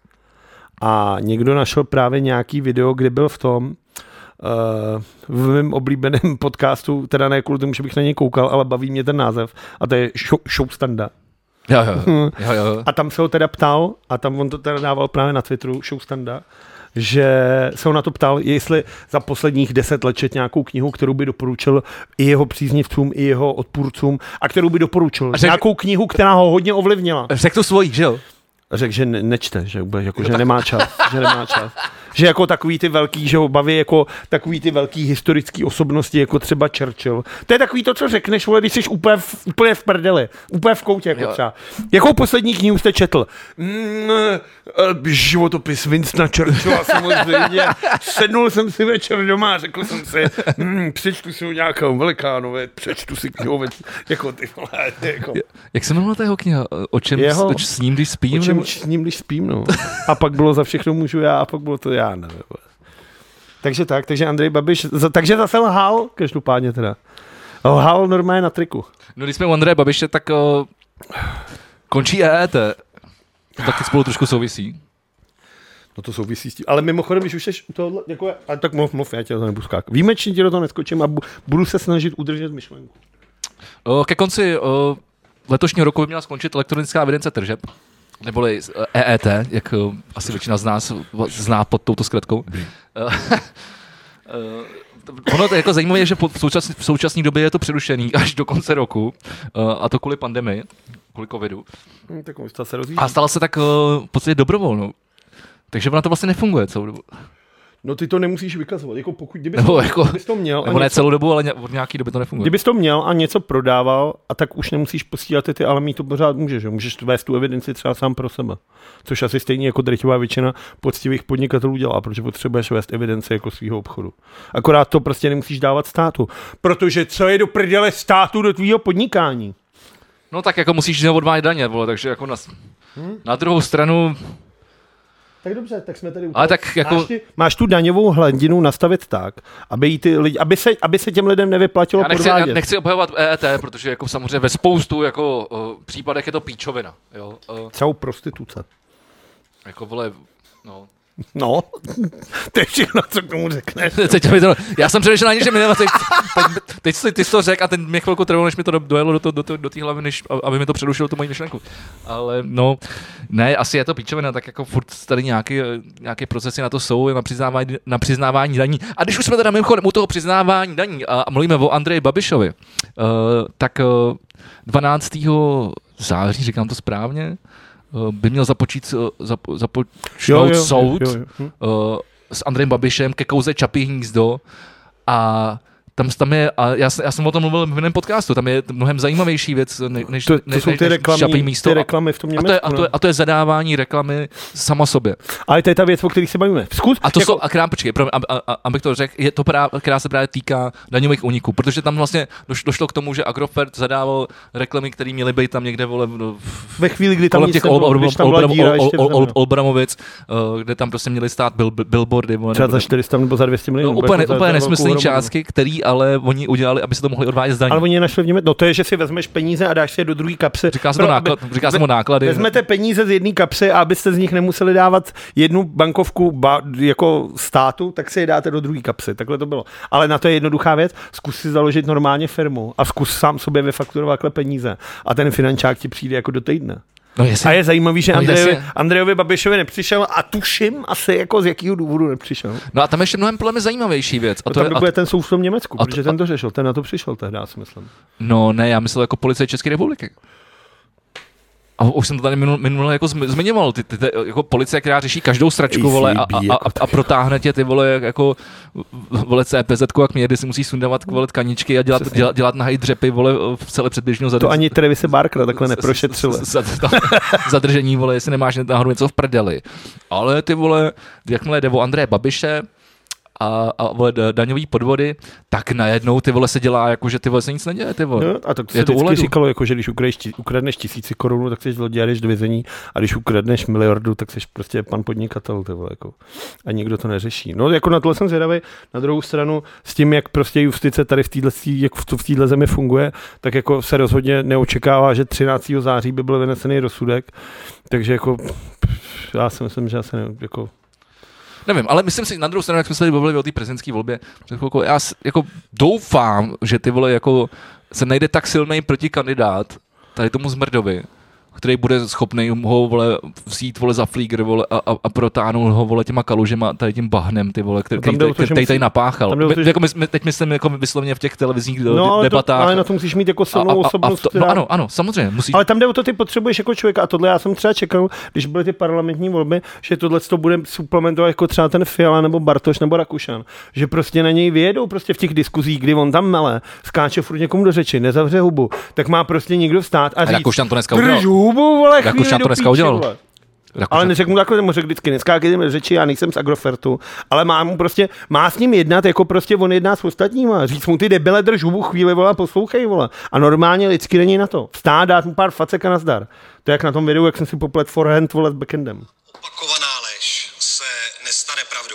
A někdo našel právě nějaký video, kde byl v tom uh, v mém oblíbeném podcastu, teda ne kvůli tomu, že bych na něj koukal, ale baví mě ten název. A to je show, show Standa. Jo, jo, jo, jo. A tam se ho teda ptal, a tam on to teda dával právě na Twitteru, show Standa, že se ho na to ptal, jestli za posledních deset let čet nějakou knihu, kterou by doporučil i jeho příznivcům, i jeho odpůrcům, a kterou by doporučil. Řek... Nějakou knihu, která ho hodně ovlivnila. Řekl to svojí, že jo? Řekl, že ne, nečte, že, jako, že nemá čas, že nemá čas. Že jako takový ty velký, že ho baví jako takový ty velký historický osobnosti, jako třeba Churchill. To je takový to, co řekneš, vole, když jsi úplně v, úplně v prdeli, úplně v koutě, jako třeba. Jakou poslední knihu jste četl? Mm, životopis Winstona Churchilla, samozřejmě. Sednul jsem si večer doma a řekl jsem si, mm, přečtu si nějakého velikánové, přečtu si knihu, jako ty vole. Jako. Jak se jmenovala ta jeho kniha? O čem jeho, oč s ním, když spím? O čem s ním, když spím, no. A pak bylo Za všechno můžu já, a pak bylo to já, nevím. Takže tak, takže Andrej Babiš, takže zase lhal, každopádně teda. Lhal normálně na triku. No když jsme u Andreje Babiše, tak uh, končí E E T. To taky spolu trošku souvisí. No to souvisí s tím. Ale mimochodem, když už jsi u tohohle, jako, ale tak mluv, mluv, já tě to nebudu skákat. Výjimečně ti do toho neskočím a budu se snažit udržet myšlenku. Uh, ke konci uh, letošního roku by měla skončit elektronická evidence tržeb. Neboli E E T, jak uh, asi většina z nás zná pod touto zkratkou. Uh, uh, ono to je jako zajímavé, že v současné, v současné době je to přerušený až do konce roku, uh, a to kvůli pandemii, kvůli covidu. Hmm, tak se a stala se tak uh, v podstatě dobrovolnou. Takže ona to vlastně nefunguje celou dobu. No ty to nemusíš vykazovat, jako pokud kdybys, nebo to, jako, kdybys to měl. Nebo ne něco, celou dobu, ale od nějaký doby to nefunguje. Kdybys to měl a něco prodával, a tak už nemusíš posílat ty, ale mít to pořád můžeš, že? Můžeš vést tu evidenci třeba sám pro sebe. Což asi stejně jako drtivá většina poctivých podnikatelů dělá, protože potřebuješ vést evidenci jako svého obchodu. Akorát to prostě nemusíš dávat státu. Protože co je do prdele státu do tvýho podnikání? No tak jako musíš odvádět daně, vole, takže jako na, hmm? na druhou stranu Tak dobře, tak jsme tady... Ale tak jako... máš, ty, máš tu daňovou hladinu nastavit tak, aby, jí ty lidi, aby, se, aby se těm lidem nevyplatilo já nechci, podvádět. Já nechci obhajovat E E T, protože jako samozřejmě ve spoustu jako, uh, případech je to píčovina. Jo? Uh, Celou prostituce. Jako vole, no... No, to je všechno, co k tomu řekneš. teď, to, já jsem přemýšlel na něčem jiném, teď, teď, teď jsi, ty jsi to řekl a teď mě chvilku trvalo, než mi to dojelo do, to, do, to, do té hlavy, než, aby mi to předušilo tu moji myšlenku. Ale no, ne, asi je to píčovina, tak jako furt tady nějaký, nějaké procesy na to jsou, na přiznávání, na přiznávání daní. A když už jsme teda mimochodem u toho přiznávání daní a, a mluvíme o Andreji Babišovi, uh, tak uh, dvanáctého září, říkám to správně, by měl započít, zapo, započnout soud jo, jo, jo. Uh, s Andrejem Babišem ke kauze Čapí hnízdo a tam, tam je, a já, já jsem o tom mluvil v jiném podcastu, tam je mnohem zajímavější věc, ne, než, to, to než, jsou ty než reklamy, Čapí místo. Ty reklamy v tom Německu. A to, je, a, to je, a to je zadávání reklamy sama sobě. Ale to je ta věc, o které se bavíme. Zkus, a to jako... jsou, a krám, počkej, a, a, abych to řekl, je to právě, která se právě týká daňových úniků, protože tam vlastně došlo k tomu, že Agrofert zadával reklamy, které měly být tam někde, vole, v, ve chvíli, kdy tam těch Olbramovic, kde tam prostě měly stát billboardy. Třeba za čtyři sta nebo za dvě stě milionů. Úplně nesmyslný částky, který ale oni udělali, aby se to mohli odvádět z daní. Ale oni je našli v Německu. No to je, že si vezmeš peníze a dáš si je do druhé kapsy. Říká se to náklad, říká se mu náklady. Vezmete peníze z jedné kapsy a abyste z nich nemuseli dávat jednu bankovku ba, jako státu, tak si je dáte do druhé kapsy. Takhle to bylo. Ale na to je jednoduchá věc. Zkus si založit normálně firmu a zkus sám sobě vyfakturovat peníze. A ten finančák ti přijde jako do týdne. No a je zajímavý, že no Andrejovi, Andrejovi Babišovi nepřišel a tuším asi jako z jakého důvodu nepřišel. No a tam ještě mnohem podle mě zajímavější věc. A no to tam je a... ten soud v tom Německu, a protože to, ten to řešil, ten na to přišel tehdy, já si myslím. No ne, já myslel jako policie České republiky. A už jsem to tady minule, minule jako zmiňoval, ty, ty, ty, jako policie, která řeší každou sračku, vole, a, a, a, a protáhne tě ty, vole, jako, vole, C P Z-ku, jak mě, kdy si musí sundávat, vole, tkaničky a dělat, dělat, dělat nahý dřepy, vole, v celé předběžného zadržení. To ani Travis Barkera takhle neprošetřil. Zadržení, vole, jestli nemáš náhodou něco v prdeli. Ale ty, vole, jakmile jde o Andreje Babiše, a, a vole, daňový podvody, tak najednou ty vole se dělá, jako že ty vole se nic neděje, ty vole. No, a tak se je to vždycky říkalo, jako, že když ukradneš, ukradneš tisíci korun, tak jsi zloděj a jdeš do vězení, a když ukradneš miliardu, tak jsi prostě pan podnikatel, ty vole, jako. A nikdo to neřeší. No, jako na tohle jsem zvědavý. Na druhou stranu, s tím, jak prostě justice tady v téhle, jak v téhle zemi funguje, tak jako se rozhodně neočekává, že třináctého září by byl vynesený rozsudek. Takže jako, já si myslím, že asi ne, jako nevím, ale myslím si, na druhou stranu, jak jsme se tady bavili o té prezidentské volbě, já jako doufám, že ty vole jako se najde tak silný protikandidát tady tomu Zmrdovi, který bude schopný ho, vole, vzít, vole, za flígr, vole, a, a, a protáhnout ho, vole, těma kalužema, tady tím bahnem, ty vole, který, který, který, který musí, tady napáchal. My, to, jako my, my, teď myslím jako vyslovně v těch televizních no, debatách. To, ale na to musíš mít jako silnou osobnost. To, no ano, ano, samozřejmě. Musí... Ale tam jde o to, ty potřebuješ jako člověka a tohle já jsem třeba čekal, když byly ty parlamentní volby, že tohle to bude suplementovat jako třeba ten Fiala nebo Bartoš nebo Rakušan, že prostě na něj vyjedou prostě v těch diskuzích, kdy on tam mele, skáče furt někomu do řeči, nezavře hubu, tak má prostě někdo vstát a říct, Rakušan to dneska udělal. Hubu, vole, Rakušan to dneska udělal. Rakušan. Ale neřekl mu takhle, mu řekl vždycky, dneska jdeme řeči, já nejsem z Agrofertu, ale má mu prostě, má s ním jednat, jako prostě on jedná s ostatníma. Říct mu ty debile, drž hubu chvíli, vole, poslouchej, vole. A normálně lidsky není na to. Vstát, dát mu pár facek a nazdar. To je jak na tom videu, jak jsem si poplet forehand, vole, s backendem. Opakovaná lež se nestane pravdou.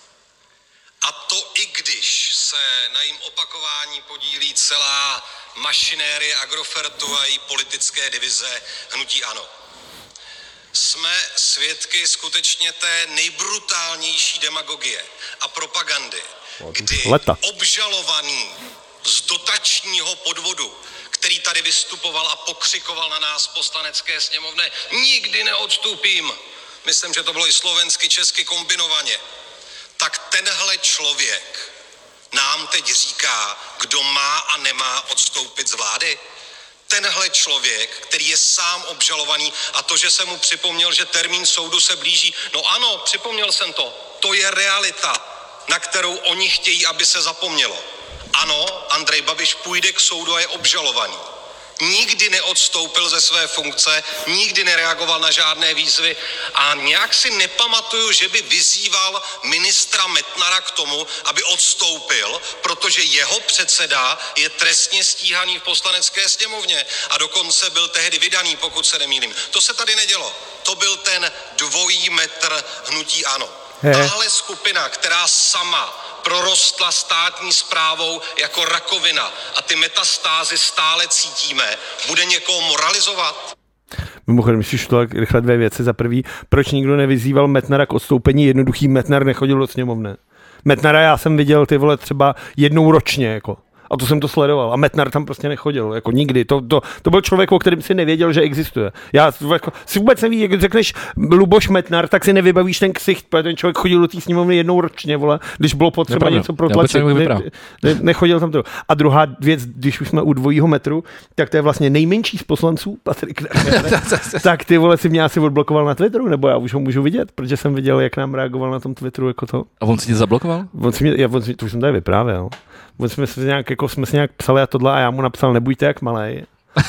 A to i když se na jím opakování podílí celá mašinérie Agrofertu a její politické divize Hnutí ANO. Jsme svědky skutečně té nejbrutálnější demagogie a propagandy, kdy Leta. obžalovaný z dotačního podvodu, který tady vystupoval a pokřikoval na nás poslanecké sněmovně, nikdy neodstúpím, myslím, že to bylo i slovensky, česky kombinovaně, tak tenhle člověk nám teď říká, kdo má a nemá odstoupit z vlády. Tenhle člověk, který je sám obžalovaný a to, že jsem mu připomněl, že termín soudu se blíží, no ano, připomněl jsem to, to je realita, na kterou oni chtějí, aby se zapomnělo. Ano, Andrej Babiš půjde k soudu a je obžalovaný. nikdy neodstoupil ze své funkce, nikdy nereagoval na žádné výzvy a nějak si nepamatuju, že by vyzýval ministra Metnara k tomu, aby odstoupil, protože jeho předseda je trestně stíhaný v Poslanecké sněmovně a dokonce byl tehdy vydaný, pokud se nemýlím. To se tady nedělo. To byl ten dvojí metr hnutí ANO. He. Tahle skupina, která sama prorostla státní správou jako rakovina a ty metastázy stále cítíme, bude někoho moralizovat? Mimochodem, myslíš to tak rychle dvě věci. Za prvý, proč nikdo nevyzýval Metnara k odstoupení? Jednoduchý, Metnar nechodil do sněmovny. Metnara já jsem viděl, ty vole, třeba jednou ročně, jako. A to jsem to sledoval. A Metnar tam prostě nechodil, jako nikdy. To, to, to byl člověk, o kterém si nevěděl, že existuje. Já jako, si vůbec neví, jak řekneš Luboš Metnar, tak si nevybavíš ten ksicht, protože ten člověk chodil do té sněmovny jednou ročně, vole, když bylo potřeba Nepravda. něco protlačit. Ne, ne, nechodil tam to. A druhá věc, když už jsme u dvojího metru, tak to je vlastně nejmenší z poslanců, Patrik Nacher, tak ty vole si mě asi odblokoval na Twitteru, nebo já už ho můžu vidět, protože jsem viděl, jak nám reagoval na tom Twitteru jako to. A on si tě zablokoval? On si mě, já, on si, to už jsem tady vyprávěl. On jsme si nějak, jako jsme si nějak psali a tohle a já mu napsal, nebuďte jak malej.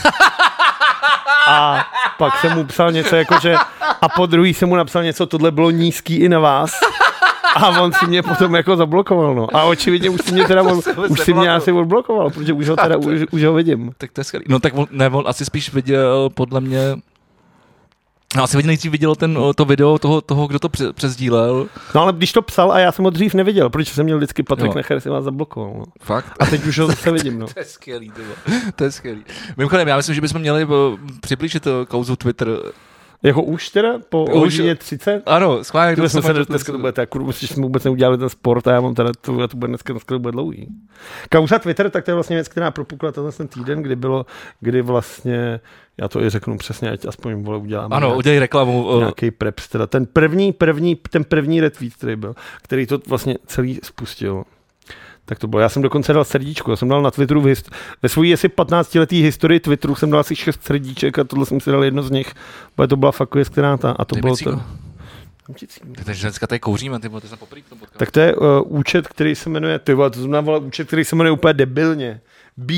A pak jsem mu psal něco jako, že a po druhý jsem mu napsal něco, tohle bylo nízký i na vás. A on si mě potom jako zablokoval, no. A očividně už si mě teda, on, už si mě asi odblokoval, protože už ho teda, už, už ho vidím. Tak to je skvělý. No tak on, ne, on asi spíš viděl, podle mě, no asi nejdřív viděl ten, to video toho, toho, kdo to přesdílel. No ale když to psal a já jsem ho dřív neviděl, protože jsem měl vždycky Patrik Nacher si vás zablokoval. No. Fakt? A teď už ho zase vidím, no. To je skvělý, tyvo. To je skvělý. Mimochodem, já myslím, že bychom měli přiblížit kauzu Twitter. Jako už teda? Po hodině třicet? Ano, schválně. Jsme se dneska to bude tak, že jsme vůbec neudělali ten sport a já mám teda to, to bude dneska, dneska to bude dlouhý. Kauza Twitter, tak to je vlastně věc, která propukla ten týden, kdy bylo, kdy vlastně, já to i řeknu přesně, ať aspoň vole uděláme. Ano, udělej reklamu. Nějaký preps, teda ten první, první, ten první retweet, který byl, který to vlastně celý spustil. Tak to bylo. Já jsem dokonce dal srdíčko. Já jsem dal na Twitteru v hist- ve svojí asi patnáctiletý historii Twitteru jsem dal asi šest srdíček a tohle jsem si dal jedno z nich, protože to byla fakt věc, která ta. A to bylo to. Takže dneska tady kouříme, ty vole, to jsem poprvé v tom podcastu. Tak to je uh, účet, který se jmenuje, ty vole, to znamená účet, který se jmenuje úplně debilně. B,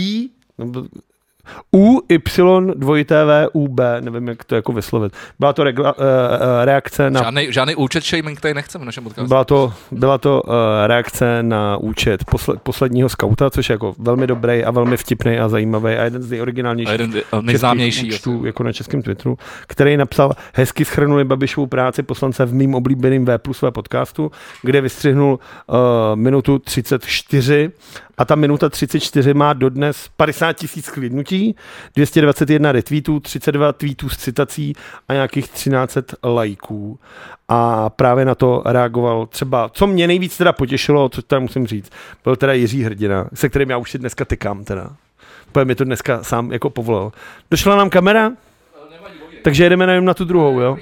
U, Y, dvojité V, U, B, nevím, jak to jako vyslovit. Byla to regla, uh, reakce na... Žádný, žádný účet shaming tady nechceme v našem podcastu. Byla to, byla to uh, reakce na účet posle, posledního skauta, což je jako velmi dobrý a velmi vtipný a zajímavý a jeden z nejoriginálnějších jeden nejznámějších účtů jako na českém Twitteru, který napsal, hezky shrnuli Babišovu práci poslance v mým oblíbeným V plus V podcastu, kde vystřihnul uh, minutu třicet čtyři a ta minuta třicet čtyři má dodnes padesát tisíc sklidnutí, dvě stě dvacet jedna retweetů, třicet dva tweetů s citací a nějakých třináct set lajků. A právě na to reagoval třeba, co mě nejvíc teda potěšilo, co teda musím říct, byl teda Jiří Hrdina, se kterým já už si dneska tykám teda. Protože mi to dneska sám jako povolal. Došla nám kamera? Takže jedeme na, na tu druhou, jo?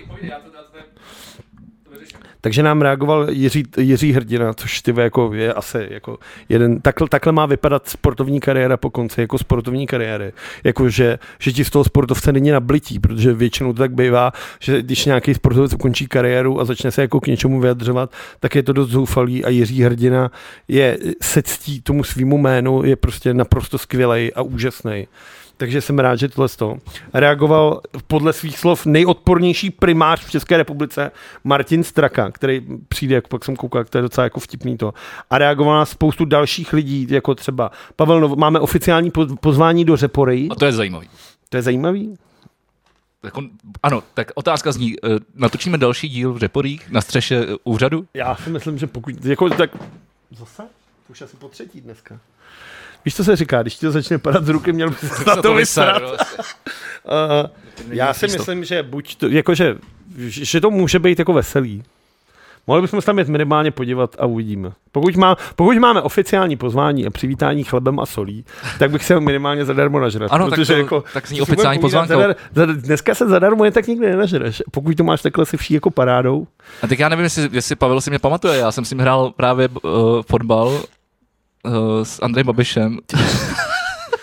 Takže nám reagoval Jiří, Jiří Hrdina, což ty jako je asi jako jeden, takhle, takhle má vypadat sportovní kariéra po konci, jako sportovní kariéry. Jako, že, že ti z toho sportovce není nablití, protože většinou to tak bývá, že když nějaký sportovec ukončí kariéru a začne se jako k něčemu vyjadřovat, tak je to dost zoufalý a Jiří Hrdina je se ctí tomu svýmu jménu, je prostě naprosto skvělej a úžasný. Takže jsem rád, že tohle z toho reagoval podle svých slov nejodpornější primář v České republice Martin Straka, který přijde, jak pak jsem koukal, to je docela jako vtipný to. A reagoval na spoustu dalších lidí, jako třeba Pavel Nov, máme oficiální pozvání do Řepory. A to je zajímavý. To je zajímavý? Tak on, ano, tak otázka zní, natočíme další díl v Řeporích na střeše úřadu? Já si myslím, že pokud, jako tak, zase? To už asi po třetí dneska. Víš, co se říká, když ti to začne padat z ruky, měl bys na to vysrat. uh, já si myslím, že buď to, jakože, že to může být jako veselý. Mohli bychom se tam jet minimálně podívat a uvidíme. Pokud, má, pokud máme oficiální pozvání a přivítání chlebem a solí, tak bych se minimálně zadarmo nažrat. Ano, tak, to, jako, tak zní oficiální pozvánka. Zadar, zadar, dneska se zadarmo je tak nikdy nenažreš. Pokud to máš takhle se vší jako parádou. A tak já nevím, jestli, jestli Pavel si mě pamatuje. Já jsem s ním hrál právě uh, fotbal uh, s Andrejem Babišem.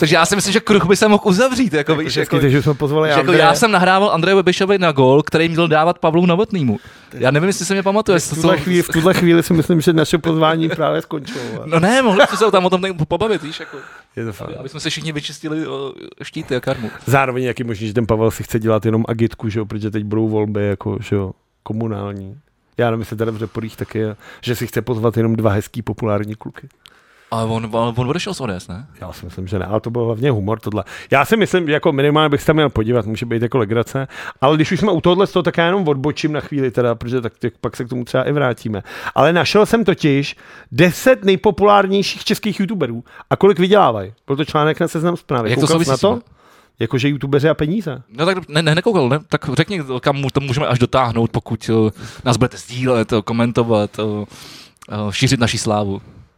takže já si myslím, že kruh by se mohl uzavřít. Jako, víš, jako, jako, že jsme pozvali jako já jsem nahrával Andreji Babišovi na gól, který měl dávat Pavlu Novotnýmu. Já nevím, jestli se mě pamatuje. V tuhle, chvíli, v tuhle chvíli si myslím, že naše pozvání právě skončilo. No ne, mohli jsme se tam o tom pobavit, víš, jako. Je to fakt. Aby jsme se všichni vyčistili o štíty a karmu. Zároveň jak je možný, že ten Pavel si chce dělat jenom agitku, že jo, protože teď budou volby jako, že jo, komunální. Já nevím, jestli teda v Řeporích taky je, že si chce pozvat jenom dva hezký populární kluky. Ale on, on odešel z O D S, ne? Já si myslím, že ne, ale to byl hlavně humor tohle. Já si myslím, že jako minimálně bych se tam měl podívat, může být jako legrace, ale když už jsme u tohohle, toho, tak já jenom odbočím na chvíli teda, protože tak, tak pak se k tomu třeba i vrátíme. Ale našel jsem totiž deset nejpopulárnějších českých youtuberů a kolik vydělávají. Byl to článek na Seznam Zprávy. Jak to souvisí na to? Jakože youtubeři a peníze. No tak ne, ne, nekoukal, ne? Tak řekni, kam to můžeme až dotáhnout, pokud uh, nás budete sdílet, uh, komentovat, uh, uh, šířit naši slávu.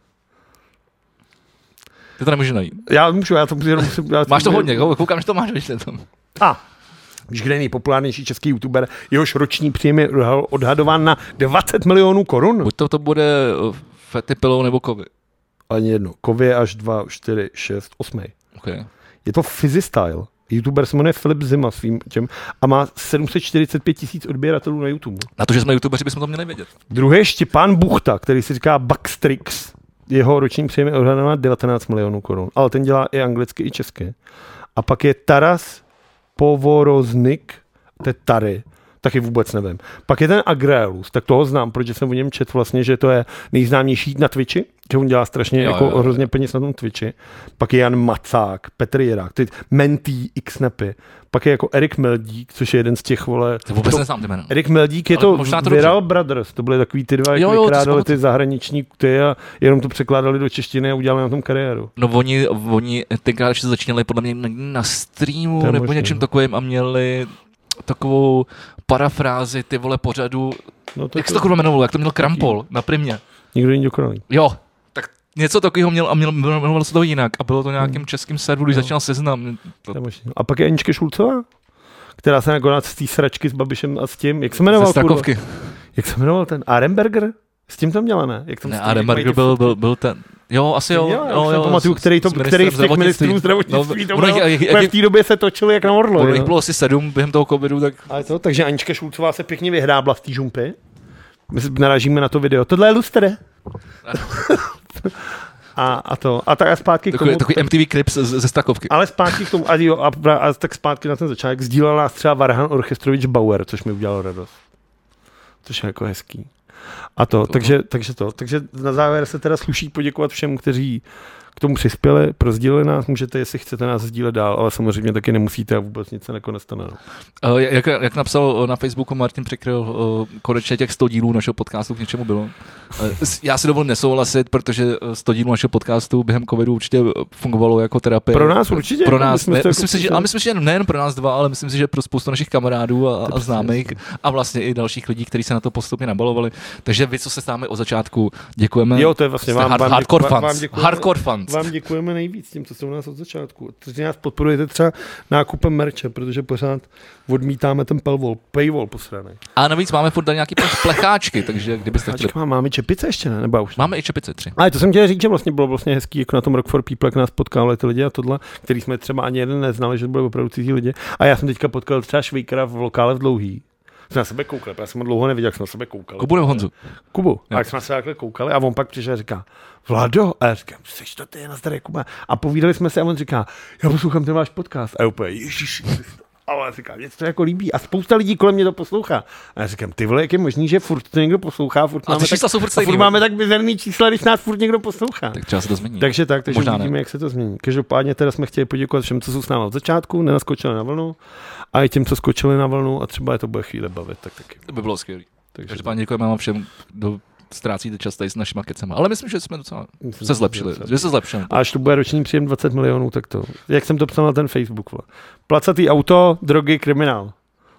Ty to nemůžeš najít. Já můžu, já to musím... musím já to máš to můžu, hodně, koukám, že to máš, víš, tam. A, víš, kde je nejpopulárnější český youtuber, jehož roční příjem je odhadován na dvacet milionů korun. Buď to, to bude Fety Pilou nebo Kovy. Ani jedno. Kovy až dva, čtyři, šest, osm. Okay. Je to Physistyle. YouTuber se jmenuje Filip Zima svým těm a má sedm set čtyřicet pět tisíc odběratelů na YouTube. Na to, že jsme youtubeři, bychom to měli vědět. Druhý je Štěpán Buchta, který si říká Buckstrix. Jeho roční příjem je odhadován na devatenáct milionů korun, ale ten dělá i anglicky, i česky. A pak je Taras Povoroznik, to je Tary, taky vůbec nevím. Pak je ten Agrelus, tak toho znám, protože jsem o něm četl vlastně, že to je nejznámější na Twitchi, že on dělá strašně jo, jako jo, jo. hrozně peněz na tom Twitchi. Pak je Jan Macák, Petr Jirák, teď Mentý, Xnapy. Pak je jako Erik Meldík, což je jeden z těch, vole... To vůbec to, neznám ty jméno. Erik Meldík je ale to Viral dobře. Brothers, to byly takový ty dva, jak vykrádali ty zahraniční ty a jenom to překládali do češtiny a udělali na tom kariéru. No oni, oni tenkrát ještě začínali podle mě na streamu nebo možný, něčem takovým a měli takovou parafrázi, ty vole pořadu. No to jak se to kurva jmenovalo, jak to měl Krampol na Primě. Nikdo není dokonalý. Jo, tak něco takového měl a měl, jmenovalo se to jinak a bylo to nějakým hmm. českým serveru, když no. začínal Seznam. To... A pak je Anička Šulcová, která se nakonec z té sračky s Babišem a s tím, jak se jmenoval? Ze Strakovky. Jak se jmenoval ten? Aremberger? S tím to měla, ne? Jak ne, Aremberger byl, byl, byl ten... Jo, asi jo. jo, jo, jo pamatuju, který, to, který z těch ministrů zdravotnictví no, to bylo, jak, jak, v té době se točili jak na orlo. Ono jich bylo asi sedm během toho covidu, tak... Ale to, takže Anička Šulcová se pěkně vyhrábla v té žumpy. My se narážíme na to video. Tohle je lustre. a, a to. A tak a zpátky takový, k tomu. Takový M T V clips ze, ze Stakovky. Ale zpátky k tomu. A, jo, a, a tak zpátky na ten začátek. Sdílel nás třeba Varhan Orchestrovič Bauer, což mi udělalo radost. Což je jako hezký. A to, to takže, takže to. Takže na závěr se teda sluší poděkovat všem, kteří k tomu přispěli, prozdíleli nás, můžete, jestli chcete nás sdílet dál, ale samozřejmě taky nemusíte a vůbec nic se jako nestane. No. Uh, jak, jak napsal na Facebooku Martin Přikryl, uh, konečně těch sto dílů našeho podcastu k něčemu bylo. Uh, já si dovolím nesouhlasit, protože sto dílů našeho podcastu během covidu určitě fungovalo jako terapie. Pro nás určitě. Pro nás, ne, myslím si, že, ale myslím si, že nejen pro nás dva, ale myslím si, že pro spoustu našich kamarádů a, a známých a vlastně i dalších lidí, kteří se na to postupně nabalovali. Takže vy, co se s námi od začátku, děkujeme. Jo, to je vlastně vám, hard, vám, hardcore vám, fans. vám děkujeme, hardcore fans. Vám děkujeme nejvíc tím, co jste u nás od začátku. Takže nás podporujete třeba nákupem merče, protože pořád odmítáme ten paywall, paywall posranej. A navíc máme furt nějaký plecháčky, takže kdybyste chtěli... Máme čepice ještě, ne? Nebo už? Máme i čepice tři. Ale to jsem chtěl říct, že vlastně bylo vlastně hezký, jako na tom Rock for People, jak nás potkávali ty lidi a tohle, který jsme třeba ani jeden neznali, že byli opravdu cizí lidi. A já jsem teďka potkal třeba Švejkara v lokále v Dlouhý. Jsme na sebe koukali, já jsem ho dlouho neviděl, jak jsme na sebe koukali. Kubu nebo Honzu? Kubu. A jak jsme se takhle koukali a on pak přišel a říká, Vlado, a já říkám, seš to ty, na staré Kuba. A povídali jsme se a on říká, já poslouchám ten váš podcast. A já úplně, ježiš, ale já říkám, mě to jako líbí. A spousta lidí kolem mě to poslouchá. A já říkám, ty vole, jak je možný, že furt to někdo poslouchá, furt, máme tak, jsou furt, furt máme tak bizarný čísla, když nás furt někdo poslouchá. Tak třeba se to změní. Takže tak, takže možná uvidíme, ne. jak se to změní. Každopádně teda jsme chtěli poděkovat všem, co jsou s námi od začátku, nenaskočili na vlnu, a i těm, co skočili na vlnu a třeba je to bude chvíli bavit, tak taky. To by bylo skvělé. Takže každopádně děkujeme vám všem, kdo ztrácíte čas tady s našima kecema. Ale myslím, že jsme docela myslím, se zlepšili. Že, že se zlepšili. A až to bude roční příjem dvacet milionů, tak to. Jak jsem to psal na ten Facebook. Vole. Placatý auto, drogy, kriminál.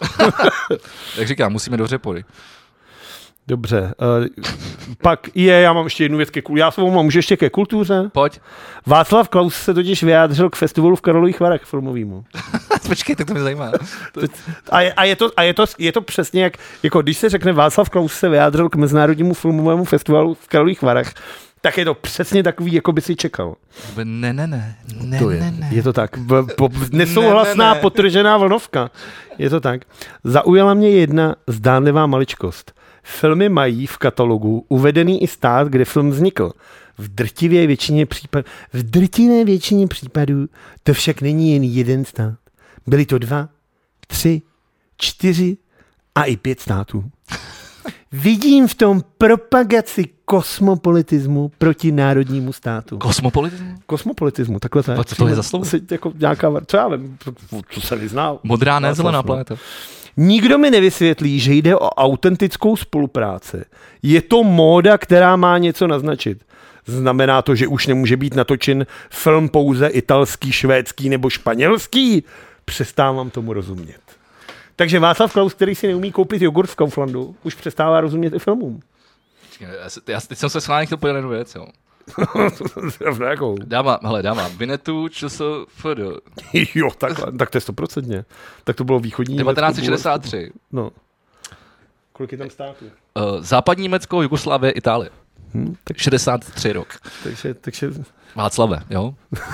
Jak říkám, musíme do Řepory. Dobře. Uh, pak je, já mám ještě jednu věc ke kultuře. Já svou mám, můžu ještě ke kultuře? Pojď. Václav Klaus se totiž vyjádřil k festivalu v Karlových Varech filmovýmu. Počkej, tak to mě zajímá. a je, a, je to, a je, to, je to přesně jak, jako když se řekne Václav Klaus se vyjádřil k mezinárodnímu filmovému festivalu v Karlových Varech, tak je to přesně takový, jako by si čekal. Ne, ne, ne. ne to je, ne, ne. je to tak. V, po, nesouhlasná, ne, ne, ne. Potržená vlnovka. Je to tak. Zaujala mě jedna zdánlivá maličkost. Filmy mají v katalogu uvedený i stát, kde film vznikl. V drtivé většině případů, v drtivé většině případů to však není jen jeden stát. Byly to dva, tři, čtyři a i pět států. Vidím v tom propagaci kosmopolitismu proti národnímu státu. Kosmopolitismu? Kosmopolitismu, takhle to je. Co to je za slovo? Jako nějaká, co já vím, co se vyznal. Modrá, ne zelená planeta. Nikdo mi nevysvětlí, že jde o autentickou spolupráci. Je to móda, která má něco naznačit. Znamená to, že už nemůže být natočen film pouze italský, švédský nebo španělský? Přestávám tomu rozumět. Takže Václav Klaus, který si neumí koupit jogurt v Kauflandu, už přestává rozumět i filmům. Já teď jsem se s vámi chtěl pojít jednu věc, jo. Jakou? Dávám, hele, dávám Vinetu, ČSFD. Jo, takhle, tak to je stoprocentně. Tak to bylo východní devatenáct set šedesát tři. No. Kolik je tam států? Uh, západní Německo, Jugoslávie, Itálie. Hmm, tak šedesát tři rok. Takže, takže... Václave, jo?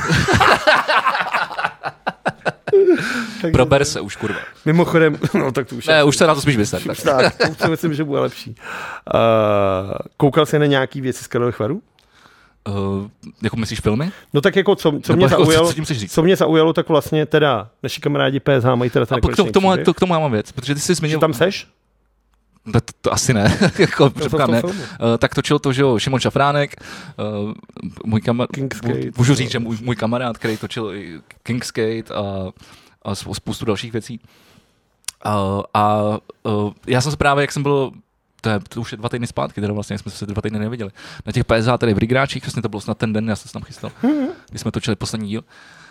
Prober se už, kurva. Mimochodem, no tak to už... Ne, už se na to spíš myslet. Tak, tak to si myslím, že bude lepší. Uh, koukal jsi na nějaký věci z Karlových Varů? Uh, jako myslíš filmy? No tak jako, co, co, mě, zaujalo, co, co, co mě zaujalo, tak vlastně teda naši kamarádi P S H mají teda ten nekonečný příběh. A k tomu, k tomu mám věc, protože ty jsi zmínil... Že tam seš? To, to, to asi ne, jako předpoklad ne. Uh, tak točil to, že jo, Šimon Šafránek, uh, můj kamarád, můžu říct, že můj, můj kamarád, který točil i Kingsgate a, a spoustu dalších věcí. Uh, a uh, já jsem se právě, jak jsem byl, to, je, to už je dva týdny zpátky, teda vlastně jsme se dva týdny neviděli, na těch P S H tady v Rigráčích, vlastně to bylo snad ten den, já jsem se tam chystal, když jsme točili poslední díl.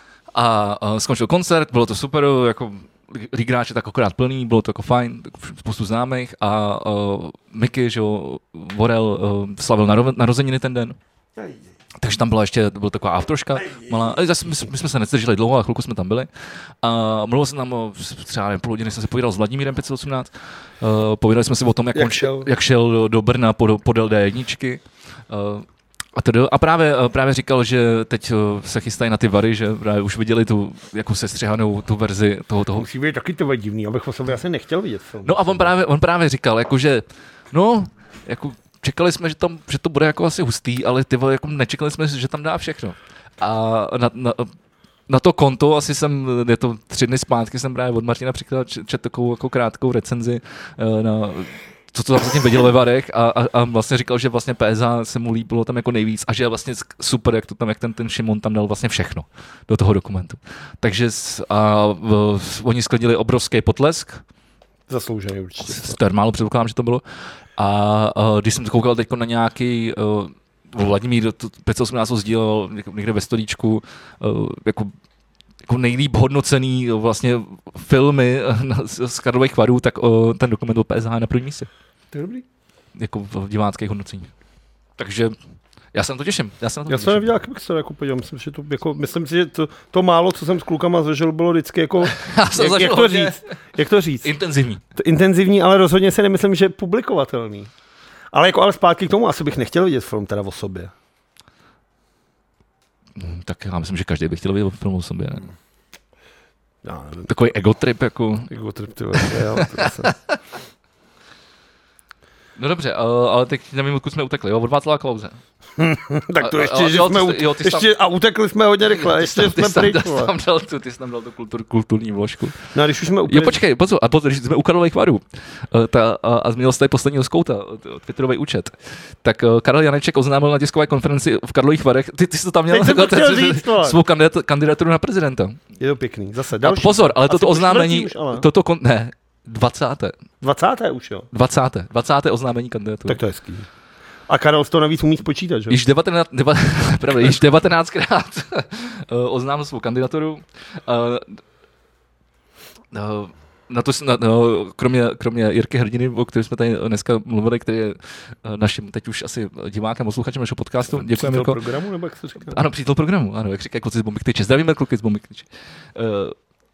A uh, skončil koncert, bylo to super, jako Rigráč je tak akorát plný, bylo to jako fajn, spoustu známých a uh, Miky, že jo, Vorel uh, slavil naro- narozeniny ten den. Takže tam byla ještě, byla taková aftroška malá, zase my, my jsme se nedrželi dlouho, ale chvilku jsme tam byli. A mluvil jsem tam, třeba nevím, půl hodiny jsem se povídal s Vladimírem pět set osmnáct, uh, povídali jsme si o tom, jak, jak, on, šel. jak šel do, do Brna pod, podél D jedna. Uh, A, tedy, a právě, právě říkal, že teď se chystají na ty Vary, že právě už viděli tu jako sestřihanou tu verzi toho. toho. Musí být taky to divný, abych o sobě asi nechtěl vidět film. No a on právě, on právě říkal, jako, že no, jako čekali jsme, že, tam, že to bude jako asi hustý, ale ty jako nečekali jsme, že tam dá všechno. A na, na, na to konto, asi jsem, je to tři dny zpátky, jsem právě od Martina příklad čet takovou jako krátkou recenzi na to, co tam zatím viděl ve Varech a, a, a vlastně říkal, že vlastně P S H se mu líbilo tam jako nejvíc a že je vlastně super, jak to tam, jak ten, ten Šimon tam dal vlastně všechno do toho dokumentu. Takže a, v, oni sklidili obrovský potlesk. Zasloužený určitě. Z Termálu předpokládám, že to bylo. A, a když jsem koukal teď na nějaký uh, Vladimír pět set osmnáct sdílel někde ve stolíčku uh, jako jako nejlíp hodnocený vlastně filmy z Karlových Varů, tak o, ten dokument o P S H na prvním místě. To je dobrý. Jako v diváckých hodnocení. Takže já se na to těším. Já, se na to já jsem neviděl, jak bych se jako podíval. Myslím, že to, jako, myslím si, že to, to málo, co jsem s klukama zažil, bylo vždycky jako... jak, jak, to říct? jak to říct? Intenzivní. To, intenzivní, ale rozhodně si nemyslím, že je publikovatelný. Ale, jako, ale zpátky k tomu, asi bych nechtěl vidět film teda o sobě. Tak já myslím, že každý by chtěl vidět film o sobě. Ne? Já nevím. Takový egotrip jako... Egotrip, ty jo. No dobře, ale teď nevím, odkud jsme utekli, jo? Od Václava Klause. Tak to ještě, a, a, že jo, jsme, ty, jo, ty ještě, tam, a utekli jsme hodně rychle, ještě ty jsme pryč. Ty jsi tam dal tu, ty jsi tam dal tu kultur, kulturní vložku. No a když už jsme úplně... Jo, počkej, pozor, a pozor, když jsme u Karlových Varů ta, a, a zmínil jsi tady posledního skouta, Twitterový účet, tak Karel Janeček oznámil na tiskové konferenci v Karlových Varech, ty, ty jsi to tam měl jako ten, říct, svou kandidat, kandidaturu na prezidenta. Je to pěkný, zase další. A pozor, ale toto oznámení, toto, kon, ne, dvacáté dvacáté už jo? dvacáté dvacáté oznámení kandidatury. Tak to je hezký. A Karel z toho navíc umí spočítat, že? Již, devatenáct, deva, pravda, již devatenáctkrát oznámil svou kandidaturu. Na to, na, no, kromě, kromě Jirky Hrdiny, o kterém jsme tady dneska mluvili, který je naším teď už asi divákem, posluchačem našeho podcastu. Děkuji, Mirko. Přítel programu, nebo jak se říká? Ano, přítel programu, ano, jak říkají kluci z Bomby Ktyče. Zdravíme kluky z Bomby Ktyče. Uh,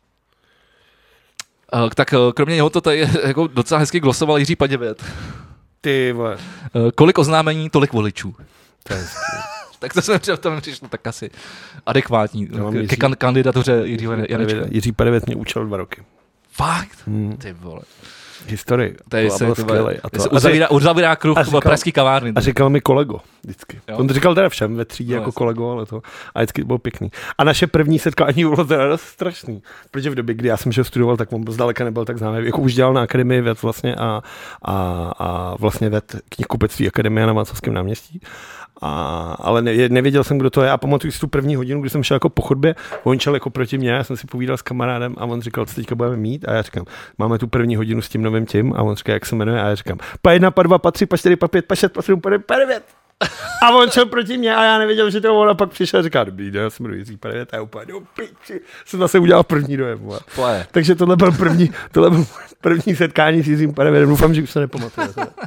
uh, tak uh, kromě něho to tady jako docela hezky glosoval Jiří Paděvět. Ty vole. Uh, kolik oznámení, tolik voličů. To je hezky. Tak to jsme to mi přišlo tak asi adekvátní ke Jiří, kan, kandidatuře Jiřího Janečka. Jiří Padevět mě učil dva roky. Fakt? Hmm. Ty vole. Historii. Tady se, se uzavírá, uzavírá kruh v pražský kavárny. A říkal mi kolego vždycky. Jo? On to říkal teda všem ve třídě no, jako kolego, ale to a vždycky bylo pěkný. A naše první setkání bylo teda dost strašný, protože v době, kdy já jsem že studoval, tak on zdaleka nebyl tak známý. Jako už dělal na akademii věd vlastně a, a, a vlastně věd knihkupectví akademie na Václavském náměstí. A, ale ne, nevěděl jsem, kdo to je a pamatuju si tu první hodinu, kdy jsem šel jako po chodbě, on šel jako proti mě, já jsem si povídal s kamarádem a on říkal, co teďka budeme mít a já říkám, máme tu první hodinu s tím novým tím a on říká, jak se jmenuje a já říkám, pa jedna, pa dva, pa tři, pa čtyři, pa pět, pa šest, pa sedm, pa devět, pa devět. A on šel proti mě a já nevěděl, že to on a pak přišel a říká, dobrý den, já jsem jmenuji Jiří Padevět a já úplně, no piči, jsem zase udělal první dojem. Takže tohle byl první, tohle byl první setkání s Jiřím Padevětem, doufám, že už se nepamatuje.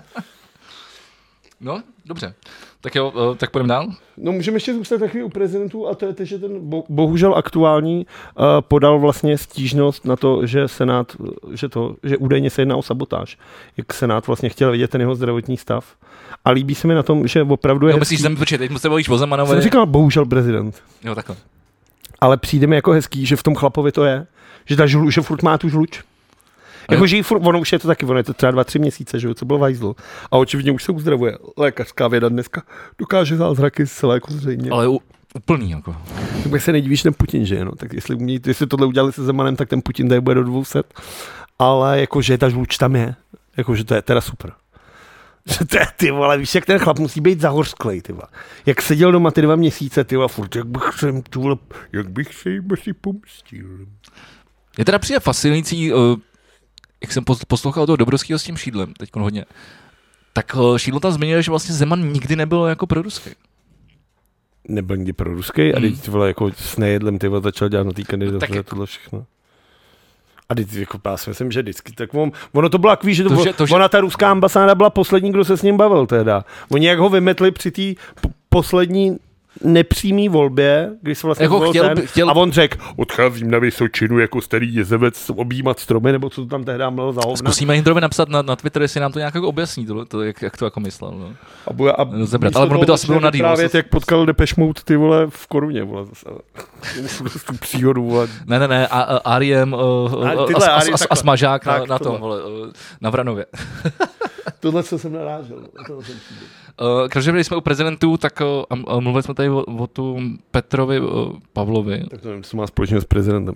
No, dobře. Tak jo, tak půjdeme dál? No můžeme ještě zůstat takový u prezidentů a to je, že ten bo, bohužel aktuální uh, podal vlastně stížnost na to, že Senát, že to, že údajně se jedná o sabotáž. Jak Senát vlastně chtěl vidět ten jeho zdravotní stav. A líbí se mi na tom, že opravdu je... No myslíš, že jsem, počkej, teď se bojíš o Zemanovi. Jsem říkal bohužel prezident. Jo, takhle. Ale přijde mi jako hezký, že v tom chlapovi to je, že ta žlu, že furt má tu žluč. Jakože ono už je to taky, ono je to třeba dva, tři měsíce, že jo, co bylo vajzlo. A očividně už se uzdravuje. Lékařská věda dneska dokáže zázraky zcela jako zřejmě. Ale u, úplný jako. Tak se nejdívíš ten Putin, že no, tak jestli, umí, jestli tohle udělali se Zemanem, tak ten Putin tady bude do dvou set. Ale jakože ta žluč tam je, jakože to je teda super. Že to je, ty vole, víš, jak ten chlap musí být zahořklej, ty vole. Jak seděl doma ty dva měsíce, ty vole, furt, jak bych se jim, ty vole, jak bych se jim asi pomstil. Je teda přijde fascinující, uh... jak jsem poslouchal toho Dobrovského s tím Šídlem, teď hodně, tak Šídlo tam zmiňuje, že vlastně Zeman nikdy nebyl jako proruský. Nebyl nikdy proruský hmm. a teď vole jako s nejedlem ty vole začal dělat na té kandidatuře tak... tohle všechno. A teď jako já si myslím, že vždycky, tak on, ono to bylo takový, že to, to, bylo, že, to že... ona ta ruská ambasáda byla poslední, kdo se s ním bavil teda. Oni jak ho vymetli při té p- poslední nepřímý volbě, když se vlastně jako chtěl, ten, chtěl... a on řekl, odcházím na Vysočinu jako starý jezevec objímat stromy, nebo co to tam tehdy bylo za hovna. Zkusíme Hindrovi napsat na, na Twitter, jestli nám to nějak objasní, to, to, jak, jak to jako myslel. No. A bude, a no, zebrat, ale ono by to asi bylo na díl. Právě jak potkal Depeche Mode, ty vole, v Koruně, vole, zase. tu příhodu, vole. Ne, ne, ne, a, a R E M uh, a, a, a, a, a Smažák na, na tom, vole, na Vranově. Tohle, co jsem narážel. Uh, Když jsme u prezidentů, tak uh, a, a mluvili jsme tady o, o tu Petrovi uh, Pavlovi. Tak to nevím, co má společně s prezidentem.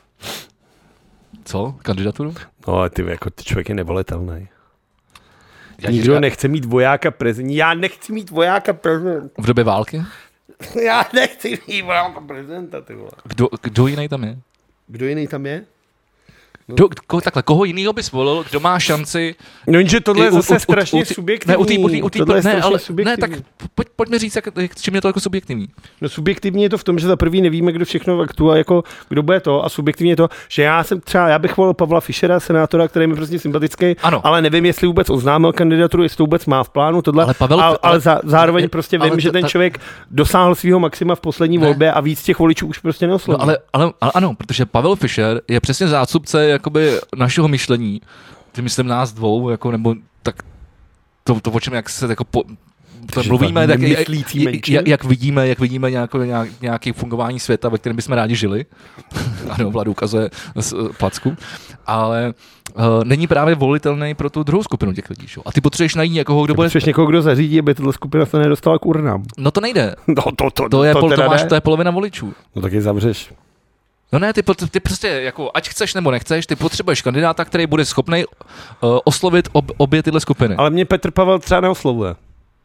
Co? Kandidaturu? No ale ty, jako, ty člověk je nevolitelný. Nikdo říká... nechce mít vojáka prezidenta. Já nechci mít vojáka prezidenta. V době války? Já nechci mít vojáka prezidenta, ty vole. Kdo, kdo jiný tam je? Kdo jiný tam je? No. Kdo, ko, takhle, koho jinýho bys volil, kdo má šanci... No jenže tohle je zase u, strašně u, u, subjektivní. Ne, u tý, u tý, u tý, tohle je ne, ale, ne, tak pojď, pojďme říct, jak, jak, čím je to jako subjektivní. No subjektivní je to v tom, že za prvý nevíme, kdo všechno aktuálně, jako kdo bude to, a subjektivně je to, že já jsem třeba, já bych volil Pavla Fischera, senátora, který mi prostě sympatický, ano. Ale nevím, jestli vůbec oznámil kandidaturu, jestli to vůbec má v plánu tohle, ale, Pavel, ale, ale zá, zároveň ale, prostě vím, ale, že ten ta, člověk dosáhl svého maxima v poslední ne. volbě a víc těch voličů už prostě neosloví. No, ale, ale, ale ano, protože Pavel Fischer je přesně zástupce jakoby našeho myšlení, ty myslím nás dvou, jako, nebo tak to, to o čem, jak se jako po, to mluvíme, tak, jak, jak, jak vidíme, jak vidíme nějakou, nějak, nějaké fungování světa, ve kterém bychom rádi žili. Ano, Vlad ukazuje placku. Ale uh, není právě volitelný pro tu druhou skupinu těch lidí. Šo? A ty potřebuješ najít někoho, kdo bude... Potřebuješ někoho, kdo zařídí, aby tato skupina se nedostala k urnám. No to nejde. No to, to, to, je, to, pol, to, máš, ne? to je polovina voličů. No tak je zavřeš. No ne, ty, ty prostě, jako, ať chceš nebo nechceš, ty potřebuješ kandidáta, který bude schopný uh, oslovit ob, obě tyhle skupiny. Ale mě Petr Pavel třeba neoslovuje.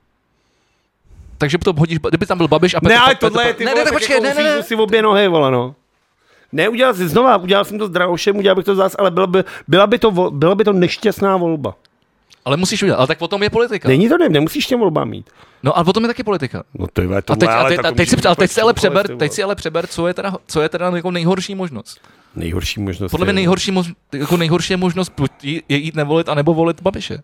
Takže to hodíš, kdyby tam byl Babiš a Petr... Ne, ale tohle je ty ne, vole, ne, tak počkej, jako ne, ne, ne. si v obě nohy, vole, no. Ne, udělal jsi znova, udělal jsem to s Drahošem, udělal bych to zás, ale byla by, byla by, to, byla by to nešťastná volba. Ale musíš udělat, ale tak potom je politika. Není to, ne, nemusíš těm volbám mít. No a potom je taky politika. No to je to. A teď, a teď, a teď, si, ale teď si ale přeber, teď si ale přeber, co je teda, co je teda jako nejhorší možnost. Nejhorší možnost. Podle mě nejhorší, mož, jako nejhorší možnost je jít nevolit, anebo volit Babiše.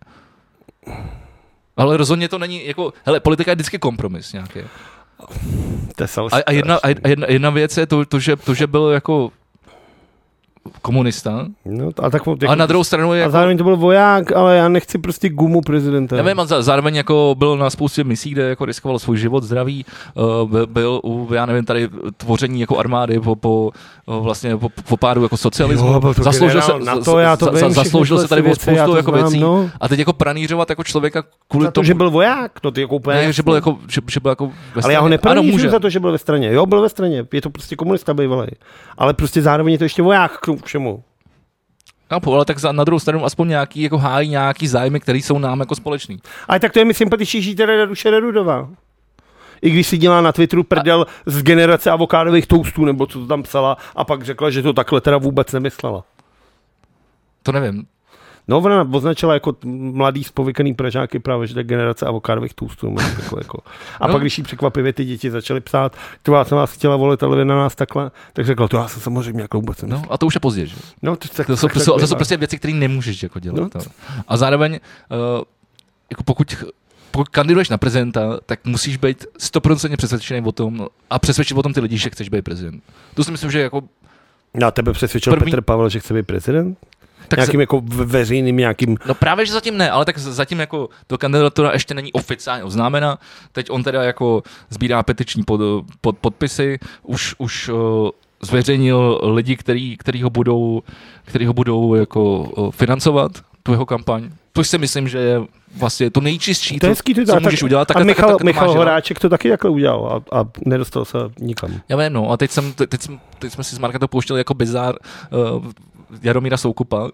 Ale rozhodně to není, jako, hele, politika je vždycky kompromis nějaký. To je a, a, jedna, a jedna, jedna věc je to, to, že, to, že byl jako komunista. No, a, tak, jako, a na druhou stranu je a jako... zároveň to byl voják, ale já nechci prostě gumu prezidenta. Nevím, a zároveň jako byl na spoustě misí, kde jako riskoval svůj život, zdraví, uh, byl u, já nevím, tady tvoření jako armády po, po vlastně po, po pádu jako socialismu. Jo, zasloužil se, na to, já to za, vím, zasloužil se tady o spoustu jako znám, věcí. No. A teď jako pranířovat jako člověka kvůli za to, tomu, že byl voják, no ty jako úplně. Ne, že byl jako, že, že byl jako ve ale já ho nepranířím ano, za to, že byl ve straně. Jo, byl ve straně, je to prostě komunista bývalý. Ale prostě zároveň je to ještě voják k všemu. No, ale tak za, na druhou stranu aspoň nějaký jako hájí nějaký zájmy, které jsou nám jako společný. Ale tak to je mi sympatičnější teda Danuše Nerudová. I když si dělá na Twitteru prdel a... z generace avokádových toastů, nebo co to tam psala, a pak řekla, že to takhle teda vůbec nemyslela. To nevím. No, ona označila jako mladý spovykaný Pražáky právě, že to je generace avokádových toastů. Jako, jako. A no. Pak, když jí překvapivě ty děti začaly psát, to já jsem vás chtěla volit, ale vy na nás takhle, tak řekla, to já jsem samozřejmě jako vůbec nemyslel. No, a to už je pozdě, že? No, to, tak, to, jsou, tak, to, jsou, tak, to jsou prostě věci, které nemůžeš jako dělat. No. A zároveň, uh, jako pokud, pokud kandiduješ na prezidenta, tak musíš být sto procent přesvědčený o tom a přesvědčit o tom ty lidi, že chceš být prezident. To si myslím, že jako... Na tebe přesvědčil první... Petr Pavel, že chce být prezident? Tak nějakým za... jako veřejným nějakým... No právě, že zatím ne, ale tak zatím jako to kandidatura ještě není oficiálně oznámena. Teď on teda jako sbírá petiční pod, pod, podpisy, už, už uh, zveřejnil lidi, který, který ho budou, který ho budou jako uh, financovat, tu jeho kampaň. To si myslím, že je vlastně to nejčistší, to, hezký, to co můžeš tak, udělat. Tak, a tak, Michal, tak, tak, Michal máš, Horáček to taky takhle udělal a, a nedostal se nikam. Já vím, no a teď, jsem, teď, jsem, teď jsme si s Marketou pouštěli jako bizár uh, Jaromíra Soukupa.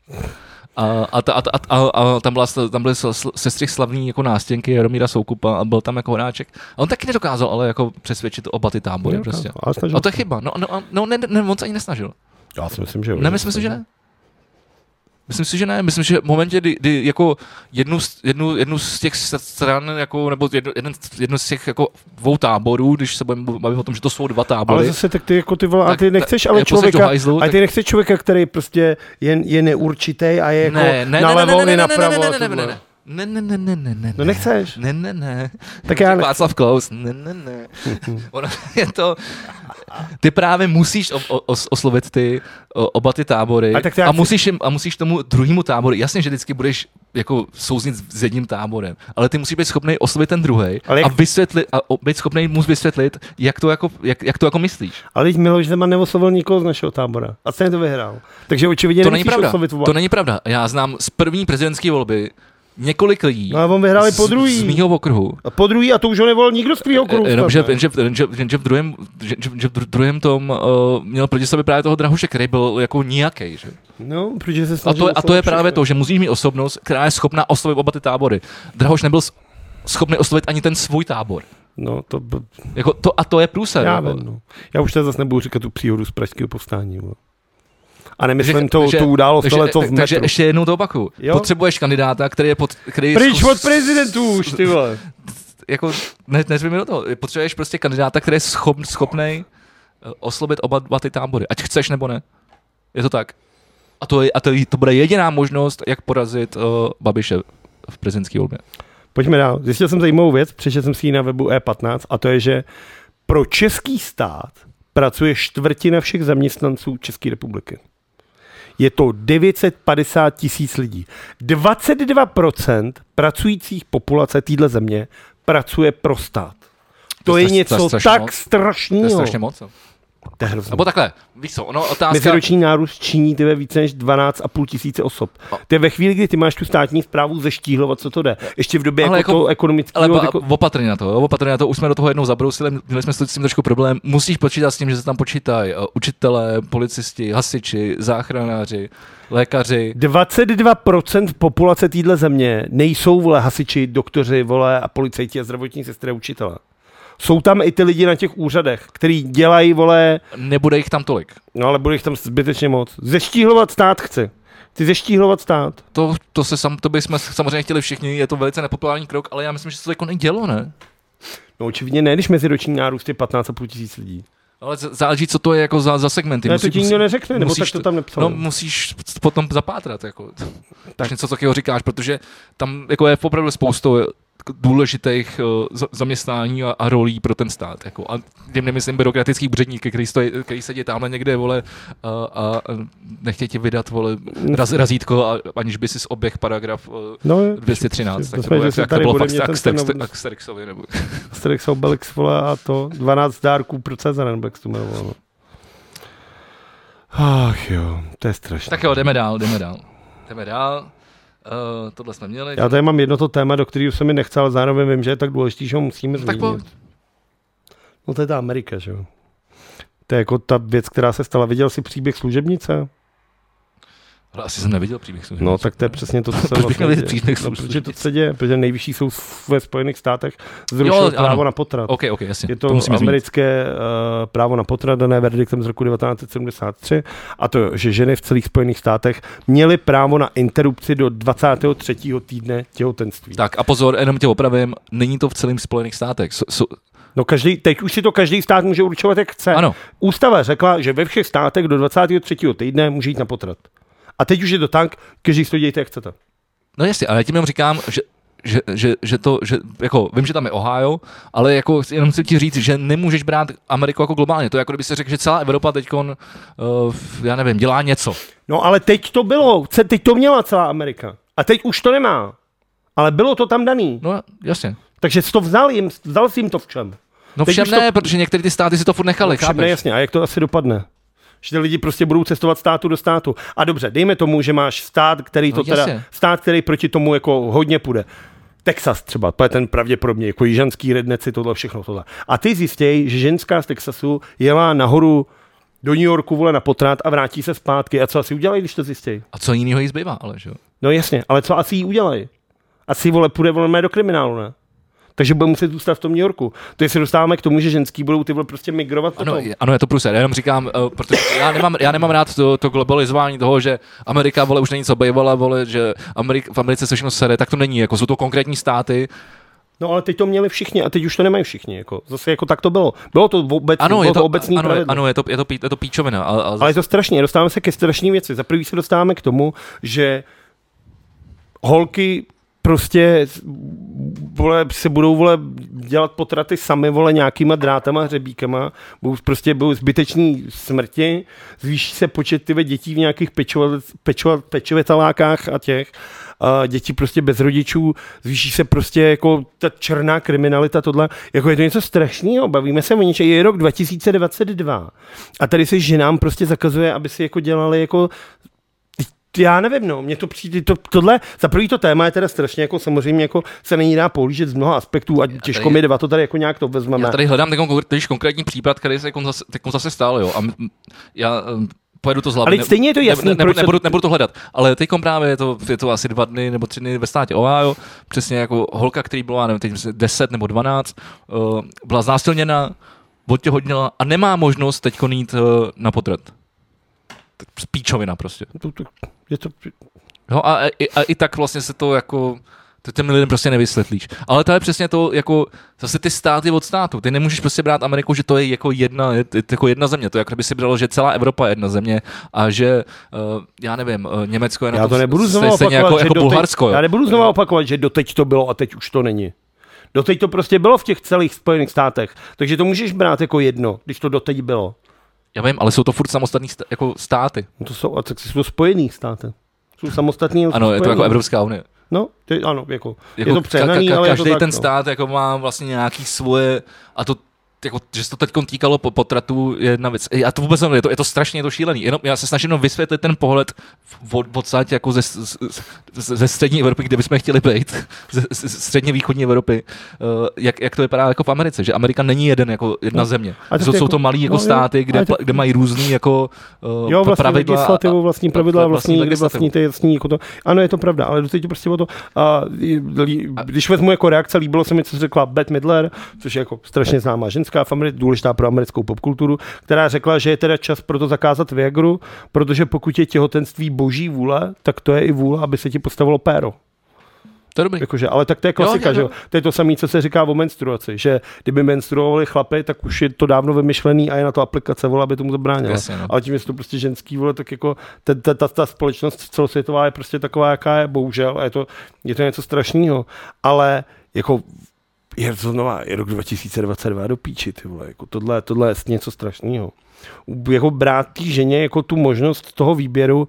A, a, a, a, a, a tam, byla, tam byly sestřih slavný jako nástěnky Jaromíra Soukupa a byl tam jako Horáček. A on taky nedokázal ale jako přesvědčit oba ty tábory. No, prostě. A to je chyba. No, no, no ne, ne, on se ani nesnažil. Já si myslím, že jo. Ne, myslím si, že ne. Myslím si, že ne. Myslím, že v momentě, kdy, kdy jako jednu, jednu, jednu z těch stran, jako, nebo jedno, jedno, jedno z těch jako dvou táborů, když se budeme bavit o tom, že to jsou dva tábory. Ale zase tak ty, jako ty vole, a ty nechceš ale člověka, hajzlu, a ty tak... nechceš člověka, který prostě je, je neurčitý a je jako ne, ne, nalevo ne, i ne, napravo. Ne, ne, ne, ne, ne, ne. Ne, ne, ne, ne, ne, ne. No nechceš? Ne, ne, ne. Tak já ne. Václav Klaus. Ne, ne, ne. Ono je to... Ty právě musíš o, o, oslovit ty o, oba ty tábory a, a, musíš, a musíš tomu druhému táboru, jasně, že vždycky budeš jako souznit s jedním táborem, ale ty musíš být schopný oslovit ten druhý a vysvětlit a být schopný mu vysvětlit, jak to jako, jak, jak to jako myslíš. Ale teď Miloš Zeman neoslovil nikoho z našeho tábora a stejně to vyhrál. Takže očividně to není pravda. Oslovit oba. To není pravda. Já znám z první prezidentské volby několik lidí. No a on vyhrál po druhý. Z, z mýho okruhu. A po druhý a to už ho nevolil nikdo z tvýho okruhu. Jenom, že, že, že, že, v druhém, že, že v druhém tom uh, měl proti sobě právě toho Drahuše, který byl jako nijaký. Že? No, protože se a, to, a to je právě to, že musíš mít osobnost, která je schopná oslovit oba ty tábory. Drahuš nebyl schopný oslovit ani ten svůj tábor. No, to... B... Jako to, a to je průser. Já vím, no. Já už tady zase nebudu říkat tu příhodu z pražského povstání. No. A nemyslím to, takže, tu událost, takže, tohle, co v metru. Takže ještě jednou to opakuju. Jo? Potřebuješ kandidáta, který je pod... Který Pryč zkus... od prezidentů už, ty vole. Jako, ne, nezvím do toho. Potřebuješ prostě kandidáta, který je schop, schopnej oslovit oba dva ty tábory. Ať chceš, nebo ne. Je to tak. A to, je, a to, to bude jediná možnost, jak porazit uh, Babiše v prezidentské volbě. Pojďme dál. Zjistil jsem zajímavou věc, přečetl jsem si ji na webu E patnáct, a to je, že pro český stát pracuje čtvrtina všech zaměstnanců České republiky. Je to devět set padesát tisíc lidí. dvacet dva procent pracujících populace téhle země pracuje pro stát. To, to je straš, něco to je tak moc. strašného. To je strašně moc. To je hrozný. Nebo takhle, víš co, ono otázka... Meziroční nárůst činí tyhle více než dvanáct a půl tisíce osob. To je ve chvíli, kdy ty máš tu státní správu zeštíhlovat, co to jde. Ještě v době jako, jako toho ekonomického... Ale jako... opatrně na to, opatrně na to, už jsme do toho jednou zabrousili, měli jsme s tím trošku problém. Musíš počítat s tím, že se tam počítají učitelé, policisti, hasiči, záchranáři, lékaři. dvacet dva procent populace téhle země nejsou, vole, hasiči, doktoři, vole, a policajti a zdravotní sestry a učitelé. Jsou tam i ty lidi na těch úřadech, který dělají, vole... Nebude jich tam tolik. No ale bude jich tam zbytečně moc. Zeštíhlovat stát chci. Ty zeštíhlovat stát. To, to, se sam, to bychom samozřejmě chtěli všichni, je to velice nepopulární krok, ale já myslím, že se to jako nedělo, ne? No očividně ne, když meziroční nárůst je patnáct a půl tisíc lidí. Ale záleží, co to je jako za, za segmenty. Ne, to ti nikdo neřekne, nebo tak to tam nepsal. No musíš potom zapátrat, jako. Tak něco takového říkáš, protože tam jako je opravdu spoustu důležitých uh, zaměstnání a, a rolí pro ten stát. Jako. A tím nemyslím byrokratický úředníky, který, stojí, který sedí tamhle někde, vole, a, a nechtějí ti vydat, vole, raz, razítko, a, aniž by si oběh paragraf uh, no, dvě stě třináct. Tak to, to, jak, jak to bylo fakt k Asterixovi. Nebo... Asterix, Obelix, vole, a to dvanáct dárků pro Cezara, nebo jak se to jmenovalo. Ach jo, to je strašné. Tak jo, jdeme dál, jdeme dál. Jdeme dál. Uh, tohle jsme měli. Já tady mám jedno to téma, do kterého se mi nechce, ale zároveň vím, že je tak důležitý, že ho musíme zmínit. Tak po... No to je ta Amerika, že jo. To je jako ta věc, která se stala. Viděl jsi příběh Služebnice? Ale asi jsem neviděl příběh Služebnice. No tak to je přesně to, co se vlastně děje. No, protože to se děje, protože nejvyšší soud ve Spojených státech zrušil právo na potrat. Okay, okay, jasně. Je to, to americké uh, právo na potrat, dané verdiktem z roku devatenáct set sedmdesát tři, a to, že ženy v celých Spojených státech měly právo na interrupci do dvacátého třetího týdne těhotenství. Tak a pozor, jenom tě opravím, není to v celých Spojených státech. So, so... No každý, teď už si to každý stát může určovat, jak chce. Ano. Ústava řekla, že ve všech státech do dvacátého třetího týdne může jít na potrat. A teď už je to tak, každý si to dějte, jak chcete. No jasně, ale já tím jenom říkám, že, že, že, že to, že jako, vím, že tam je Ohio, ale jako jenom chci ti říct, že nemůžeš brát Ameriku jako globálně. To je jako kdyby se řekl, že celá Evropa teďkon, uh, já nevím, dělá něco. No ale teď to bylo, teď to měla celá Amerika. A teď už to nemá. Ale bylo to tam daný. No jasně. Takže jsi to vzal jim, vzal jsi jim to v čem. No všem ne, to... protože některé ty státy si to furt nechali, no, ne, jasně. A jak to asi dopadne? Že ty lidi prostě budou cestovat státu do státu. A dobře, dejme tomu, že máš stát, který to no, teda, stát, který proti tomu jako hodně půjde. Texas třeba, to je ten pravděpodobně, jako jižanský redneci, tohle všechno tohle. A ty zjistěj, že ženská z Texasu jela nahoru do New Yorku, vole, na potrat a vrátí se zpátky. A co asi udělají, když to zjistěj? A co jinýho jí zbývá, ale že jo? No jasně, ale co asi jí udělají? Asi, vole, půjde, vole, do kriminálu, ne? Takže bude muset zůstat v tom New Yorku. To se dostáváme k tomu, že ženský budou ty vole prostě migrovat. Ano, je, ano, je to průser. Já jenom říkám, uh, protože já nemám, já nemám rád to, to globalizování toho, že Amerika, vole, už není co bývala, vole, že Amerik, v Americe se všechno sere, tak to není. Jako jsou to konkrétní státy. No ale teď to měli všichni a teď už to nemají všichni. Jako. Zase jako tak to bylo. Bylo to obecný, ano, bylo je to, to obecný ano, pravidlo. Ano, je to, je to, je to píčovina. Ale, ale, ale je to strašně. Dostáváme se ke strašné věci. Za prvý se dostáváme k tomu, že holky prostě vole, se budou vole, dělat potraty sami vole, nějakýma drátama, hřebíkama, budou prostě budou zbytečný smrti, zvýší se počet tyve dětí v nějakých pečovat, pečovat, pečovetalákách a těch, a děti prostě bez rodičů, zvýší se prostě jako ta černá kriminalita, tohle, jako je to něco strašného, bavíme se o něčem, je rok dva tisíce dvacet dva a tady se ženám prostě zakazuje, aby si jako dělali jako já nevím, no, mě to přijde, to, tohle, za první to téma je teda strašně, jako samozřejmě, jako se není dá pohlížet z mnoha aspektů a těžko tady, mi dva to tady jako nějak to vezmeme. Já tady hledám ten konkrétní případ, který se zase, zase stál, jo, a já pojedu to z hlavy. Ale stejně je to jasný, ne, nebudu, nebudu, nebudu to hledat, ale teďkom právě je to, je to asi dva dny nebo tři dny ve státě Ohio, přesně jako holka, který byla, nevím, teď deset nebo dvanáct, uh, byla znásilněna, odtěhotněla a nemá možnost teďko jít uh, na potrat. Píčovina prostě. To, to, je to... No a, a, a i tak vlastně se to jako, to těm lidem prostě nevysvětlíš. Ale to je přesně to, jako zase ty státy od státu. Ty nemůžeš prostě brát Ameriku, že to je jako jedna, je, je jako jedna země. To je jako kdyby si bralo, že celá Evropa je jedna země a že, uh, já nevím, uh, Německo je na já to, to nebudu znovu opakovat, jako, jako doteď, Bulharsko. Já nebudu znovu opakovat, že doteď to bylo a teď už to není. Doteď to prostě bylo v těch celých Spojených státech. Takže to můžeš brát jako jedno, když to doteď bylo. Já vím, ale jsou to furt samostatní stá- jako státy. No to jsou, a tak jsou spojený státy. Jsou samostatní. Ano, jsou je to jako Evropská unie. No, ty, ano, jako, jako je to přehnaný, ka- ka- ale každý je to tak, ten no. stát jako má vlastně nějaký svoje, a to jako, že se to teď týkalo po potratu je jedna věc. Já to vůbec nevím, je to, je to strašně je to šílený. Jenom já se snažím vysvětlit ten pohled od, odsaď jako ze, ze, ze střední Evropy, kde bychom chtěli být, ze, ze středně východní Evropy, uh, jak, jak to vypadá jako v Americe, že Amerika není jeden jako jedna no. země. Jsou, jsou to malý jako no, státy, kde, to... kde mají různý jako uh, jo, vlastní pravidla. Legislativu, vlastní pravidla, vlastní, vlastní, vlastní, ty, vlastní jako to. Ano, je to pravda, ale doteď prostě o to. A, když vezmu jako reakce, líbilo se mi, co řekla Bette Midler, což je jako strašně známá ženská, v Americe, důležitá pro americkou popkulturu, která řekla, že je teda čas pro to zakázat Viagru, protože pokud je těhotenství boží vůle, tak to je i vůle, aby se ti postavilo péro. To je dobrý. Jakože, ale tak to je klasika, jo, jo, jo. Že to je to samé, co se říká o menstruaci, že kdyby menstruovali chlapy, tak už je to dávno vymyšlený a je na to aplikace, vole, aby tomu zabránila. Jasně, no. Ale tím, že to prostě ženský, vole, tak jako ta, ta, ta, ta společnost celosvětová je prostě taková, jaká je, bohužel, a je to, je to něco strašného. Ale jako je to znova, je rok dva tisíce dvacet dva do píči, ty vole, jako tohle, tohle je něco strašného. Jako brát té ženě jako tu možnost toho výběru,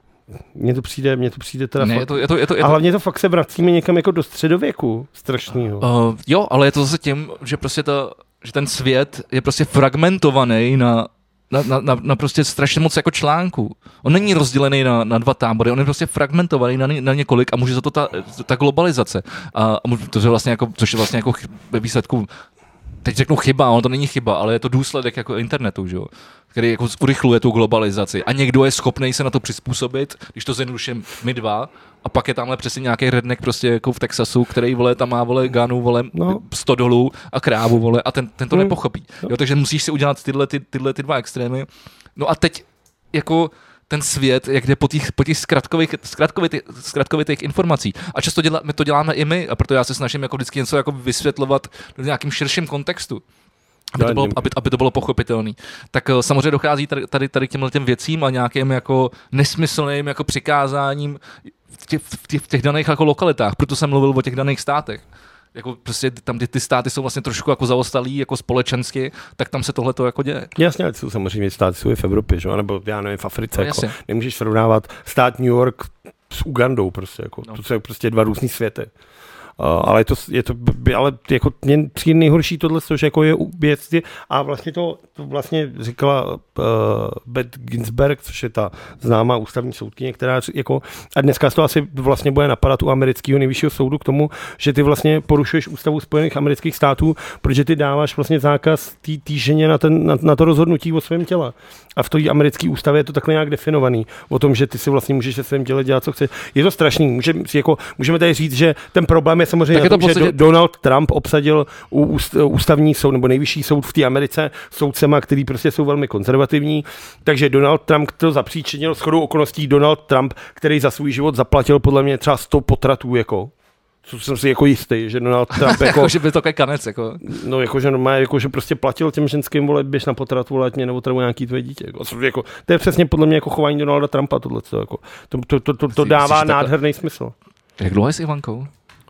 mně to přijde, mně to přijde teda ne, fakt, je to, je to, je to, je to, a hlavně to fakt se vracíme někam jako do středověku, strašnýho. Uh, jo, ale je to zase tím, že prostě to, že ten svět je prostě fragmentovaný na Na, na, na, na prostě strašně moc jako článků. On není rozdělený na, na dva tábory, on je prostě fragmentovaný na, na několik a může za to ta, ta globalizace. A, a to je vlastně jako, což je vlastně jako ve výsledku, teď řeknu chyba, ono to není chyba, ale je to důsledek jako internetu, že jo? Který jako urychluje tu globalizaci. A někdo je schopný se na to přizpůsobit, když to zjednoduším my dva, a pak je tamhle přesně nějaký redneck prostě jako v Texasu, který vole tam má vole ganu, vole no. sto dolů a krávu, vole, a ten, ten to mm. nepochopí. Jo, takže musíš si udělat tyhle, ty, tyhle ty dva extrémy. No a teď jako ten svět, jak jde po těch, po těch zkratkových, zkratkovitých, zkratkovitých informací. A často dělá, my to děláme i my, a proto já se snažím jako vždycky něco jako vysvětlovat v nějakým širším kontextu. Aby to, bylo, aby, aby to bylo pochopitelné. Tak uh, samozřejmě dochází tady, tady, tady k těmhle těm věcím a nějakým jako nesmyslným jako přikázáním v těch, v těch, v těch daných jako lokalitách. Proto jsem mluvil o těch daných státech. Jako prostě tam, ty, ty státy jsou vlastně trošku jako zaostalí, jako společensky, tak tam se tohle to jako děje. Jasně, ale jsou samozřejmě státy jsou i v Evropě, že? Nebo já nevím, v Africe. No, jako, nemůžeš srovnávat stát New York s Ugandou prostě. Jako, no. To jsou prostě dva různý světy. Uh, ale je to, je to, ale jako mě přijde nejhorší tohle, že jako je věc, a vlastně to, to vlastně říkala uh, Beth Ginsburg, což je ta známá ústavní soudkyně, která jako, a dneska to asi vlastně bude napadat u amerického nejvyššího soudu k tomu, že ty vlastně porušuješ ústavu Spojených amerických států, protože ty dáváš vlastně zákaz té ženě na, ten, na, na to rozhodnutí o svém těle. A v té americké ústavě je to takhle nějak definovaný, o tom, že ty si vlastně můžeš se svém těle dělat, co chceš. Je to strašný, můžeme, jako, můžeme tady říct, že ten problém je samozřejmě je tom, podstatě... že Donald Trump obsadil u ústavní soud nebo nejvyšší soud v té Americe soudcema, který prostě jsou velmi konzervativní, takže Donald Trump to zapříčinil shodou okolností Donald Trump, který za svůj život zaplatil podle mě třeba sto potratů, jako. Co jsem si jako jistý, že Donald Trump jako... jako že by to takový kanec, jako... No, jako že normálně, jako že prostě platil těm ženským, vole, běž na potrat, vole, mě nebo travu nějaký tvoje dítě, jako, jako. To je přesně podle mě jako chování Donalda Trumpa, tohleto, jako. To, to, to, to, to dává nádherný smysl. Jak dlouho je s Ivankou?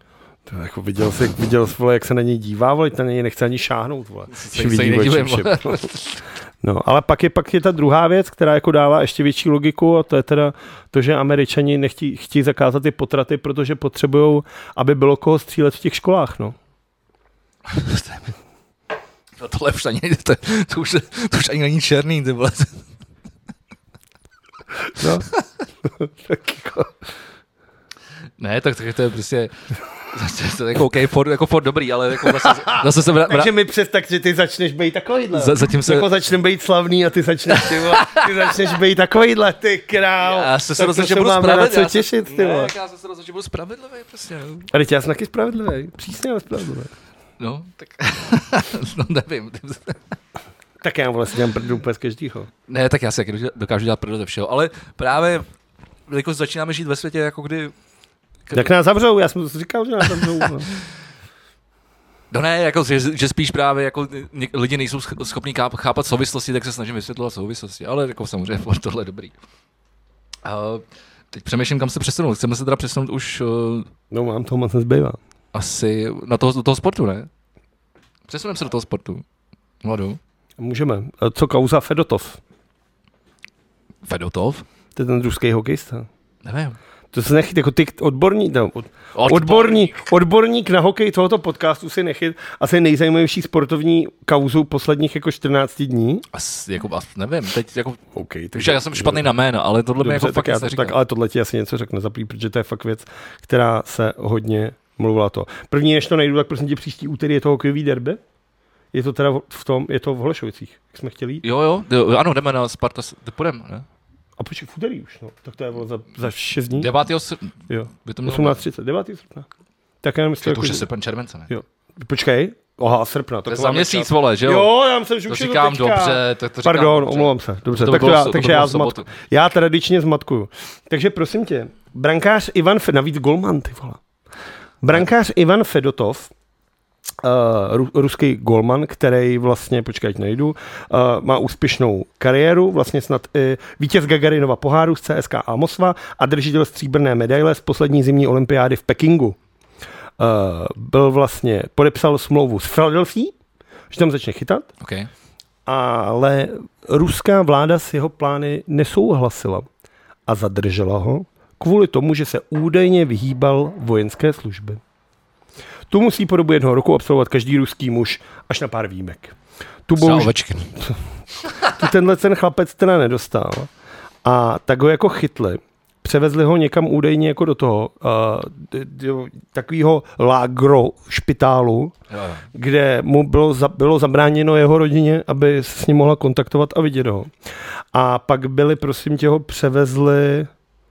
To jako viděl jsi, viděl jsi, vole, jak se na něj dívá, vole, na něj nechce ani šáhnout, vole. Se, se nedívím, No, ale pak je, pak je ta druhá věc, která jako dává ještě větší logiku, a to je teda to, že Američani nechtí, chtějí zakázat ty potraty, protože potřebujou, aby bylo koho střílet v těch školách, no. No tohle už ani, to, to, už, to už ani není černý, ty vole. No, tak jako... Ne, tak, tak to je prostě... To je jako OK, Ford, jako Ford dobrý, ale jako zase, zase se... Vra... Takže mi přestak, že ty začneš být takovýhle. Z, zatím se... Jako začnem být slavný a ty začneš, ty vole, ty začneš být takovýhle, ty král. Já se se rozhodl, že budu spravedlivý. Co těšit, ty vole. Ne, já se rozhodl, že budu spravedlivý, prostě. Ale já jsem taky spravedlivý, přísně ale spravedlivý. No, tak... no nevím. Tak já vlastně dělám prdu úplně z každýho. Ne, tak já si dokážu dělat prdu ze všeho, ale právě jako začínáme žít ve světě, jako kdy... Jak nás zavřou, já jsem to říkal, že nás zavřou. No. No ne, jako, že, že spíš právě jako lidi nejsou schopní chápat souvislosti, tak se snažím vysvětlovat souvislosti, ale jako samozřejmě tohle je dobrý. A teď přemýšlím, kam se přesunout. Chceme se teda přesunout už... Uh, no mám toho moc nezbývá. Asi na toho, do toho sportu, ne? Přesuneme se do toho sportu. Mladu. Můžeme. Co kauza Fedotov? Fedotov? To je ten ruský hokejista. Nevím. To se nechyt, jako ty odborník, no, od, odborník, odborník na hokej tohoto podcastu si nechyt asi nejzajímavější sportovní kauzu posledních jako čtrnáct dní. As, jako, as, nevím, teď jako, okay, takže já jsem špatný na jméno, ale tohle mi jako fakt já, tak, ale tohle ti asi něco řekne zaplý, protože to je fakt věc, která se hodně mluvila to. První, než to najdu, tak prosím tě příští úterý je to hokejový derby. Je to teda v tom, je to v Holešovicích, jak jsme chtěli. Jo, jo, jo, ano, jdeme na Sparta, půjdeme, ne? A počkej, v úterý už, no. Tak to je za, za šest dní. devátého srpna. Jo. osmnáct třicet, devátého srpna. Tak já myslím, to už je srpen července, ne? Jo. Počkej. Aha, srpna. To je za měsíc, čas. Vole, že jo? Jo, já jsem že už to říkám to dobře. To, to říkám Pardon, dobře. omlouvám se. Dobře, to tak to já, to takže já zmatku. Já tradičně zmatkuju. Takže prosím tě, brankář Ivan Fedotov, navíc golman, ty vole. Brankář Ivan Fedotov, Uh, ruský golman, který vlastně, počkej, ať nejdu, uh, má úspěšnou kariéru, vlastně snad i vítěz Gagarinova poháru z C S K A Moskva a držitel stříbrné medaile z poslední zimní olympiády v Pekingu. byl vlastně, podepsal smlouvu s Philadelphia, že tam začne chytat, okay. ale ruská vláda s jeho plány nesouhlasila a zadržela ho kvůli tomu, že se údajně vyhýbal vojenské služby. Tu musí po dobu jednoho roku absolvovat každý ruský muž až na pár výjimek. Tu, bohuž... tu tenhle ten chlapec teda nedostal a tak ho jako chytli. Převezli ho někam údajně jako do toho uh, do takového lágro špitálu, jo. kde mu bylo, za, bylo zabráněno jeho rodině, aby se s ním mohla kontaktovat a vidět ho. A pak byli, prosím tě, ho převezli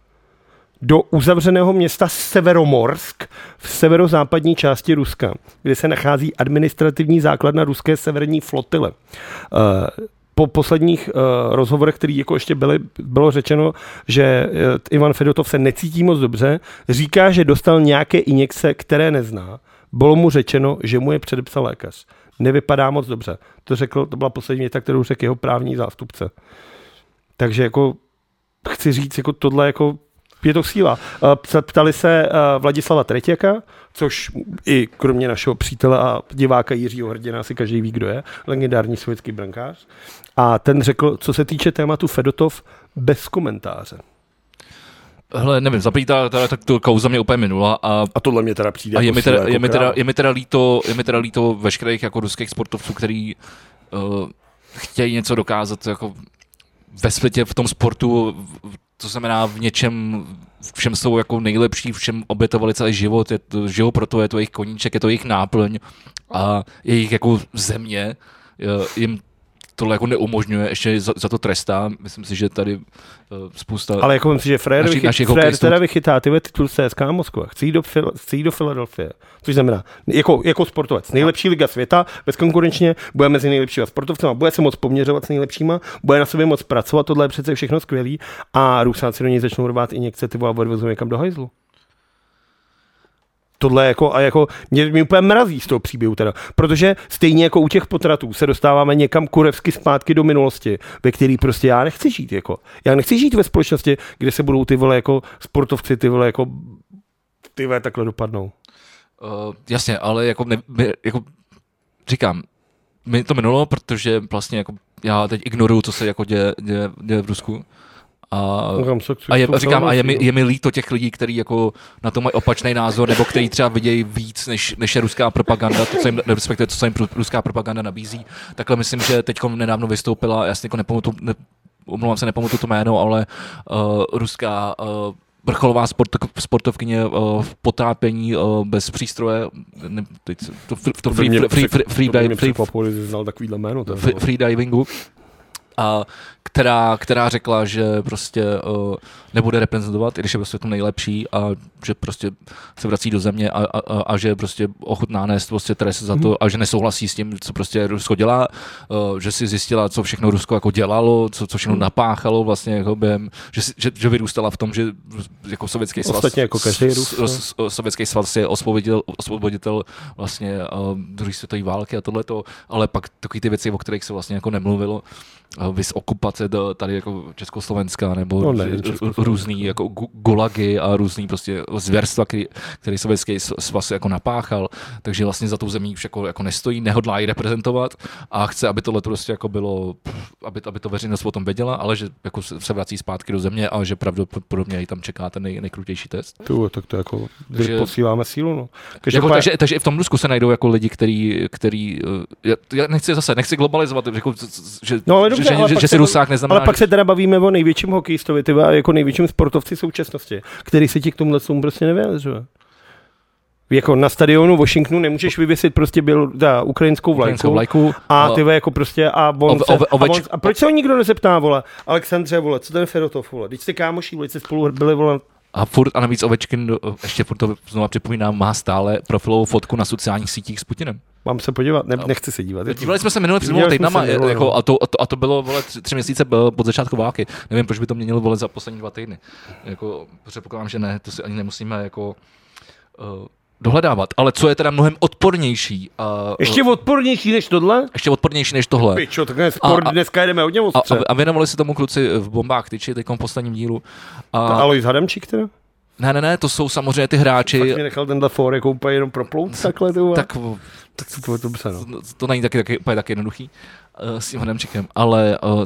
do uzavřeného města Severomorsk v severozápadní části Ruska, kde se nachází administrativní základna ruské severní flotile. Uh, Po posledních uh, rozhovorech, které jako ještě byly, bylo řečeno, že uh, Ivan Fedotov se necítí moc dobře, říká, že dostal nějaké injekce, které nezná. Bylo mu řečeno, že mu je předepsal lékař. Nevypadá moc dobře. To řekl, to byla poslední věta, kterou řekl jeho právní zástupce. Takže jako chci říct, jako tohle jako je to síla. Uh, ptali se uh, Vladislava Tretěka, což i kromě našeho přítele a diváka Jiřího Hrdina asi každý ví, kdo je, legendární sovětský brankář. A ten řekl, co se týče tématu Fedotov, bez komentáře. Hele, nevím, za ta, ta, ta, ta kauza mě úplně minula. A, a tohle mě teda přijde a je, jako mi teda, jako je, mi teda, je mi teda líto, je mi teda líto veškerých jako ruských sportovců, který uh, chtějí něco dokázat jako ve světě, v tom sportu, to znamená v něčem, v čem jsou jako nejlepší, v čem obětovali celý život, je to, žijou proto, je to jejich koníček, je to jejich náplň a jejich jako země jim tohle jako neumožňuje, ještě za, za to trestá. Myslím si, že tady uh, spousta... Ale jako myslím, že Frér vychytá, teda vychytá ty titul C S K a Moskva. Chci jít do, chci jít do Philadelphia. Což znamená, jako, jako sportovec, nejlepší liga světa, bezkonkurenčně, bude mezi nejlepšíma sportovcema, bude se moc poměřovat s nejlepšíma, bude na sobě moc pracovat, tohle je přece všechno skvělý a Rusáci do něj začnou rvát injekce, ty vole, odvezou někam do hajzlu. Tohle jako, a jako, mě, mě úplně mrazí z toho příběhu teda, protože stejně jako u těch potratů se dostáváme někam kurevsky zpátky do minulosti, ve který prostě já nechci žít, jako. Já nechci žít ve společnosti, kde se budou ty vole jako sportovci, ty vole jako, ty vole takhle dopadnou. Uh, jasně, ale jako, ne, my, jako říkám, mi to minulo, protože vlastně jako já teď ignoruju, co se jako děje, děje, děje v Rusku. A, a, je, říkám, a je, mi, je mi líto těch lidí, kteří jako na to mají opačný názor, nebo kteří třeba vidějí víc, než, než je ruská propaganda, to, co jim, respektive, co jim ruská propaganda nabízí. Takhle myslím, že teď nedávno vystoupila, já si jako nepamatuju, ne, omlouvám se, nepamatuju to jméno, ale uh, ruská uh, vrcholová sport, sportovkyně uh, v potápění uh, bez přístroje, ne, teď, to, to, to free, free, free, free, free, free, free, free, free divingu. A která, která řekla, že prostě uh, nebude reprezentovat, i když je prostě to nejlepší a že prostě se vrací do země a, a, a že prostě ochotná nést prostě trest za to a že nesouhlasí s tím, co prostě Rusko dělá, uh, že si zjistila, co všechno Rusko jako dělalo, co, co všechno napáchalo vlastně jako během, že, že, že vyrůstala v tom, že jako sovětský svaz, ostatně jako každý Rus, sovětský svaz je osvoboditel, osvoboditel vlastně uh, druhé světové války a tohleto, ale pak takový ty věci, o kterých se vlastně jako nemluvilo, vys okupace do, tady jako Československa nebo no ne, různý jako gulagy a různý prostě zvěrstva, který, který sovětský svaz jako napáchal, takže vlastně za tou zemí už jako, jako nestojí, nehodlá ji reprezentovat a chce, aby tohle prostě jako bylo, aby, aby to veřejnost o tom věděla, ale že jako se vrací zpátky do země a že pravděpodobně i tam čeká ten nej, nejkrutější test. Tu, tak to jako takže, posíláme sílu, no. Jako, takže, takže i v tom Rusku se najdou jako lidi, který, který já, já nechci zase, nechci globalizovat, jako, že, no, dobře, že, že, že si Rusák neznamená... Ale pak se teda bavíme o největším hokejistovi, tyva, jako největším sportovci současnosti, který se ti k tomuhle tomu prostě nevyjadřuje. Jako na stadionu Washingtonu nemůžeš vyvěsit prostě byl ta ukrajinskou vlajku, vlajku a ty jako prostě a on, se, a, on a proč se ho nikdo nezeptá, vole, Alexandře, vole, co ten Fedotov, vole, když jste kámoší, vole, jste spolu byli, vole. A furt a navíc Ovečkin, ještě furt to znovu připomínám, má stále profilovou fotku na sociálních sítích s Putinem. Mám se podívat, ne, nechci se dívat. Dívali jsme se minulý před dvěma týdnama jako, a, to, a, to, a to bylo vole, tři, tři měsíce pod začátku války. Nevím, proč by to měnilo vole za poslední dva týdny. Jako, předpokládám, že ne, to si ani nemusíme jako uh, dohledávat. Ale co je teda mnohem odpornější. Uh, ještě odpornější než tohle? Ještě odpornější než tohle. Pičo, tak sport, a, dneska jedeme hodně ostře. A, a věnovali se tomu kluci v Bombách tyči, teďkom v posledním dílu. A, Alois Hadamčík teda? Ne, ne, ne, to jsou samozřejmě ty hráči. Fakt mě nechal tenhle for jako úplně jenom proplout takhle. Tu, tak, tak to, to, to, to, no. to, to není taky, taky, úplně taky jednoduchý uh, s tím Hadamčíkem, ale uh,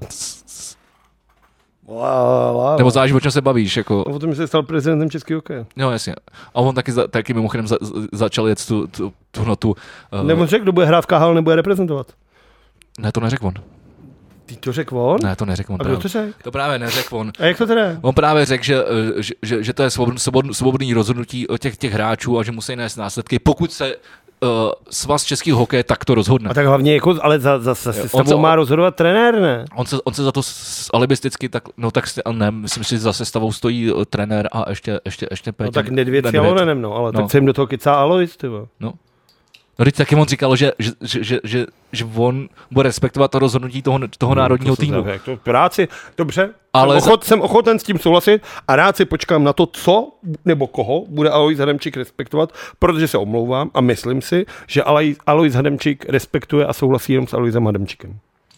Wow, wow. nebo záleží, o čem se bavíš. Jako. O tom, že se stal prezidentem českého hokeje. Jo, jasně. A on taky, za, taky mimochodem za, začal jet tu, tu, tu hnotu. Uh... Nebo řekl, kdo bude hrát v K H L, nebude reprezentovat. Ne, to neřekl on. Ty to řekl on? Ne, to neřekl on. A kdo to řekl? To právě neřekl on. A jak to teda? On právě řekl, že, že, že, že to je svobodný, svobodný rozhodnutí těch, těch hráčů a že musí nést následky, pokud se uh, svaz českého hokeje takto rozhodne. A tak hlavně, jako, ale za, za, za sestavu má rozhodovat trenér, ne? On se, on se za to alibisticky, tak, no tak ne, myslím si, že za sestavou stojí trenér a ještě, ještě, ještě Péťa. No tak Nedvěd s Jalonenem, no, ale no. Tak se jim do toho kycá Alois, tyvo. No. No teď taky on říkal, že, že, že, že, že on bude respektovat to rozhodnutí toho, toho no, národního to týmu. Jak to práci, dobře, ale jsem, ochot, za... jsem ochoten s tím souhlasit a rád si počkám na to, co nebo koho bude Alois Hadamčík respektovat, protože se omlouvám a myslím si, že Alois Hadamčík respektuje a souhlasí jenom s Aloisem Hadamčíkem.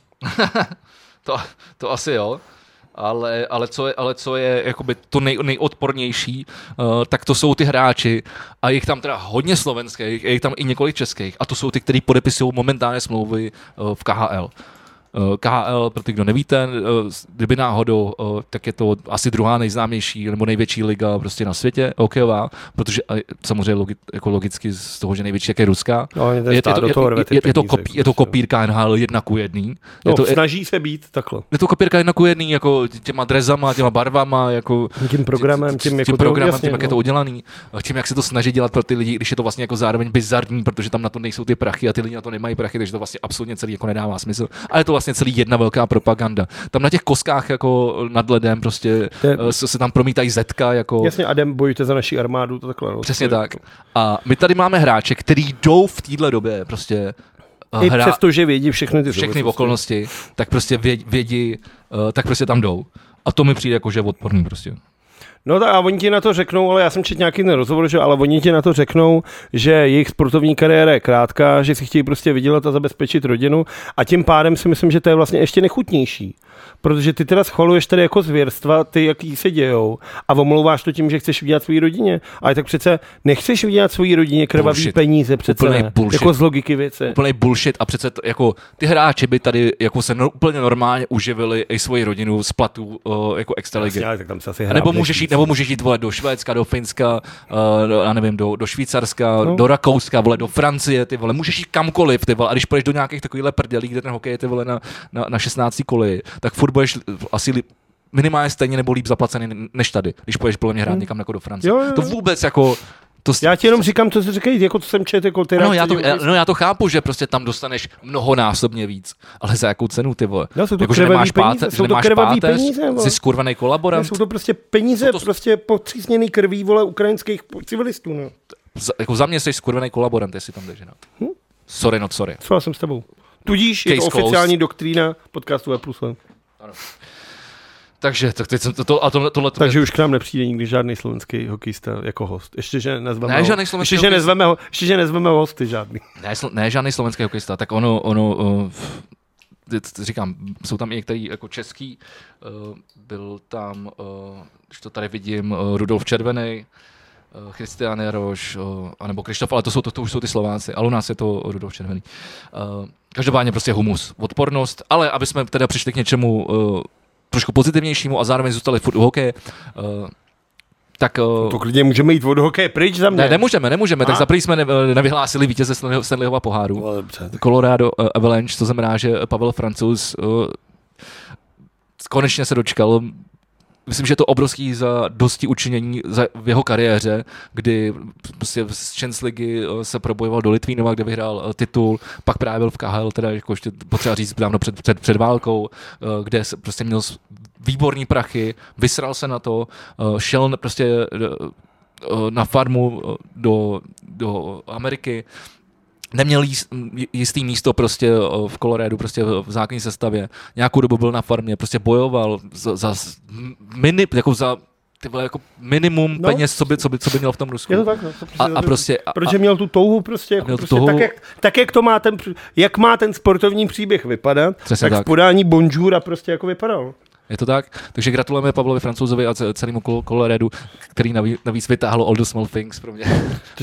to, to asi jo. Ale, ale, co je, ale co je jakoby to nej, nejodpornější, uh, tak to jsou ty hráči a je tam teda hodně slovenských, je tam i několik českých a to jsou ty, kteří podepisují momentálně smlouvy uh, v K H L. Uh, K H L, pro ty, kdo nevíte, uh, kdyby náhodou, uh, tak je to asi druhá nejznámější nebo největší liga prostě na světě, hokejová, protože uh, samozřejmě logi, jako logicky z toho, že největší, jak je ruská. No, je, je, je, to, je, je, je, to kopí, je to kopírka N H L jedna ku jedný. No, je to, snaží se být takhle. Je to kopírka jedna ku jedný, jako těma drezama, těma barvama, jako tím programem, tím, jako tím programem, jasně, tím, jak no. je to udělaný, tím, jak se to snaží dělat pro ty lidi, když je to vlastně jako zároveň bizarní, protože tam na to nejsou ty prachy a ty lidi na to nemají prachy, takže to vlastně absolutně celý jako nedává smysl. A je to vlastně celý jedna velká propaganda. Tam na těch koskách jako nad ledem prostě je... se, se tam promítají zetka jako... Jasně, Adem, bojujte za naši armádu, to takhle. No. Přesně tak. A my tady máme hráče, který jdou v téhle době prostě I hra... přesto, že vědí všechny ty všechny okolnosti, tak prostě vědí, vědí uh, tak prostě tam jdou. A to mi přijde jako, že odporný prostě. No tak a oni ti na to řeknou, ale já jsem četl nějaký ten rozhovor, že, ale oni ti na to řeknou, že jejich sportovní kariéra je krátká, že si chtějí prostě vydělat a zabezpečit rodinu a tím pádem si myslím, že to je vlastně ještě nechutnější. Protože ty teda schvaluješ tady jako zvěrstva, ty jaký se dějou a omlouváš to tím, že chceš vydělat svý rodině. Ale tak přece nechceš vydělat svý rodině krvavý bullshit. Peníze přece ne. Jako z logiky věci. Úplnej bullshit a přece to, jako ty hráči by tady jako se no, úplně normálně uživili i svoji rodinu z platů uh, jako extraligy. Jasně, tak tam se asi nebo můžeš jít, nebo můžeš jít vole do Švédska, do Finska, uh, do, já nevím, do, do Švýcarska, no. do Rakouska, vole, do Francie, ty vole, můžeš jít kamkoliv, ty vole, a když půjdeš do nějakých takovýchhle prdělí, kde ten hokej je ty vole na, na, na šestnácté koleji, tak furt budeš asi minimálně stejně nebo líp zaplacený než tady, když půjdeš podle mě hrát někam jako do Francie. Jo, jo, jo. To vůbec jako... To já ti jenom říkám, co si říkají, jako to jsem čet, jako ty no, já to, já, no já to chápu, že prostě tam dostaneš mnohonásobně víc, ale za jakou cenu, ty vole? No, jsou to jako, krvavý peníze, jsou to krvavý peníze, jsi skurvený kolaborant. Jsou to prostě peníze, to... prostě potřísněný krví, vole, ukrajinských civilistů, no. Za, jako za mě jsi skurvený kolaborant, jestli tam jdeš hrát. Hm? Sorry, not sorry. Co jsem s tebou. Tudíž je to oficiální doktrína podcastu E plus. Ano. Takže, tak teď jsem to, to, a tohle, tohle, Takže už k nám nepřijde nikdy žádný slovenský hokejista jako host. Ještě, že nezveme, ne, ho, ještě, že nezveme, ho, ještě, že nezveme hosty žádný. Ne, ne, žádný slovenský hokejista, tak ono, ono uh, říkám, jsou tam i některý jako český, uh, byl tam, uh, když to tady vidím, uh, Rudolf Červenej, uh, Christian Jaroš, uh, anebo Krištof, ale to, jsou, to, to už jsou ty Slováci, ale u nás je to Rudolf Červený. Uh, každopádně prostě humus, odpornost, ale aby jsme teda přišli k něčemu uh, trošku pozitivnějšímu a zároveň zůstali furt u hokeje, uh, tak... Uh, to klidně můžeme jít od hokeje pryč za mě. Ne, nemůžeme, nemůžeme, a? Tak za první jsme ne, nevyhlásili vítěze Stanleyhova poháru. Colorado uh, Avalanche, to znamená, že Pavel Francouz uh, konečně se dočkal. Myslím, že je to obrovský za dosti učinění za, v jeho kariéře, kdy prostě z Champions Ligy se probojoval do Litvínova, kde vyhrál titul, pak právě byl v K H L, teda jako ještě potřeba říct dávno před, před, před válkou, kde se prostě měl výborný prachy, vysral se na to, šel prostě na farmu do, do Ameriky, neměl jistý místo prostě v Coloradu, prostě v základní sestavě. Nějakou dobu byl na farmě, prostě bojoval za, za, mini, jako za ty vole, jako minimum no. peněz, co by, co, by, co by měl v tom Rusku. Je to tak, no. To a, a prostě, a, protože měl tu touhu prostě, jako prostě touhu, tak, jak, tak, jak to má ten, jak má ten sportovní příběh vypadat, tak, tak v podání Bonjoura prostě jako vypadal. Je to tak? Takže gratulujeme Pavlovi Francouzovi a celému Coloredu, který navíc vytáhlo All the Small Things pro mě.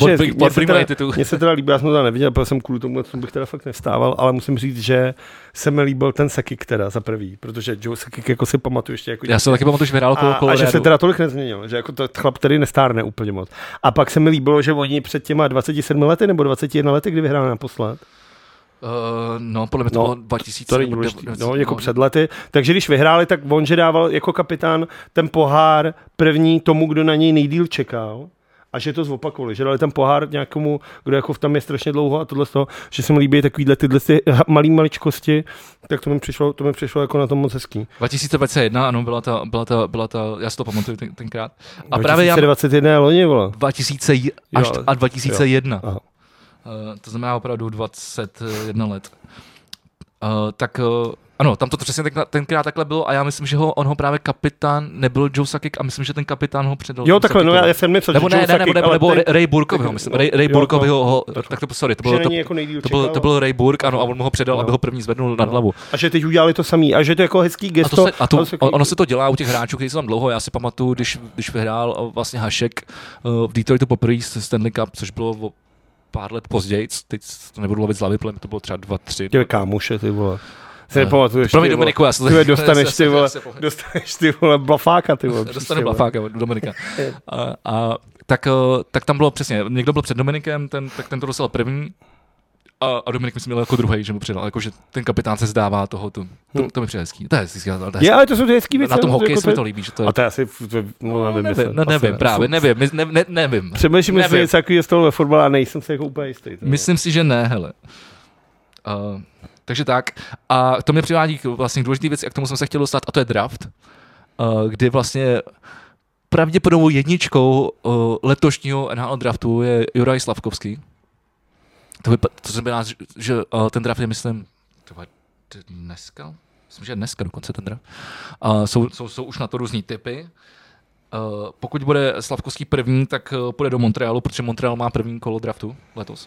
Mně se teda líbí, já jsem to teda neviděl, protože jsem kvůli tomu, bych teda fakt nevstával, ale musím říct, že se mi líbil ten Sakic teda za prvý, protože Joe Sakic jako si pamatuju ještě jako... Já se taky pamatuju, že vyhrál Coloredu. A, a že se teda tolik nezměnil, že jako to chlap tady nestárne úplně moc. A pak se mi líbilo, že oni před těma dvaceti sedmi lety nebo dvaceti jedné lety, kdy vyhrál naposled. Uh, no, podle mě to no, bylo dva tisíce. To není důležitý, no, jako no. před lety. Takže když vyhráli, tak on, že dával jako kapitán ten pohár první tomu, kdo na něj nejdýl čekal. A že to zopakovali, že dali ten pohár nějakému, kdo jako tam je strašně dlouho a tohle z toho, že se mi líbí takovýhle tyhle ty malý maličkosti, tak to mi přišlo, to mi přišlo jako na tom moc hezký. dva tisíce dvacet jedna, ano, byla ta, byla ta, byla ta, já si to pamatuju ten, tenkrát. A dva tisíce dvacet jedna je loni, vole. dva tisíce až jo, a dva tisíce jedna. Jo. Uh, to znamená opravdu dvacet jedna let. Uh, tak uh, ano, tam to přesně tenkrát takhle bylo a já myslím, že ho, on ho právě kapitán nebyl Joe Sakic a myslím, že ten kapitán ho předal. Jo, takhle, no já jsem myslel, nebo že ne, Joe ne, Sakic, nebo, nebo ten... Ray Burkovi, myslím. Ray, Ray Burkovi ho, ho, tak to, sorry, to bylo, to, jako to, byl, to byl Ray Burk, ano, a on mu ho předal, no. aby ho první zvednul nad hlavu. A že teď udělali to samý, a že to jako hezký gesto. A, to se, a to, ono se to dělá u těch hráčů, kteří jsou tam dlouho, já si pamatuju, když, když vyhrál vlastně Hašek uh, v Detroitu poprvé Stanley Cup, což bylo pár let později, teď to nebudu lovit z hlavy, to bylo třeba dva, tři. Těle kámoše, ty vole. Se nepamatuješ, Promiň, Dominiku, já se ty dostaneš, ty vole, dostaneš ty vole blafáka, ty vole. Dostanu blafáka, Dominika. A, a tak, tak tam bylo přesně, někdo byl před Dominikem, ten, tak ten to dostal první a, a Dominik myslím měl jako druhý, že mu předal, jakože ten kapitán se zdává toho, to, to, to mi přijde hezký. To je hezký, to je hezký. Je, ale to jsou ty hezký věci. Na tom hokeji se mi to líbí, že to je... A to je asi, no nevím, nevím, no, nevím právě, nevím, ne, ne, nevím. Přemýšlím, jestli něco takového stalo ve fotbale a nejsem se jako úplně jistý. Myslím si, že ne, hele. Uh, takže tak. A to mě přivádí k vlastně důležitý věci, a k tomu jsem se chtěl dostat, a to je draft, uh, kdy vlastně pravděpodobnou jedničkou uh, letošního N H L draftu je Juraj Slavkovský. To, vypa- to znamená, že uh, ten draft je, myslím, to je dneska? Myslím, že je dneska dokonce ten draft. Uh, jsou, jsou, jsou už na to různý typy. Uh, pokud bude Slavkovský první, tak uh, půjde do Montrealu, protože Montreal má první kolo draftu letos.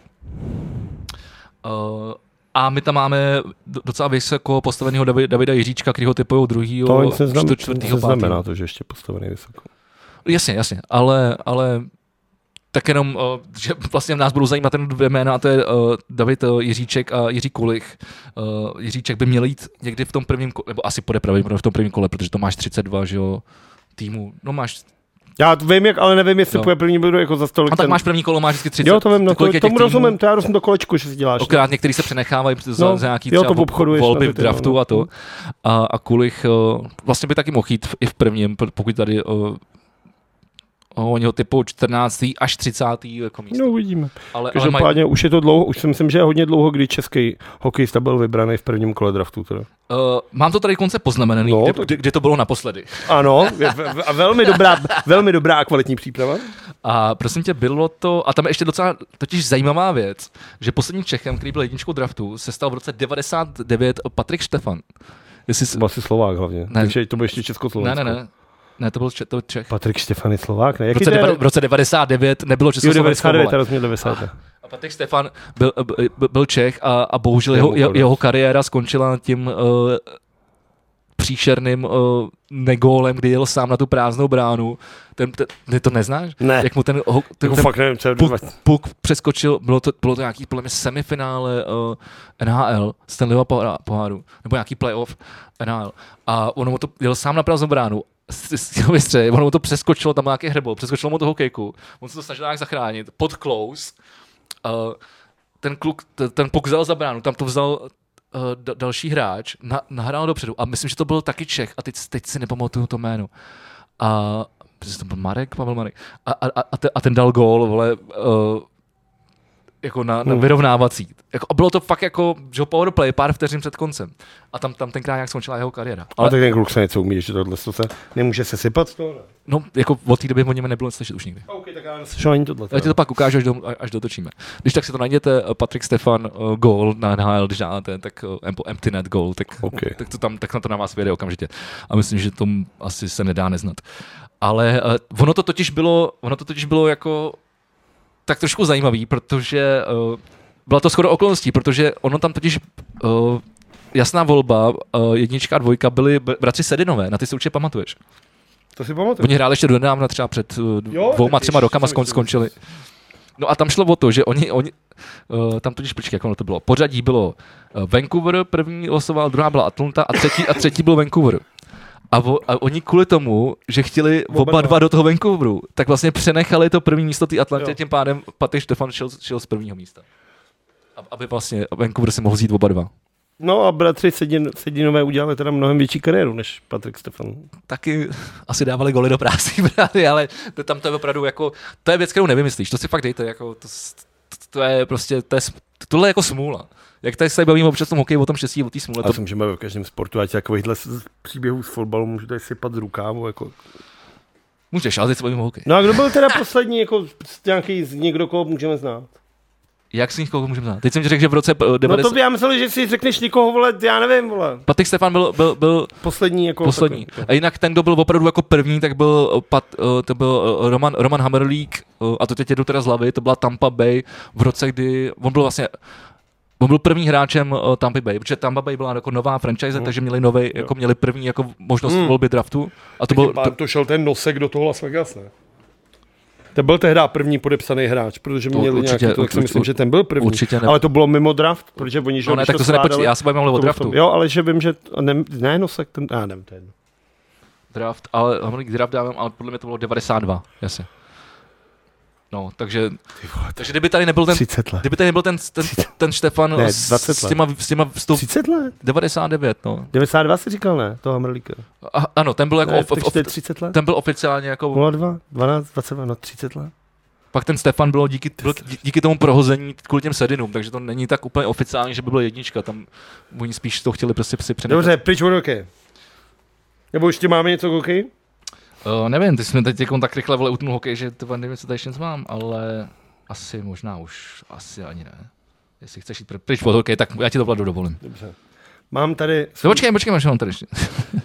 Uh, A my tam máme docela vysoko postaveného Davida Jiříčka, který ho typují druhýho, to čtvrt, čtvrtýho, pátýho. To znamená to, že ještě postavený vysoko. Jasně, jasně, ale, ale tak jenom, že vlastně nás budou zajímat ten dvě jména, a to je uh, David Jiříček a Jiří Kulich. Uh, Jiříček by měl jít někdy v tom prvním kole, nebo asi půjde pravděpodobně v tom prvním kole, protože to máš třicet dva, že jo, týmu, no máš... Já vím, jak, ale nevím, jestli půjde první, budu jako za stolik. A tak ten... máš první kolo, máš vždycky třicet. Jo, to vím, no, to, tomu rozumím, to já rozumím to kolečku, že si děláš. Okrát některý se přenechávají za, no, za nějaký jo, třeba obchoduješ, volby v ty, draftu no, a to. A, a Kulich uh, vlastně by taky mohl jít v, i v prvním, pokud tady uh, oni ho typou čtrnáctý až třicátý jako místo. No uvidíme. Ale, Každopádně ale maj... už je to dlouho, už si myslím, že je hodně dlouho, kdy český hokejista byl vybraný v prvním kole draftu. Teda. Uh, mám to tady konce poznamenaný, no, kdy, to... kdy, kdy to bylo naposledy. Ano, a velmi dobrá, velmi dobrá a kvalitní příprava. A prosím tě, bylo to, a tam je ještě docela totiž zajímavá věc, že posledním Čechem, který byl jedničkou draftu, se stal v roce devadesát devět Patrik Štefan. Jestli to byl asi Slovák hlavně, ne. Takže to byl ještě Československo. Ne, ne, ne. Ne, to byl, če- to byl Čech. Patrik Štefan je Slovák, ne? V roce, deva- v roce devadesát devět nebylo Československo. Jo, devadesát devět, devadesát. A, a Patrik Štefan byl, byl, byl Čech a, a bohužel jeho, jeho, jeho kariéra skončila tím uh, příšerným uh, nególem, kdy jel sám na tu prázdnou bránu. Ten, ten, ty to neznáš? Ne. Jak mu ten, ten, ten, ten fakt nevím, co puk, puk přeskočil, bylo to, bylo to nějaký podle mě semifinále uh, N H L, Stanleyho poháru, nebo nějaký playoff N H L. A ono mu to jel sám na prázdnou bránu. Vystře, ono mu to přeskočilo, tam nějaký hrebol, přeskočilo mu to hokejku, on se to snažil nějak zachránit, pod close, uh, ten kluk, t- ten puk vzal za bránu, tam to vzal uh, d- další hráč, na, nahrál dopředu a myslím, že to byl taky Čech a teď, teď si nepamatuju to jméno. A to byl Marek, Pavel Marek. A, a, a, te, a ten dal gól, vole, uh, jako na, na vyrovnávací. Jako, a bylo to fakt jako, že powerplay pár vteřin před koncem. A tam, tam tenkrát nějak skončila jeho kariéra. Ale tak ten kluk se něco umí, že tohle se nemůže se sypat z toho, ne? No, jako od té doby o něm nebylo slyšet už nikdy. OK, tak já neslyšel ani tohle. Já ti to pak ukážu, až, do, až dotočíme. Když tak si to najděte, Patrik Štefan uh, goal na N H L, když dáte, tak uh, empty net goal, tak, okay. tak, to tam, tak na to na vás vyjde okamžitě. A myslím, že tomu asi se nedá neznat. Ale uh, ono to totiž bylo, ono to totiž bylo jako tak trošku zajímavý, protože uh, byla to shodou okolností, protože ono tam totiž uh, jasná volba, uh, jednička a dvojka byli bratři Sedinové, na ty si určitě pamatuješ. To si pamatuju. Oni hráli ještě donedávna třeba před uh, jo, dvouma, třema rokama skon, skončili. No a tam šlo o to, že oni, oni uh, tam totiž, počkej, jak ono to bylo, pořadí bylo uh, Vancouver, první losoval, druhá byla Atlanta a třetí, a třetí byl Vancouver. A, vo, a oni kvůli tomu, že chtěli oba, oba dva do toho Vancouveru, tak vlastně přenechali to první místo té Atlanty, tím pádem Patrik Štefan šel, šel z prvního místa. Aby vlastně Vancouver si mohl vzít oba dva. No a bratři Sedin, Sedinové udělali teda mnohem větší kariéru než Patrik Štefan. Taky asi dávali goly do prázdný brány, ale to, tam to je opravdu jako, to je věc, kterou nevymyslíš, to si fakt dejte, jako, to, to, to je prostě, to je, tohle je jako smůla. Jak tady se bavíme občas o tom hokeji, o tom štěstí, o té smůle. A to můžeme v každém sportu, ať takovýchhle příběhů z fotbalu můžu tady sypat z rukávu, jako... Můžeš, ale teď se bavíme o hokeji. No a kdo byl teda poslední, jako nějaký z někdo, koho můžeme znát? Jak si někoho můžeme znát? Teď jsem ti řekl, že v roce devadesát... No to by já myslel, že si řekneš někoho, vole, já nevím, vole. Patrik Štefan byl, byl, byl poslední, jako poslední. Takový. A jinak ten, kdo byl opravdu jako první, tak byl, Pat, to byl Roman, Roman Hamrlík, a to teď jedu teda z hlavy, to byla Tampa Bay v roce, kdy on byl vlastně... On byl první hráčem Tampa Bay, protože Tampa Bay byla jako nová franchise, mm. takže měli novej, jako měli první jako možnost mm. volby draftu. A to, byl, to... to šel ten nosek do toho Las Vegas, ne? To byl tehdy první podepsaný hráč, protože měli určitě, nějaký, to, tak si myslím, že ten byl první. Určitě ne. Ale to bylo mimo draft, protože oni že no ne, tak to se nepočítá, já se bavím o draftu. Jo, ale že vím, že ne, ne nosek, ten, já nevím, ten. Draft, ale draft dávám, ale podle mě to bylo devadesát dva, jasně. No, takže, takže kdyby tady nebyl ten, kdyby tady nebyl ten, ten, ten Štefan ne, s těma, s těma vstup... třicet let? devadesát devět, no. devadesát dva jsi říkal, ne? Toho Hamrlíka. A, ano, ten byl jako... Ne, of, of, třicet let? Ten byl oficiálně jako... nula dva, dvanáct, dvacet dva, no třicet let. Pak ten Stefan bylo díky, byl díky tomu prohození kvůli těm Sedinům, takže to není tak úplně oficiálně, že by byl jednička, tam oni spíš to chtěli prostě si přenechat. Dobře, pryč od hokeje. Nebo ještě máme něco k hokeji? Uh, nevím, ty jsi mi teď jako tak rychle vole utnul hokej, že to nevím, co tady ještě mám, ale asi možná už, asi ani ne. Jestli chceš jít pryč od hokej, tak já ti to vládu dovolím. Dobře. Mám tady... No, počkej, počkej, máš mám tady ještě.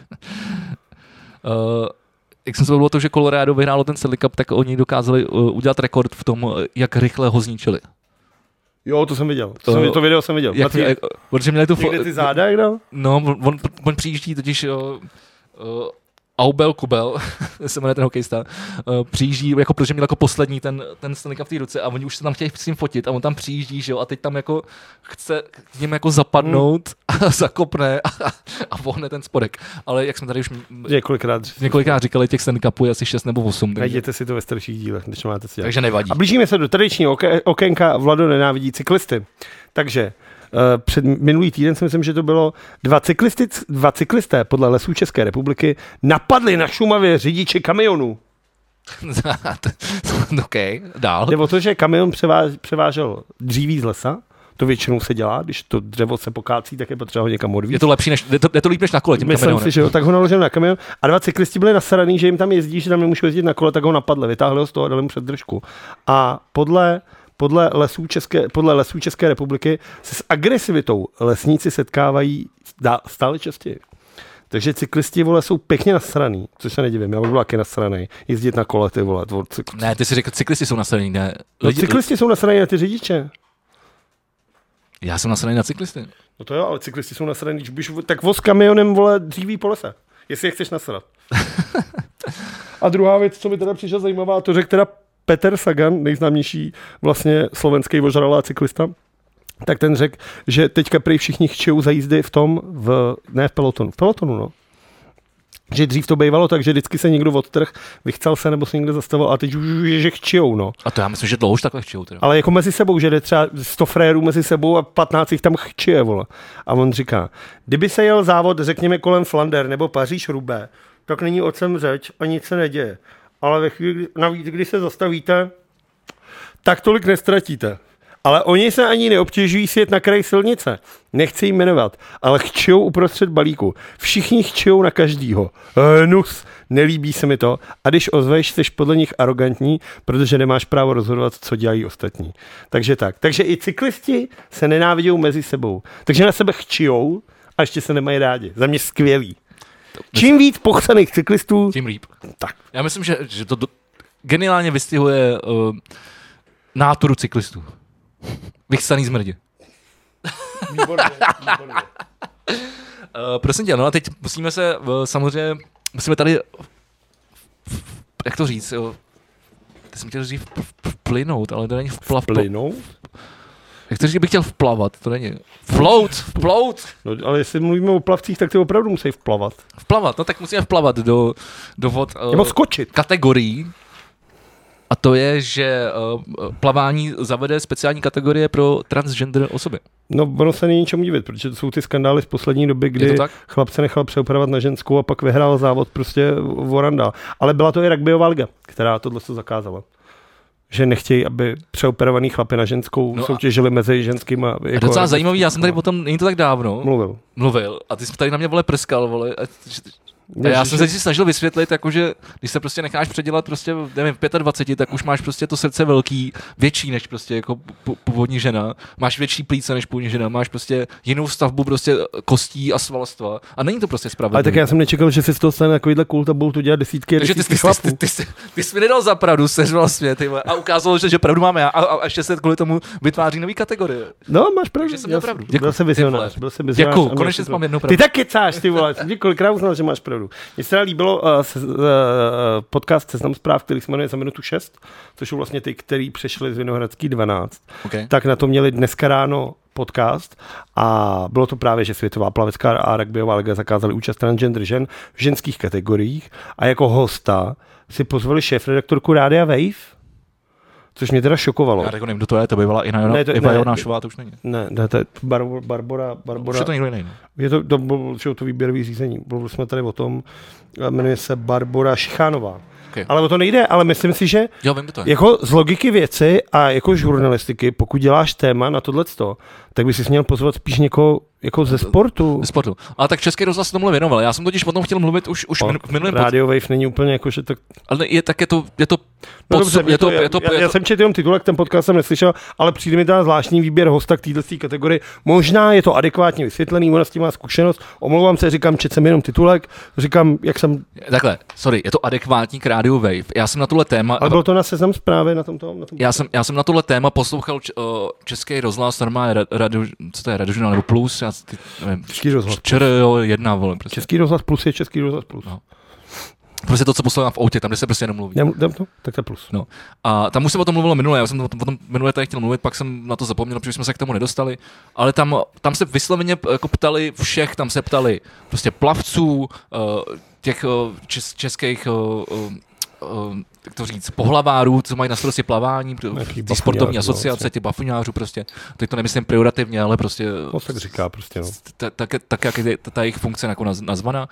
uh, jak jsem se bavil o tom, že Colorado vyhrálo ten Stanley Cup, tak oni dokázali uh, udělat rekord v tom, jak rychle ho zničili. Jo, to jsem viděl. To, uh, jsem, to video jsem viděl. Jak, jak, protože měli tu fo- někde ty záda, jak dal? No, on, on, on přijíždí totiž... Uh, uh, Aubel Kubel, se jmenuje ten hokejista, uh, přijíždí, jako, protože měl jako poslední ten, ten Stanley Cup v té ruce a oni už se tam chtějí s ním fotit a on tam přijíždí, že jo, a teď tam jako chce k ním jako zapadnout mm. a zakopne a, a vohne ten spodek. Ale jak jsme tady už několikrát, několikrát říkali, těch Stanley Cupů je asi šest nebo osm. Najděte si to ve starších dílech, než máte si. Takže nevadí. A blížíme se do tradičního okénka Vlado nenávidí cyklisty. Takže Uh, před minulý týden si myslím, že to bylo dva, cyklisty, dva cyklisté podle Lesů České republiky napadli na Šumavě řidiče kamionů. OK, dál. Jde o to, že kamion převáž, převážel dříví z lesa. To většinou se dělá, když to dřevo se pokácí, tak je potřeba ho někam odvízt. Je to lepší, než, je to, je to líp než na kole tím Myslím kamionem. si, že jo, tak ho naložil na kamion a dva cyklisti byli nasraný, že jim tam jezdí, že tam nemůžou jezdit na kole, tak ho napadli, vytáhli ho z toho a dali mu předdržku. A podle Podle lesů, České, podle lesů České republiky se s agresivitou lesníci setkávají stále častěji. Takže cyklisti, vole, jsou pěkně nasraný, což se nedivím, já bych byl taky nasraný, jezdit na kole, ty vole. Cykl... Ne, ty si řekl, cyklisti jsou nasraný, ne. No, cyklisti jsou nasraný na ty řidiče. Já jsem nasraný na cyklisty. No to jo, ale cyklisti jsou nasraný, když bys, tak voz kamionem, vole, dříví po lese, jestli je chceš nasrat. A druhá věc, co mi teda přišla zajímavá, to řekl teda Peter Sagan, nejznámější vlastně slovenský ožralá cyklista, tak ten řekl, že teďka prý všichni chčijou za jízdy v tom, v, ne v pelotonu, v pelotonu, no. Že dřív to bývalo tak, že vždycky se někdo odtrh, vychcal se nebo se někde zastavil a teď už je, že chčijou, no. A to já myslím, že dlouho už takhle chčijou. Teda. Ale jako mezi sebou, že jde třeba sto frérů mezi sebou a patnáct jich tam chčije, vole. A on říká, kdyby se jel závod, řekněme kolem Flander nebo Paříž-Roubaix, tak není o čem řeč a nic se neděje. Ale ve chvíli, navíc, když se zastavíte, tak tolik nestratíte. Ale oni se ani neobtěžují sjet na kraji silnice. Nechci jim jmenovat, ale chčijou uprostřed balíku. Všichni chčijou na každýho. Hnus, nelíbí se mi to. A když ozveš, jsi podle nich arrogantní, protože nemáš právo rozhodovat, co dělají ostatní. Takže tak. Takže i cyklisti se nenávidí mezi sebou. Takže na sebe chčijou a ještě se nemají rádi. Za mě skvělý. Čím víc pochcených cyklistů, tím líp. Tak. Já myslím, že, že to do, geniálně vystihuje uh, náturu cyklistů. Vychcaný zmrdě. Výborně, výborně. prosím tě, no a teď musíme se uh, samozřejmě, musíme tady, jak to říct, jo, teď jsem chtěl říct vplynout, ale to není vplav. Vplynout? Jak to říct, bych chtěl vplavat, to není. Float, float. No, ale jestli mluvíme o plavcích, tak ty opravdu musí vplavat. Vplavat, no tak musíme vplavat do, do vod. Uh, Nebo skočit. Kategorií. A to je, že uh, plavání zavede speciální kategorie pro transgender osoby. No, ono se není ničemu divit, protože to jsou ty skandály z poslední doby, kdy chlap se nechal přeoperovat na ženskou a pak vyhrál závod prostě voranda. Ale byla to i rugbyová liga, která tohle to zakázala. Že nechtějí, aby přeoperovaný chlapy na ženskou no soutěžili mezi ženskýma. Jako a docela zajímavý, já jsem tady potom, není to tak dávno, mluvil. Mluvil. A ty jsi tady na mě vole prskal, vole. A, a já jsem se si snažil vysvětlit, jakože když se prostě necháš předělat prostě, nevím, v dvaceti pěti, tak už máš prostě to srdce velký, větší než prostě jako původní žena, máš větší plíce než původní žena, máš prostě jinou stavbu prostě kostí a svalstva a není to prostě spravedlivé. Ale tak já jsem nečekal, že si z toho stane takovýhle kult a budou to dělat desítky a desítky chlapů. Ty, ty, ty, ty, ty jsi mi nedal za pravdu, seřval svět a ukázalo, že, že pravdu máme já a, a ještě se kvůli tomu vytváří nový kategorie. No, máš pravdu. Takže jsem měl pravdu. Byl jsem vizionář, byl jsem vizionář. Děkuju, konečně jsem mám jednou pravdu. Ty taky cáš, ty vole, jsem několikrát uznal, že máš pravdu. Mně se líbilo uh, se, uh, podcast Seznam zpráv, který se jmenuje Za minutu šest, což jsou vlastně ty, který přešli z Vinohradský dvanáct. Okay. Tak na to měli dneska ráno podcast a bylo to právě, že Světová plavecká a rugbyová liga zakázali účast transgender žen v ženských kategoriích a jako hosta si pozvali šéfredaktorku Rádia Wave, což mě teda šokovalo. Já nevím, kdo to je, to bývala i na Iva Jonášová, to už není. Ne, ne, to je Bar, Barbora, Barbora. Už je to někdo jiný. Je to, to bylo to výběrové řízení. Bylo jsme tady o tom, jmenuje se Barbora Šichánová. Okay. Ale o to nejde, ale myslím si, že jo, vím, to je. Jako z logiky věci a jako žurnalistiky, pokud děláš téma na tohleto, tak by si měl pozvat spíš někoho jako ze sportu. Ze sportu. Ale tak Český rozhlas tomu věnoval. Já jsem totiž potom chtěl mluvit už, už v minulém Radio Wave není úplně jako, že tak... Ale je, tak je to... Je to no dobře, je to, je to, já, já jsem četl jenom titulek, ten podcast jsem neslyšel, ale přijde mi teda zvláštní výběr hosta k této kategorii. Možná je to adekvátně vysvětlený, ona s tím má zkušenost. Omlouvám se, říkám, četl jsem jenom titulek, říkám, jak jsem... Takhle, sorry, je to adekvátní k Radio Wave. Já jsem na tohle téma... Ale bylo to na Seznam zprávy na tomto... Na tom já, jsem, já jsem na tohle téma poslouchal č, uh, Český rozhlas, normálně radio, co to je, Radiožurnál nebo Plus, já ty, nevím, Český rozhlas. Čer, jo, jedna, vole, prostě. Český rozhlas Plus je Český rozhlas Plus. No. Prostě to, co poslouchám v autě, tam, kde se prostě jenom mluví. Dám to? Tak to je Plus. No. A tam už jsem o tom mluvil minule, já jsem o tom minule tady chtěl mluvit, pak jsem na to zapomněl, protože jsme se k tomu nedostali, ale tam, tam se vysloveně jako ptali všech, tam se ptali prostě plavců, těch čes, českých jak to říct, pohlavárů, co mají na starosti plavání, ty sportovní asociace, no, ty bafuňářů prostě, teď to nemyslím pejorativně, ale prostě, no, tak říká prostě, no. tak, tak, tak jak je ta jejich funkce jako nazvaná.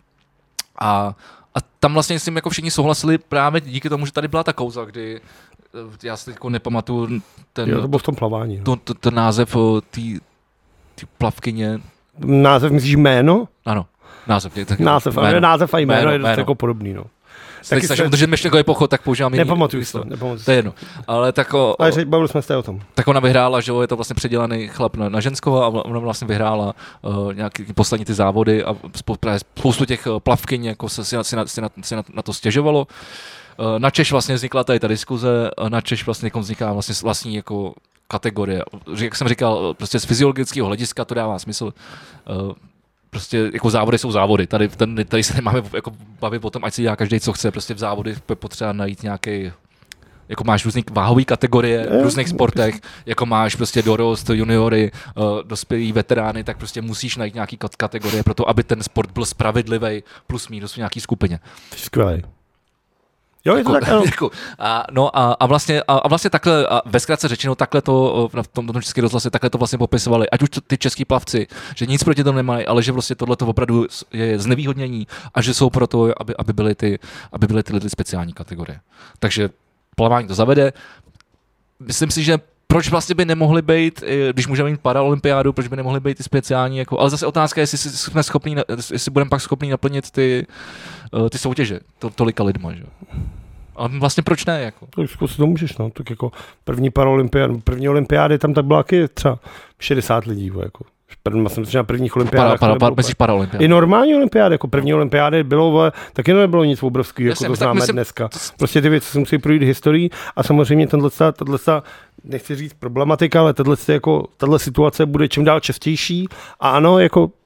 A, a tam vlastně s tím jako všichni souhlasili právě díky tomu, že tady byla ta kauza, kdy já si jako nepamatuju ten, jo, to bylo v tom plavání, no. to, to, ten název té plavkyně. Název myslíš jméno? Ano, název. Tak, název, jméno. název a jméno, jméno jméno je dost jméno. jako podobný, no. Taky se držet myšlenkový pochod, tak používám jiný. Nepamatuju si to, nepamatuju si. To je jedno. Ale tak o, Ale bavili jsme se o tom. Tak ona vyhrála, že je to vlastně předělaný chlap na, na ženskou a ona vlastně vyhrála uh, nějaký poslední ty závody a spoustu těch plavkyň jako se si, si, na, si, na, si na, na to stěžovalo. Uh, na Češ vlastně vznikla tady ta diskuze, na Češ vlastně vzniká vlastně vlastní jako kategorie. Jak jsem říkal, prostě z fyziologického hlediska to dává smysl. Uh, Prostě jako závody jsou závody. Tady, tady, tady se nemáme jako bavit o tom, ať si dělá každý, co chce. Prostě v závody je potřeba najít nějaký, jako máš různý váhový kategorie v různých sportech, jako máš prostě dorost, juniory, uh, dospělí veterány, tak prostě musíš najít nějaký kategorie pro to, aby ten sport byl spravedlivý plus minus v nějaký skupině. Skvělej. Jo, je to jako, tak, ano. Jako, a, no a, a, vlastně, a, a vlastně takhle, a ve zkratce řečeno, takhle to v tom, tom českém rozhlase, takhle to vlastně popisovali, ať už to, ty český plavci, že nic proti tomu nemají, ale že vlastně tohle to opravdu je znevýhodnění a že jsou pro to, aby, aby byly ty, aby byly ty, ty speciální kategorie. Takže plavání to zavede. Myslím si, že proč vlastně by nemohly být, když můžeme mít paraolympiádu, proč by nemohly být ty speciální, jako, ale zase otázka je, jestli jsme schopní, jestli budeme pak schopní naplnit ty, ty soutěže to, tolika lidma, že? Ale vlastně proč ne, jako? Tak si to můžeš, no, tak jako první paraolympiády, první olympiády, tam tak byla třeba šedesát lidí, jako. První, jsem na prvních olympiádách. Para, para, para, paraolympiády. I normální olympiády, jako první olympiády bylo, taky nebylo nic obrovského, jako to známe myslím, dneska. Prostě ty věci se musí projít historií a samozřejmě tenhle, tenhle, nechci říct problematika, ale tato, jako, tato situace bude čím dál častější a ano, jako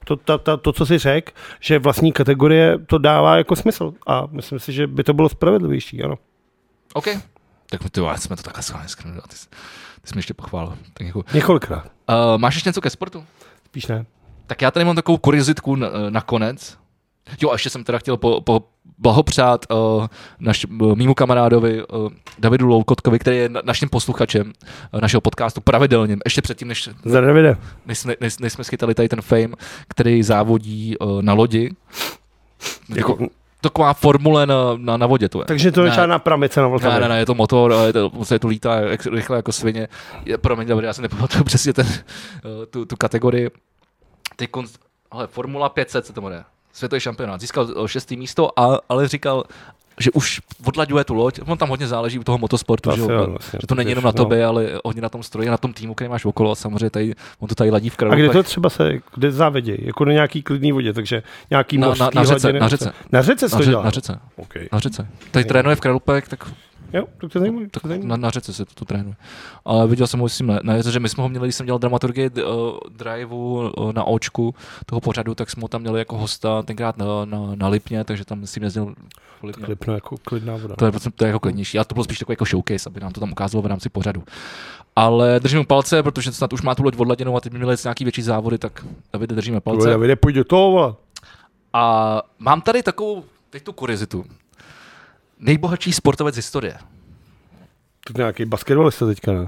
To, to, to, to co jsi řekl, že vlastní kategorie to dává jako smysl a myslím si, že by to bylo spravedlivější, ano. OK. Tak my, tyvo, jsme to takhle schválně skrnuli. Ty, ty jsi mi ještě pochválil. Tak jako... Několikrát. Uh, máš ještě něco ke sportu? Spíš ne. Tak já tady mám takovou kuriozitku na, nakonec. Jo, a ještě jsem teda chtěl po, po blahopřát uh, naš, uh, mýmu kamarádovi uh, Davidu Loukotkovi, který je na, naším posluchačem uh, našeho podcastu pravidelně, ještě předtím, než, než, než, než, než jsme schytali tady ten fame, který závodí uh, na lodi. Jako, taková formule na, na, na vodě to je. Takže to je žádná pramice na Vltavě. Ne, ne, ne, je to motor, ale je to, je to lítá jak, rychle jako svině. Je, promiň, David, já si nepamatuju přesně ten, uh, tu, tu kategorii. Ty konst, ale Formula pět set se tomu jde. Světový šampionát. Získal šestý místo, a, ale říkal, že už odlaďuje tu loď. On tam hodně záleží u toho motosportu, že, jo, vlastně, že to není jenom na tobě, no. Ale hodně na tom stroji, na tom týmu, který máš okolo. A samozřejmě tady, on to tady ladí v Kralupech. A kde to třeba se, kde závědí? Jako na nějaký klidný vodě, takže nějaký na, mořský na, na řece, hladiny. Na řece. Na řece se to dělá? Na řece. Okay. Na řece. Tady trénuje v Kralupech, tak... Jo, to je zajímavé. Tak na, na řece se to tu trénuje. Ale viděl jsem ho myslím na, na jeře, že my jsme ho měli, když jsem dělal dramaturgii uh, driveu uh, na Očku toho pořadu, tak jsme ho tam měli jako hosta tenkrát na, na, na Lipně, takže tam myslím jezdil po Lipně. Lipno jako klidná voda. To je, to je jako klidnější. A to bylo spíš takový jako showcase, aby nám to tam ukázalo v rámci pořadu. Ale držím mu palce, protože snad už má tu loď odladěnou a teď by měli nějaký větší závody, tak Davide, držíme palce. Davide, pojď do toho. A mám tady takovou, teď tu kuriozitu. Nejbohatší sportovec historie. To je nějaký basketbalista teďka, ne?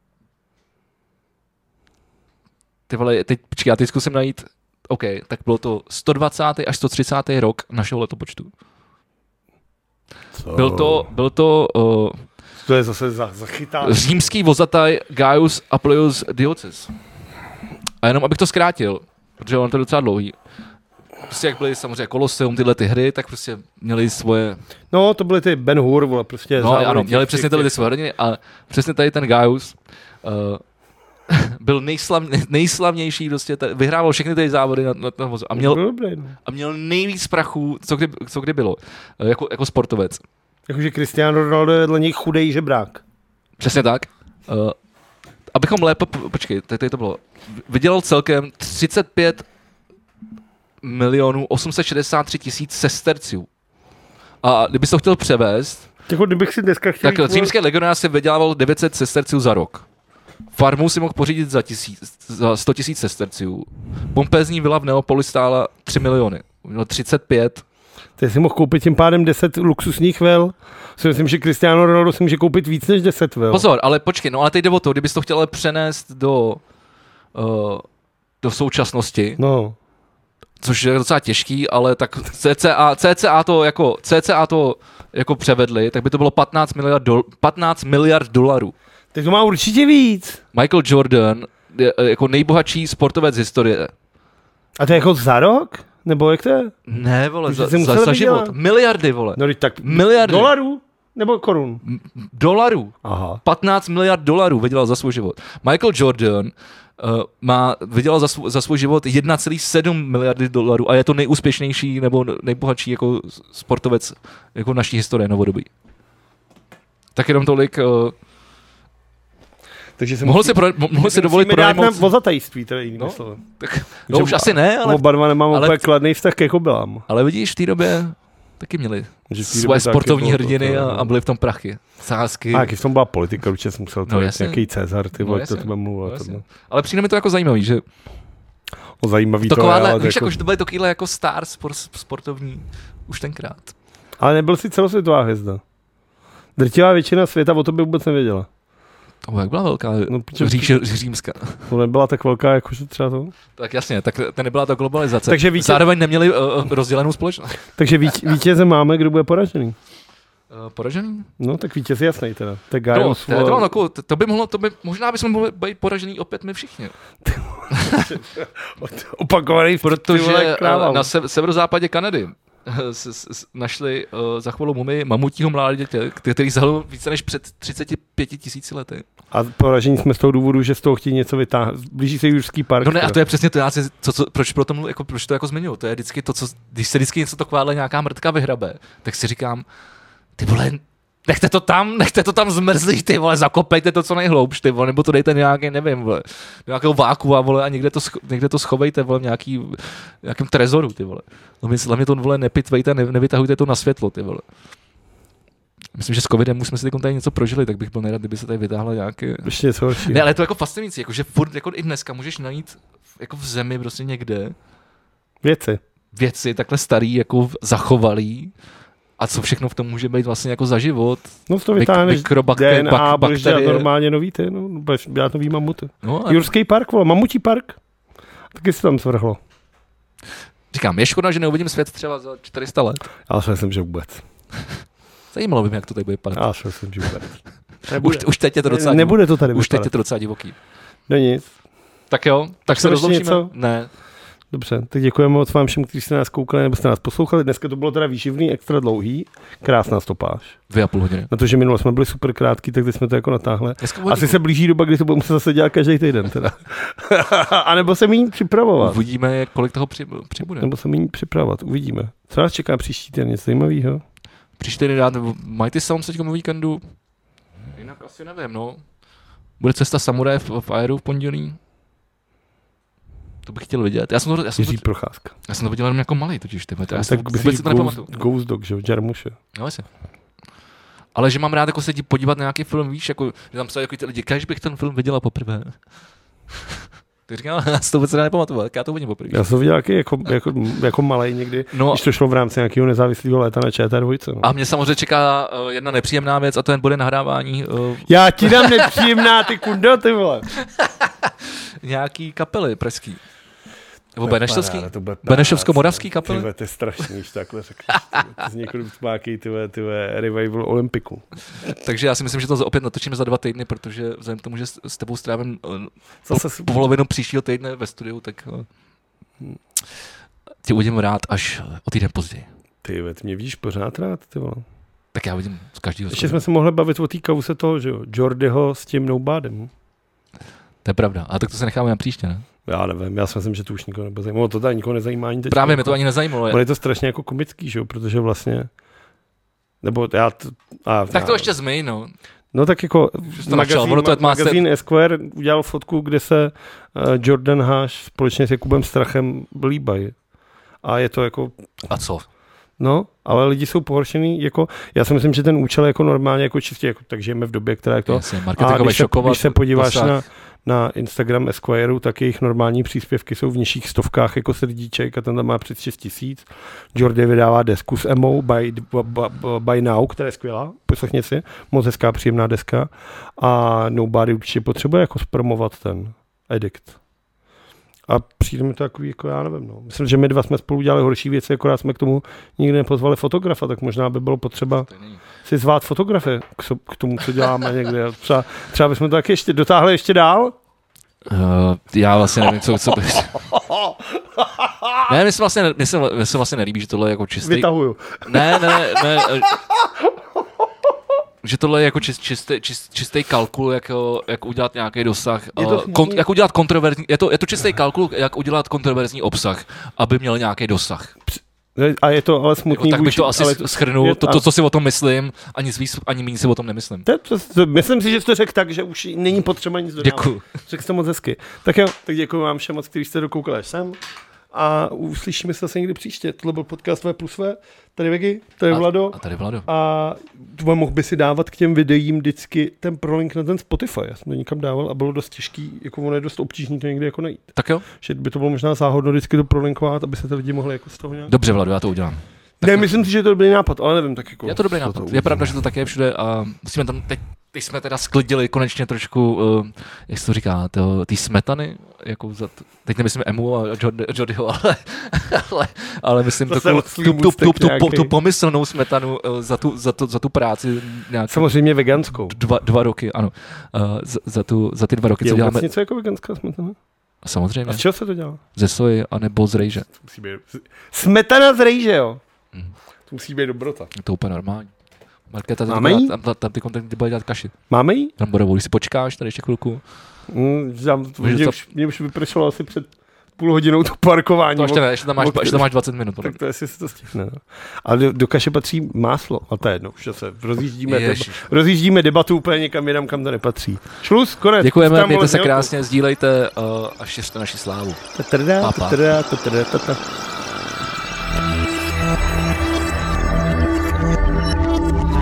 Ty vole, teď, počkej, já teď zkusím najít, OK, tak bylo to sto dvacátý až sto třicátý rok našeho letopočtu. Co? Byl to, byl to uh, to je zase za, zachytá. Římský vozataj Gaius Appius Diocis. A jenom abych to zkrátil, protože on to je docela dlouhý. Prostě jak byly samozřejmě Koloseum, tyhle ty hry, tak prostě měli svoje... No, to byly ty Ben Hur, vole, prostě... No, ano, měli těch, přesně tyhle ty svoje hrdiny a přesně tady ten Gaius uh, byl nejslav, nejslavnější, prostě, t- vyhrával všechny ty závody na, na, na vozu a měl, a měl nejvíc prachů, co kdy, co kdy bylo, uh, jako, jako sportovec. Jakože Cristiano Ronaldo je dle něj chudej žebrák. Přesně tak. Uh, abychom lépe... Počkej, tady, tady to bylo. Vydělal celkem třicet pět milionů osm set šedesát tři tisíc sesterců. A kdybys to chtěl převést, Těko, kdybych si dneska chtěl... tak římský legionář si vydělával devět set sesterců za rok. Farmu si mohl pořídit za, tisíc, za sto tisíc sesterců. Pompézní vila v Neapoli stála tři miliony. Měl třicet pět. Ty si mohl koupit tím pádem deset luxusních vil. Si myslím, že Cristiano Ronaldo si může koupit víc než deset vil. Pozor, ale počkej, no ale teď jde o to, kdybys to chtěl přenést do, uh, do současnosti, no. Což je docela těžký, ale tak cca, cca to jako, cca to jako převedli, tak by to bylo patnáct miliard, do, patnáct miliard dolarů. Tak to má určitě víc. Michael Jordan je jako nejbohatší sportovec z historie. A to je jako za rok? Nebo jak to je? Ne, vole, za, za, za život. Miliardy, vole. No tak miliardy. Dolarů? Nebo korun? Dolarů. Aha. patnáct miliard dolarů vydělal za svůj život. Michael Jordan uh, má, vydělal za, svů, za svůj život jedna celá sedm miliardy dolarů a je to nejúspěšnější nebo nejbohatší jako sportovec jako naší historie novodobí. Tak jenom tolik... Uh, Takže se mohl si, pro, mohl si dovolit pronajmout... na vozatajství, teda jiným no, slovem. Tak, no už asi ne, ale... Oba dva nemám ale, úplně kladný vztah k Jakobelám. Ale vidíš, v té době taky měli svoje sportovní hrdiny to, to, a, a byly v tom prachy. Sázky. A jaký v tom byla politika, určitě jsem musel to no, nějaký Cezar, ty vole, no, to tebe mluvil. No, ale přijde mi to jako zajímavý, že... O zajímavý Takováhle, to je. Víš, jako, že to byly takovýhle jako star sportovní už tenkrát. Ale nebyl si celosvětová hvězda. Drtivá většina světa o tobě vůbec nevěděla. To jak byla velká no, říše římská. To nebyla tak velká, jakože třeba to? Tak jasně, tak to nebyla ta globalizace. Takže vítěz... Zároveň neměli uh, rozdělenou společnost. Takže víť, vítěze máme, kdo bude poražený? Uh, poražený? No, tak vítěz jasný teda. Tak no, to, to, takovou, to, to by mohlo, to by, možná bychom mohli být poražený opět my všichni. Opakovaný protože uh, na se, severozápadě Kanady S, s, našli uh, za chvíli mumii mamutího mláděte, který zahyl více než před třiceti pěti tisíci lety. A poražení jsme z toho důvodu, že z toho chtějí něco vytáhnout. Blíží se Jurský park. No ne, a to je přesně to, já si, co, co, proč, pro tom, jako, proč to jako zmiňuji. To je vždycky to, co, když se vždycky něco takováhle nějaká mrtka vyhrabe, tak si říkám, ty vole, Nechte to tam, nechte to tam zmrzlý, ty vole, zakopejte to co nejhloubš, ty vole, nebo to dejte nějaký, nevím, vole, do nějakého vákua, vole, a někde to, scho- někde to schovejte, vole, nějaký, nějakým trezoru, ty vole. Hlavně to, vole, nepitvejte, ne, nevytahujte to na světlo, ty vole. Myslím, že s covidem už jsme si tady něco prožili, tak bych byl nerad, kdyby se tady vytáhla nějaké... Ještě něco horšího. Ne, ale to je jako fascinující, jako, že furt, jako i dneska můžeš najít jako v zemi prostě někde Věci. věci takhle starý, jako zachovalý, a co všechno v tom může být vlastně jako za život. No to vytáhneš mikrobakterie, D N A, bak, budeš dělat bakterie. normálně nový ty, no, budeš dělat nový mamuty. No, a... Jurský park, vole, mamutí park. Taky se tam svrhlo. Říkám, je škoda, že neuvidím svět třeba za čtyři sta let. Já si myslím, že vůbec. Zajímalo by mě, jak to tady bude vypadat. Já si myslím, že vůbec. Už, už teď je to docela ne, Nebude to tady Už vypadat. teď je to docela divoký. No nic. Tak jo, tak se rozloučíme. Něco? Ne. Dobře, tak děkujeme moc vám všem, kteří jste nás koukali nebo jste nás poslouchali. Dneska to bylo teda výživný, extra dlouhý, krásná stopáž. Dvě a půl hodiny. Na to, že minule jsme byli super krátký, tak teď jsme to jako natáhli. Asi hodinu. Se blíží doba, kdy to budeme muset zase dělat každý týden teda. A nebo se méně připravovat. Uvidíme, kolik toho při, přibude. Nebo se méně připravovat, uvidíme. Co nás čeká příští týden, něco zajímavého? Příští týden dát Mighty Sounds teď o víkendu. Jinak asi nevím, no. Bude cesta samuraje v, v Aeru v pondělí. To bych chtěl vidět. Já jsem to, já jsem Jiří to, Procházka. já jsem to viděl jenom jako malý, totiž ty. Já jsem tak vůbec si to nepamatuju. Ghost Dog, že jo, Jarmuše. No asi. Ale že mám rád jako se ti podívat na nějaký film, víš, jako, že tam psali jako ty lidi, když bych ten film viděla poprvé. Ty říkám, já si to vůbec nepamatuju, jak já to vidím poprvé. Já jsem to viděl jako, jako, jako malej někdy, no, když to šlo v rámci nějakého nezávislého léta na Č T dva. No. A mě samozřejmě čeká uh, jedna nepříjemná věc a to jen bude nahrávání. Uh, Já ti dám nepříjemná, ty kundo, ty vole. Nějaký kapely pražský. Nebo Benešovský? Benešovský? Benešovsko-moravský kapely? Tyhle, to je strašný, když takhle řekneš. To zní jako spáky, tyhle, tyhle revival Olympiku. Takže já si myslím, že to opět natočíme za dva týdny, protože vzhledem k tomu, že s tebou strávím Zase po, polovinu příštího týdne ve studiu, tak tě uvidím rád až o týden později. Ty, ty mě vidíš pořád rád, ty vole. Tak já vidím z každého. Ještě jsme se mohli bavit o té kause toho, že jo, Jordyho s tím Nobodym. To je pravda, a tak to se necháme na příště, ne? Já nevím, já si myslím, že to už nikoho nebude zajímalo. To tady nikoho nezajímá ani teď. Právě jako, mě to ani nezajímalo. Je. je to strašně jako komický, že jo, protože vlastně, nebo já... To, a, tak to já, ještě zmij, no. No tak jako magazín, ma, magazín Esquire udělal fotku, kde se uh, Jordan Haš společně s Jakubem Strachem líbají. A je to jako... A co? No, ale lidi jsou pohoršený, jako, já si myslím, že ten účel je jako normálně, jako čistě, jako, tak žijeme v době, která je to... Jasně, a když se, když se podíváš na, na Instagram Esquireu, tak jejich normální příspěvky jsou v nižších stovkách jako srdíček a ten tam má přes šest tisíc. Jordy vydává desku s Emou by, by, by Now, která je skvělá, poslechně si, moc hezká, příjemná deska a Nobody určitě potřebuje jako zpromovat ten Edict. A přijde mi to takový, jako já nevím, no. Myslím, že my dva jsme spolu dělali horší věci, akorát jsme k tomu nikdy nepozvali fotografa, tak možná by bylo potřeba si zvát fotografy k, so, k tomu, co děláme někde. Třeba, třeba bychom to taky ještě dotáhli ještě dál? Uh, já vlastně nevím, co, co to je. Ne, mně se vlastně, mně se, mně se vlastně nelíbí, že tohle je jako čistý... Vytahuju. Ne, ne, ne, ne. Že tohle je jako čist, čistý, čist, čistý kalkul, jak, jak udělat nějaký dosah, kon, jak udělat kontroverzní, je to, je to čistý kalkul, jak udělat kontroverzní obsah, aby měl nějaký dosah. A je to ale smutný. Tak bych to asi to, shrnul, to, to, co si o tom myslím, ani víc, ani méně si o tom nemyslím. To, to, to, myslím si, že jsi to řekl tak, že už není potřeba nic dodávat. Děkuju. Řekl jsi to moc hezky. Tak jo, tak děkuji vám všem moc, kteří jste dokoukali až sem. A uslyšíme se zase někdy příště. Tohle byl podcast V plus V. Tady Vegy, tady a, Vlado. A tady Vlado. A mohl by si dávat k těm videím vždycky ten prolink na ten Spotify. Já jsem to nikam dával a bylo dost těžký, jako ono je dost obtížný to někdy jako najít. Tak jo. Že by to bylo možná záhodno vždycky to prolinkovat, aby se ty lidi mohli jako z toho nějak... Dobře, Vlado, já to udělám. Tak ne, myslím si, že je to dobrý nápad, ale nevím, tak jako... Je to dobrý nápad. To je pravda, že to také je všude a musíme tam teď, teď jsme teda sklidili konečně trošku, uh, jak se to říká, ty smetany, jako za t- teď nemyslím Emu a Jodyho, ale, ale, ale myslím tu, tu, tu, tu, tu, tu, tu pomyslnou smetanu uh, za, tu, za, tu, za tu práci. Nějaký, samozřejmě veganskou. Dva, dva roky, ano. Uh, za, za, tu, za ty dva roky, je co děláme. Je něco jako veganská smetana? Samozřejmě. A z čeho se to dělá? Ze soji, anebo z rejže. Smetana z rejže, jo? Mm. To musí být dobrota. Je to úplně normální. Markéta, máme jí? Tam, tam, tam ty kontenty bude dělat kaši. Máme jí? Bramborovou, když si počkáš tady ještě chvilku. Mm, mě, už, mě už vypršelo asi před půl hodinou to parkování. To ještě ne, ještě tam máš, ještě tam máš dvacet minut. Tak to jestli se to stihne. No. Ale do, do kaše patří máslo. A to je jedno, už se rozjíždíme, deba, rozjíždíme debatu úplně někam jinam, kam to nepatří. Šluz, konec. Děkujeme, mějte se krásně, sdílejte uh, a šiřte naši slávu. Tatrda, tatrda, tatrda, tatrda.